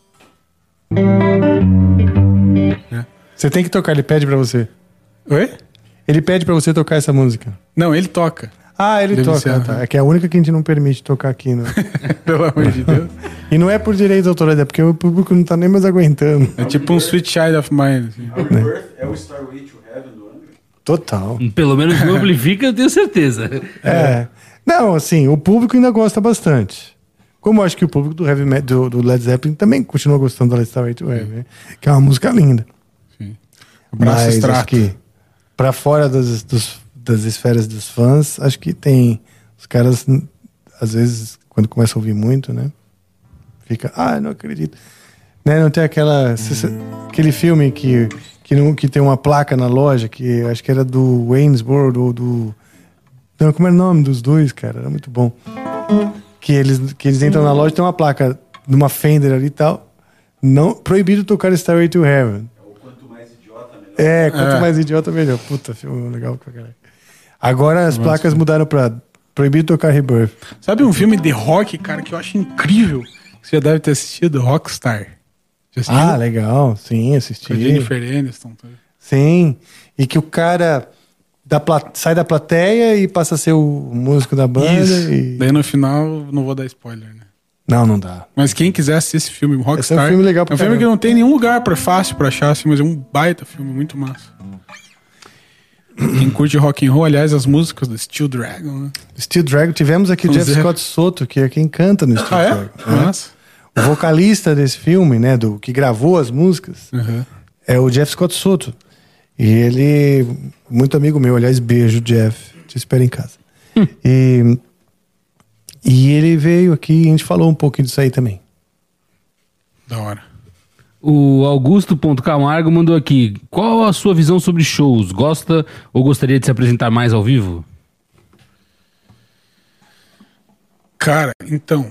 Você tem que tocar, ele pede pra você. Oi? Ele pede pra você tocar essa música. Não, ele toca. Ah, ele Deve toca. ser, Tá. É que é a única que a gente não permite tocar aqui, né? Pelo amor de Deus. E não é por direitos autorais, é porque o público não tá nem mais aguentando. É tipo um Sweet Child of Mine. Assim. Rebirth é o Starway to Heaven do Angra? Total. Pelo menos não amplifica, eu tenho certeza. Não, assim, o público ainda gosta bastante. Como eu acho que o público do heavy metal, do Led Zeppelin também continua gostando da Starway to Heaven, né? Que é uma música linda. Sim. Abraço, Mas Extrato. acho que pra fora das esferas dos fãs, acho que tem... Os caras, às vezes, quando começam a ouvir muito, né? Fica, não acredito. Né? Não tem aquele filme que tem uma placa na loja, que acho que era do Waynesboro, ou do... Não, como era o nome dos dois, cara? Era muito bom. Que eles entram na loja e tem uma placa de uma Fender ali e tal. Não, proibido tocar Starway to Heaven. Ou quanto mais idiota, melhor. Quanto mais idiota, melhor. Puta, filme legal pra caralho. Agora as placas mudaram pra proibido tocar Rebirth. Sabe um filme de rock, cara, que eu acho incrível? Que você já deve ter assistido? Rockstar. Já assistiu? Legal. Sim, assisti. Com a Jennifer Aniston. Sim. E que o cara sai da plateia e passa a ser o músico da banda. Isso. Daí no final, não vou dar spoiler, né? Não dá. Mas quem quiser assistir esse filme, Rockstar... Esse é um filme legal pra É um filme caramba. que não tem nenhum lugar fácil pra achar, assim, mas é um baita filme, muito massa. Quem curte rock and roll, aliás, as músicas do Steel Dragon, né? Steel Dragon, tivemos aqui o Vamos Jeff ver. Scott Soto, que é quem canta no Steel Dragon. Massa. O vocalista desse filme, né, que gravou as músicas, Uhum. é o Jeff Scott Soto. E ele, muito amigo meu, aliás, beijo, Jeff, te espero em casa. E ele veio aqui e a gente falou um pouquinho disso aí também. Da hora. O Augusto.camargo mandou aqui, qual a sua visão sobre shows? Gosta ou gostaria de se apresentar mais ao vivo? Cara, então...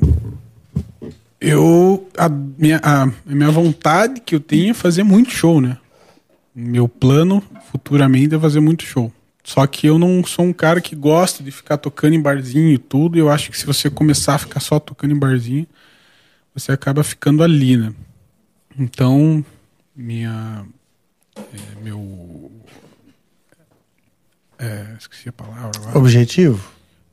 A minha vontade que eu tenho é fazer muito show, né? Meu plano futuramente é fazer muito show. Só que eu não sou um cara que gosta de ficar tocando em barzinho e tudo. Eu acho que se você começar a ficar só tocando em barzinho, você acaba ficando ali, né? Então, esqueci a palavra agora. Objetivo?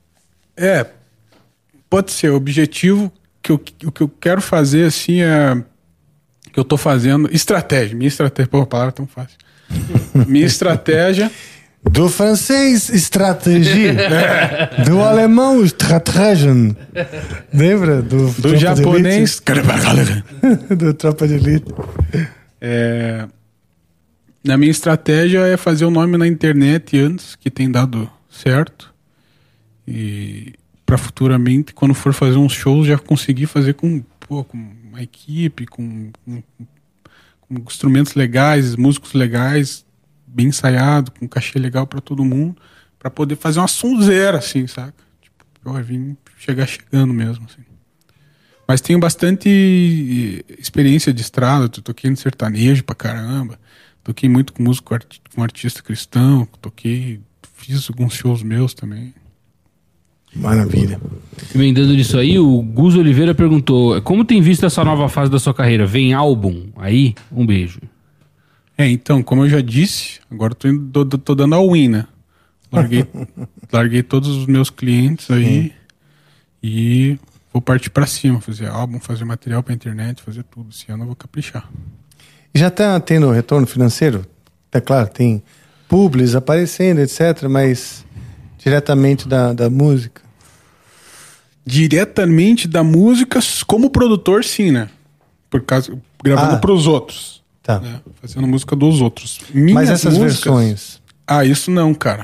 Pode ser. O objetivo o que eu quero fazer, assim, que eu tô fazendo... Minha estratégia. Pô, a palavra é tão fácil. Minha estratégia... Do francês, estratégia. Do alemão, Strategen. Lembra? Do japonês... Do Tropa de Elite. Na minha estratégia é fazer o nome na internet antes, que tem dado certo. E para futuramente, quando for fazer uns shows, já conseguir fazer com uma equipe, com instrumentos legais, músicos legais, bem ensaiado, com cachê legal para todo mundo, para poder fazer uma sonzeira, assim, saca? Tipo, eu vim chegando mesmo, assim. Mas tenho bastante experiência de estrada, toquei no sertanejo pra caramba, toquei muito com músico, com artista cristão, fiz alguns shows meus também. Maravilha. Emendando nisso aí, o Gus Oliveira perguntou: como tem visto essa nova fase da sua carreira? Vem álbum aí? Um beijo. Então, como eu já disse, agora tô dando all-in, né? Larguei todos os meus clientes aí e vou partir pra cima, fazer álbum, fazer material pra internet, fazer tudo. Esse ano eu vou caprichar. Já tá tendo retorno financeiro? É claro, tem publis aparecendo, etc., mas diretamente da música? Diretamente da música, como produtor, sim, né? Por causa, gravando pros outros. Tá. Né? Fazendo música dos outros. Mas essas versões? Isso não, cara.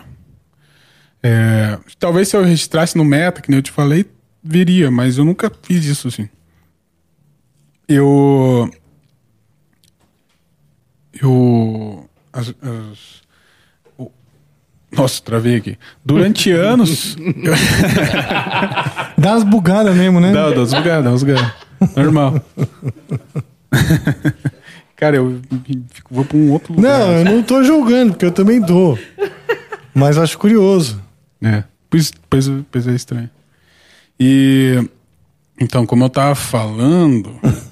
Talvez se eu registrasse no Meta, que nem eu te falei, viria, mas eu nunca fiz isso, assim. Nossa, travei aqui. Durante anos... Dá umas bugadas mesmo, né? Dá umas bugadas. Normal. Cara, eu vou pra um outro lugar. Não, eu não tô julgando, porque eu também dou. Mas acho curioso. Pois é estranho. E... Então, como eu tava falando...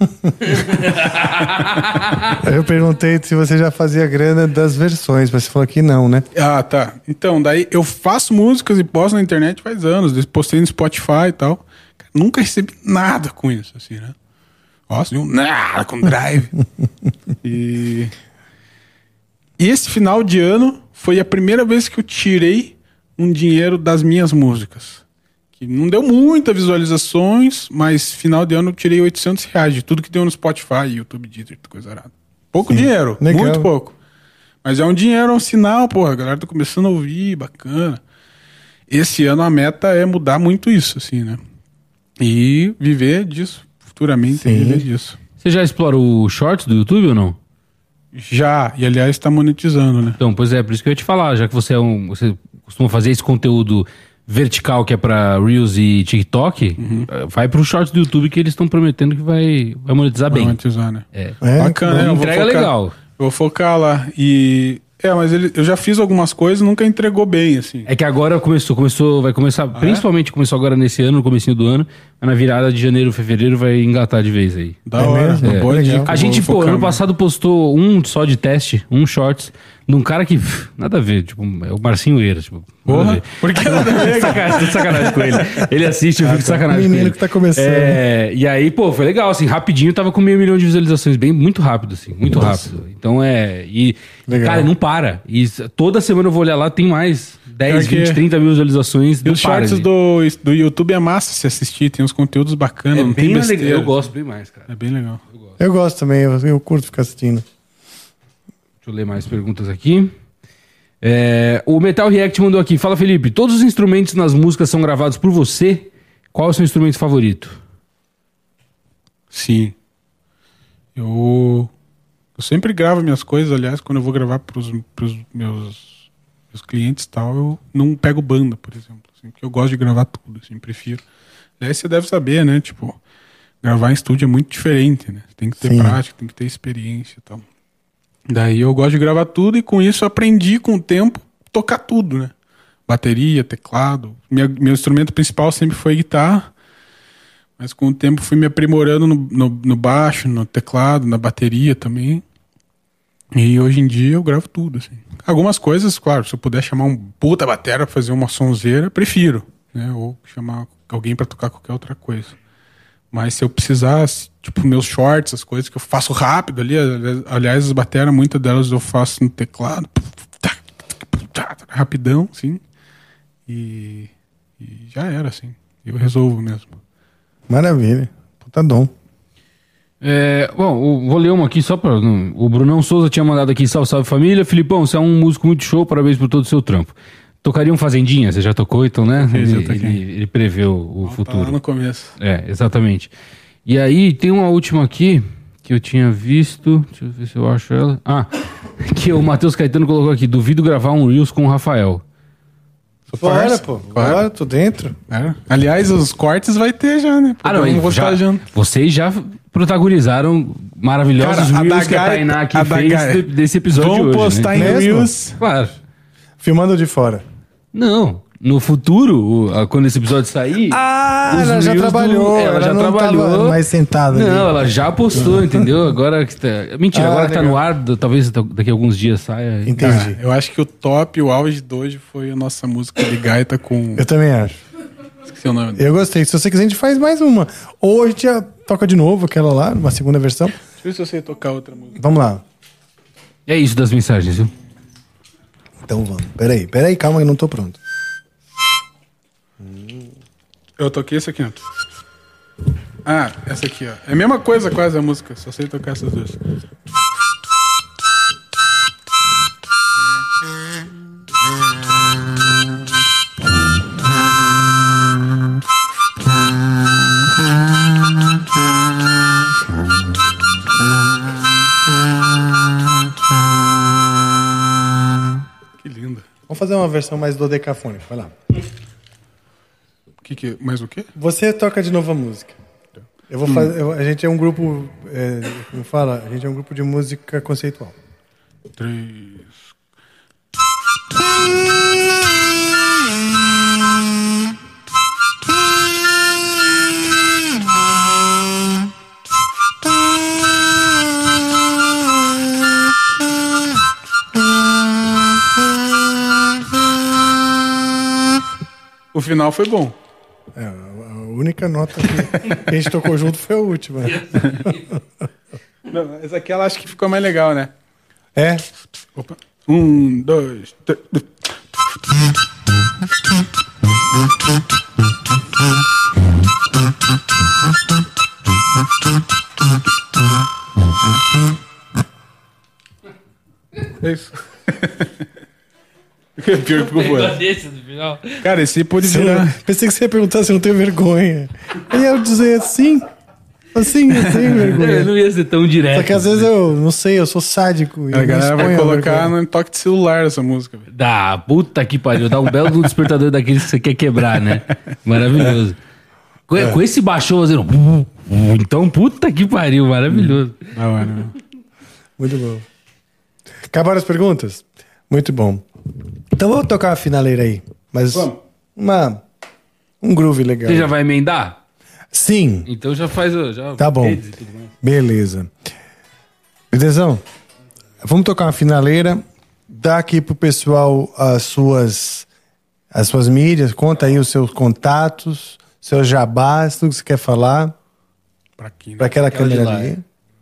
Eu perguntei se você já fazia grana das versões, mas você falou que não, né? Tá. Então, daí eu faço músicas e posto na internet faz anos. Postei no Spotify e tal. Nunca recebi nada com isso, assim, né? Nossa, nada com Drive. E esse final de ano foi a primeira vez que eu tirei um dinheiro das minhas músicas. Que não deu muitas visualizações, mas final de ano eu tirei R$800 de tudo que deu no Spotify, YouTube, Deezer, coisa arada. Pouco dinheiro, legal. Muito pouco. Mas é um dinheiro, é um sinal, porra, a galera tá começando a ouvir, bacana. Esse ano a meta é mudar muito isso, assim, né? E viver disso, futuramente viver disso. Você já explorou o Shorts do YouTube ou não? Já, e aliás tá monetizando, né? Então, pois é, por isso que eu ia te falar, já que você você costuma fazer esse conteúdo vertical que é pra Reels e TikTok, vai pro Shorts do YouTube que eles estão prometendo que vai monetizar bem. Vai monetizar, né? Bacana, né? Entrega legal. Eu vou focar lá. Mas eu já fiz algumas coisas, nunca entregou bem, assim. É que agora vai começar, principalmente começou agora nesse ano, no comecinho do ano, mas na virada de janeiro, fevereiro vai engatar de vez aí. Da hora, boa dica. A gente, ano passado postou um só de teste, um Shorts, de um cara que, nada a ver, tipo, é o Marcinho Eiras, tipo, porra, por que nada a ver? Tô de sacanagem com ele. Ele assiste, eu fico de sacanagem com ele. Que tá começando. E aí, foi legal, assim, rapidinho, tava com 500 mil de visualizações, muito rápido, assim, muito rápido. Então cara, não para. E toda semana eu vou olhar lá, tem mais 10, 20, 30 mil visualizações. E os shorts do YouTube é massa se assistir, tem uns conteúdos bacanas, não tem besteira. Eu gosto bem mais, cara. É bem legal. Eu gosto também, eu curto ficar assistindo. Deixa eu ler mais perguntas aqui. O Metal React mandou aqui. Fala, Felipe, todos os instrumentos nas músicas são gravados por você? Qual é o seu instrumento favorito? Sim. Eu sempre gravo minhas coisas, aliás, quando eu vou gravar pros meus clientes e tal, eu não pego banda, por exemplo. Assim, porque eu gosto de gravar tudo, assim, prefiro. Aliás, você deve saber, né? Tipo, gravar em estúdio é muito diferente, né? Tem que ter prática, tem que ter experiência e tal. Daí eu gosto de gravar tudo e com isso aprendi com o tempo tocar tudo, né? Bateria, teclado. Meu instrumento principal sempre foi guitarra, mas com o tempo fui me aprimorando no baixo, no teclado, na bateria também. E hoje em dia eu gravo tudo, assim. Algumas coisas, claro, se eu puder chamar um puta batera pra fazer uma sonzeira, prefiro, né? Ou chamar alguém pra tocar qualquer outra coisa. Mas se eu precisar, tipo, meus shorts, as coisas que eu faço rápido ali, aliás, as bateras, muitas delas eu faço no teclado, rapidão, assim, e já era, assim. Eu resolvo mesmo. Maravilha. Puta dom. Bom, vou ler uma aqui só pra... O Brunão Souza tinha mandado aqui, salve, salve família. Filipão, você é um músico muito show, parabéns por todo o seu trampo. Tocaria um Fazendinha? Você já tocou, então, né? Ele preveu o futuro. Tá lá no começo. Exatamente. E aí, tem uma última aqui, que eu tinha visto, deixa eu ver se eu acho ela. Que o Matheus Caetano colocou aqui, duvido gravar um Reels com o Rafael. Bora, pô. Bora, tô dentro. Aliás, os cortes vai ter já, né? Não vou estar junto. Vocês já protagonizaram maravilhosos Reels que a Tainá aqui fez desse episódio hoje. Vamos postar em Reels. Claro. Filmando de fora. Não. No futuro, quando esse episódio sair... ela já trabalhou. Ela já não trabalhou. Tava mais sentada. Não, ela já postou, entendeu? Agora que tá... Mentira, agora que tá no ar, talvez daqui a alguns dias saia. Entendi. Eu acho que o auge de hoje foi a nossa música de gaita com... Eu também acho. Esqueci o nome. Eu gostei. Se você quiser, a gente faz mais uma. Ou a gente já toca de novo aquela lá, uma segunda versão. Deixa eu ver se eu sei tocar outra música. Vamos lá. É isso das mensagens, viu? Então vamos. Peraí, calma que eu não tô pronto. Eu toquei essa aqui, ó. Essa aqui, ó. É a mesma coisa quase a música, só sei tocar essas duas. Que linda. Vamos fazer uma versão mais dodecafônica. Vai lá. Mais o quê? Você toca de novo a música. Eu vou fazer. A gente é um grupo. Como fala? A gente é um grupo de música conceitual. 3. O final foi bom. A única nota que a gente tocou junto foi a última. Não, essa aqui ela acho que ficou mais legal, né? É? Opa. 1, 2, 3. É isso. Pior que ficou boa. Cara, esse pode virar. Pensei que você ia perguntar se eu não tenho vergonha. E eu dizer assim eu tenho vergonha. Não ia ser tão direto. Só que às vezes eu não sei, eu sou sádico. A galera vai colocar no toque de celular essa música. Dá, puta que pariu. Dá um belo despertador daqueles que você quer quebrar, né? Maravilhoso. Com esse baixão fazendo. Então, puta que pariu, maravilhoso. Da hora, né? Muito bom. Acabaram as perguntas? Muito bom. Então vamos tocar uma finaleira aí. Mas um groove legal. Você já vai emendar? Sim. Então já faz. Tá bom. Beleza. Belezão? Vamos tocar uma finaleira. Dá aqui pro pessoal as suas mídias. Conta aí os seus contatos, seus jabás, tudo que você quer falar. Pra quem, né? Pra aquela câmera ali.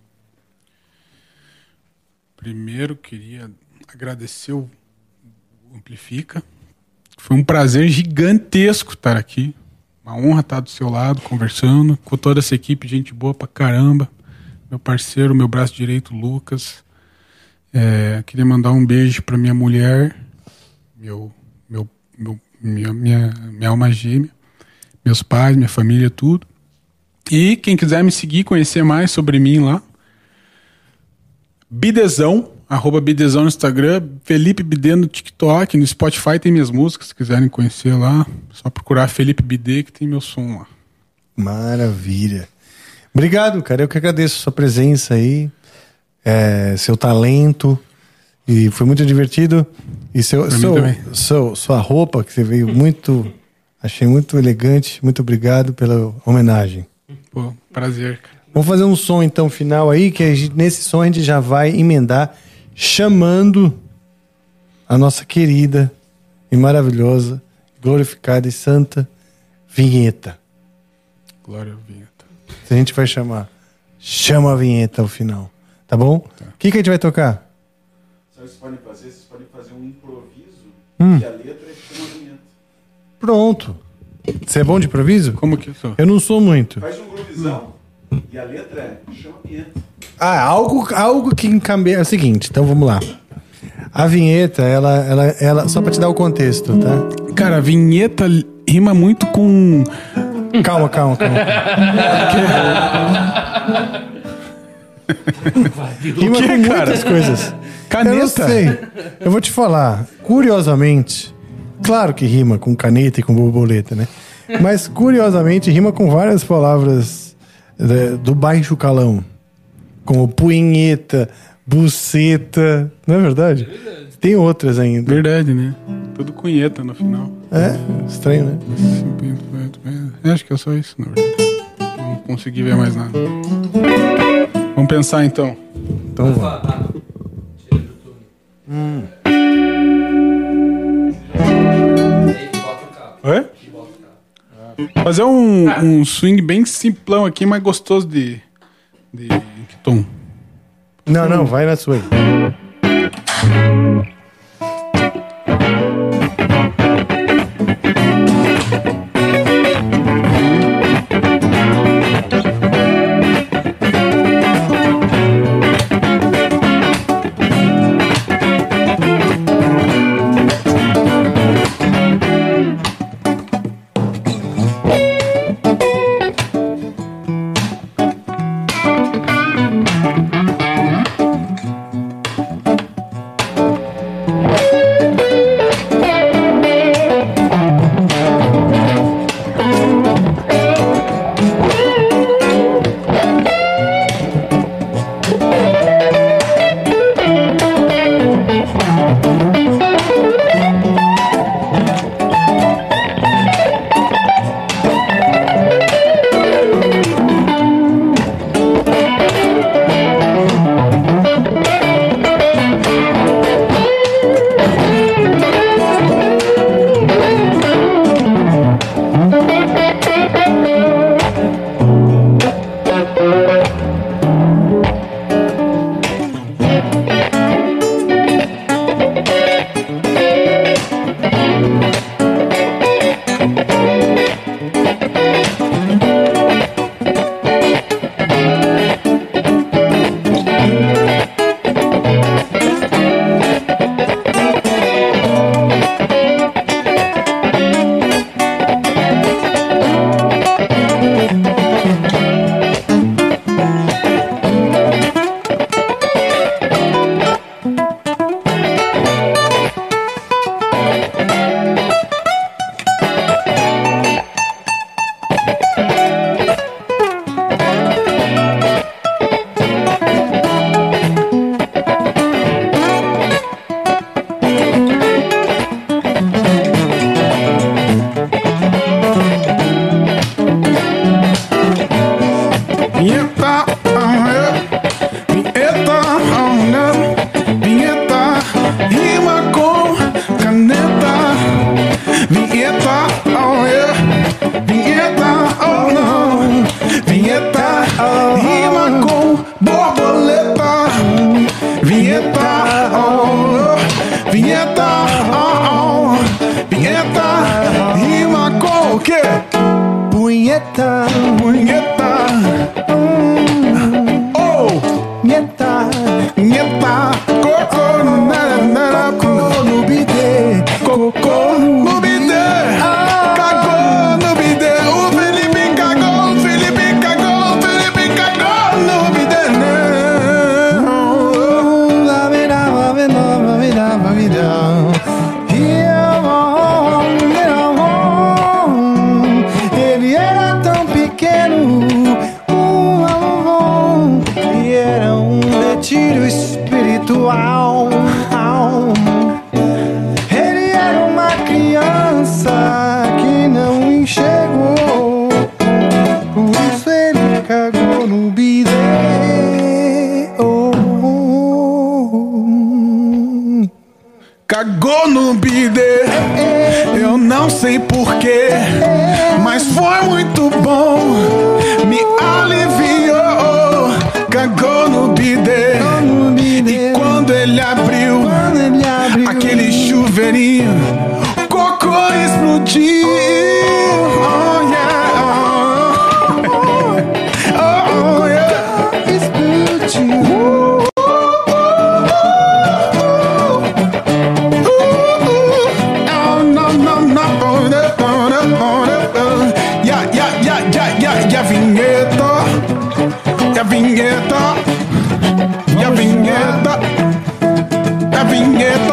Primeiro queria agradecer o Amplifica. Foi um prazer gigantesco estar aqui. Uma honra estar do seu lado, conversando com toda essa equipe, gente boa pra caramba. Meu parceiro, meu braço direito, Lucas. Queria mandar um beijo pra minha mulher, minha alma gêmea, meus pais, minha família, tudo. E quem quiser me seguir, conhecer mais sobre mim lá, Bidezão, @Bidezão no Instagram, Felipe Bidê no TikTok, no Spotify tem minhas músicas, se quiserem conhecer lá, só procurar Felipe Bidê que tem meu som lá. Maravilha. Obrigado, cara, eu que agradeço a sua presença aí, seu talento, e foi muito divertido. E sua roupa, que você veio muito... Achei muito elegante. Muito obrigado pela homenagem. Pô, prazer, cara. Vamos fazer um som, então, final aí, que nesse som a gente já vai emendar chamando a nossa querida e maravilhosa, glorificada e santa vinheta. Glória à vinheta. A gente vai chama a vinheta ao final, tá bom? Tá. O que a gente vai tocar? Sabe o que vocês podem fazer um improviso e a letra é chama a vinheta. Pronto. Você é bom de improviso? Como que eu sou? Eu não sou muito. Faz um groovizão e a letra é chama a vinheta. Algo que encambeia. É o seguinte, então vamos lá. A vinheta, ela só pra te dar o contexto, tá? Cara, a vinheta rima muito com... Calma. Rima com muitas coisas. Caneta? Eu não sei. Eu vou te falar. Curiosamente, claro que rima com caneta e com borboleta, né? Mas curiosamente rima com várias palavras do baixo calão. Como punheta, buceta. Não é verdade? Tem outras ainda. Verdade, né? Tudo cunheta no final. É, estranho, né? Acho que é só isso, na verdade. Não consegui ver mais nada. Vamos pensar então. Então vamos. Oi? Fazer um swing bem simplão aqui, mas gostoso de que tom? Não, vai na sua aí. chuveirinho, cocô explodiu. Oh yeah, oh yeah, explodiu. Oh no no no, e a vinheta, e a vinheta, e a vinheta, a vinheta.